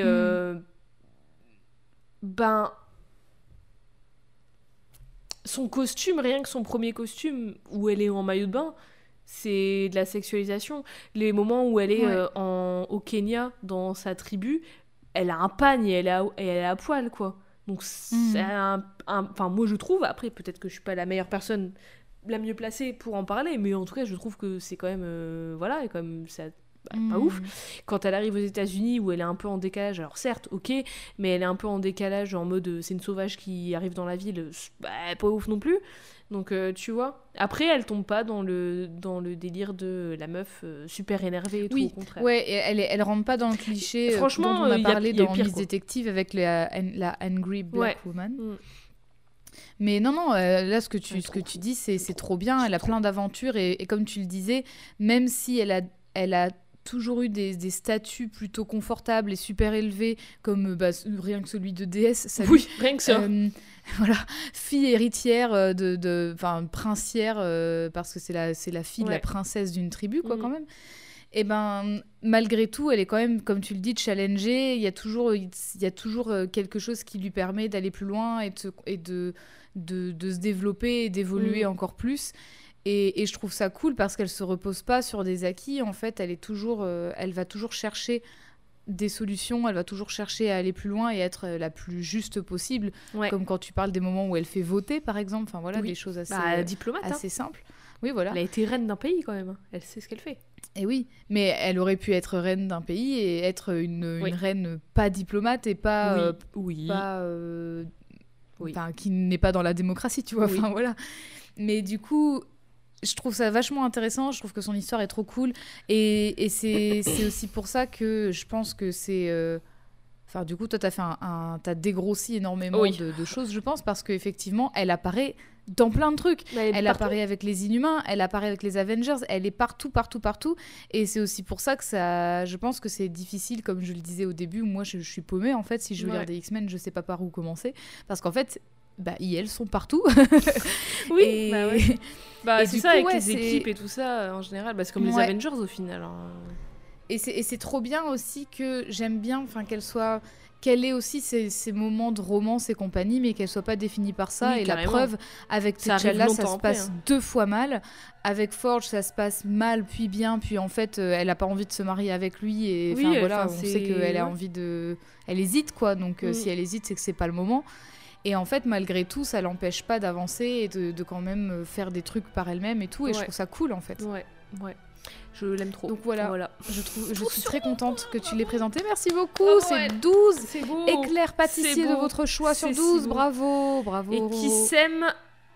son costume, rien que son premier costume où elle est en maillot de bain, c'est de la sexualisation. Les moments où elle est au Kenya dans sa tribu, elle a un pagne et elle est à poil quoi. Donc c'est enfin moi je trouve, après peut-être que je suis pas la meilleure personne la mieux placée pour en parler, mais en tout cas je trouve que c'est quand même voilà, et comme ça pas ouf. Quand elle arrive aux États-Unis où elle est un peu en décalage, alors certes, ok, mais elle est un peu en décalage en mode c'est une sauvage qui arrive dans la ville, pas ouf non plus. Donc tu vois. Après, elle tombe pas dans le délire de la meuf super énervée et tout, au contraire. Ouais, et elle rentre pas dans le cliché franchement, dont on a parlé dans pire, Miss Détective avec la Angry Black Woman. Mais non, là, ce que tu dis, c'est trop bien. Elle a plein d'aventures et comme tu le disais, même si elle a toujours eu des statuts plutôt confortables et super élevés, comme rien que celui de déesse. Oui, rien que ça. Voilà, fille héritière princière, parce que c'est la fille de la princesse d'une tribu, quoi, quand même. Et malgré tout, elle est quand même, comme tu le dis, challengée. Il y a toujours quelque chose qui lui permet d'aller plus loin et de se développer et d'évoluer encore plus. Et je trouve ça cool parce qu'elle se repose pas sur des acquis. En fait, elle va toujours chercher des solutions, elle va toujours chercher à aller plus loin et être la plus juste possible. Comme quand tu parles des moments où elle fait voter, par exemple. Enfin voilà, des choses assez simples. Oui, voilà. Elle a été reine d'un pays quand même. Elle sait ce qu'elle fait. Et oui, mais elle aurait pu être reine d'un pays et être une reine pas diplomate et pas qui n'est pas dans la démocratie, tu vois. Enfin voilà. Mais du coup, je trouve ça vachement intéressant, je trouve que son histoire est trop cool et c'est aussi pour ça que je pense que c'est enfin du coup toi t'as dégrossi énormément de choses, je pense, parce qu'effectivement elle apparaît dans plein de trucs. Elle apparaît avec les Inhumains, elle apparaît avec les Avengers, elle est partout et c'est aussi pour ça que je pense que c'est difficile, comme je le disais au début, moi je suis paumée en fait, si je regarde les X-Men, je sais pas par où commencer, parce qu'en fait elles sont partout. Oui, et c'est ça, avec les c'est... équipes et tout ça, en général. C'est comme les Avengers, au final. Hein. Et c'est trop bien aussi que j'aime bien qu'elle ait aussi ces moments de romance et compagnie, mais qu'elle soit pas définie par ça. Oui, et carrément. la preuve, avec T'Challa, ça se passe 2 fois mal. Avec Forge, ça se passe mal, puis bien, puis en fait, elle a pas envie de se marier avec lui. Et on sait qu'elle a envie de... Elle hésite, quoi. Donc si elle hésite, c'est que c'est pas le moment. Et en fait, malgré tout, ça l'empêche pas d'avancer et de quand même faire des trucs par elle-même et tout. Et je trouve ça cool, en fait. Ouais. Je l'aime trop. Donc voilà. Je suis très contente que tu l'aies présenté. Merci beaucoup. Bravo, c'est 12 c'est beau. Éclairs pâtissiers de votre choix sur 12. Si bravo. Et qui sème...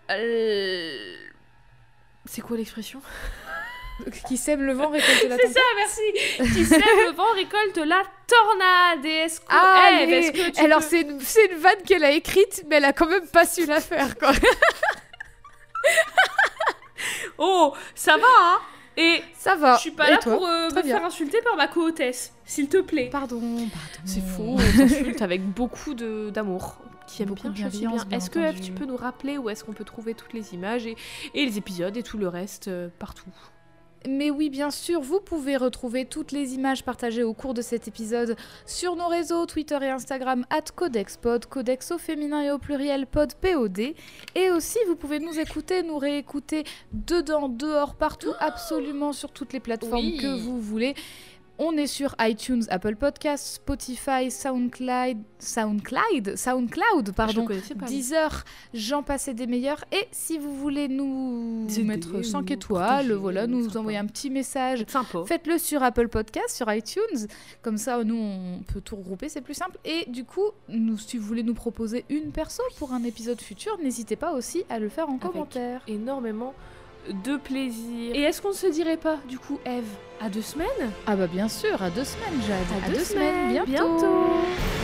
C'est quoi l'expression ? Qui sème le vent récolte la tempête. C'est ça, merci. Qui sème le vent récolte la tornade. Et est-ce que alors c'est une vanne qu'elle a écrite, mais elle a quand même pas su la faire, quoi. Oh, ça va, hein. Et ça va. Je suis pas là pour me faire insulter par ma co-hôtesse, s'il te plaît. Pardon. C'est faux, on t'insulte avec beaucoup d'amour. Qui aime bien, bien. Est-ce que Eve, tu peux nous rappeler où est-ce qu'on peut trouver toutes les images et les épisodes et tout le reste partout ? Mais oui, bien sûr, vous pouvez retrouver toutes les images partagées au cours de cet épisode sur nos réseaux Twitter et Instagram @codexpod, codex au féminin et au pluriel pod POD. Et aussi, vous pouvez nous écouter, nous réécouter dedans, dehors, partout, absolument sur toutes les plateformes que vous voulez. On est sur iTunes, Apple Podcasts, Spotify, SoundCloud, pardon, Deezer, j'en passais des meilleurs. Et si vous voulez nous mettre 5 étoiles, voilà, nous envoyer un petit message, faites-le sur Apple Podcasts, sur iTunes. Comme ça, nous, on peut tout regrouper, c'est plus simple. Et du coup, si vous voulez nous proposer une perso pour un épisode futur, n'hésitez pas aussi à le faire en commentaire. Énormément de plaisir. Et est-ce qu'on ne se dirait pas, du coup, Eve, à 2 semaines ? Ah bah bien sûr, à 2 semaines, Jade. À 2 semaines, bientôt.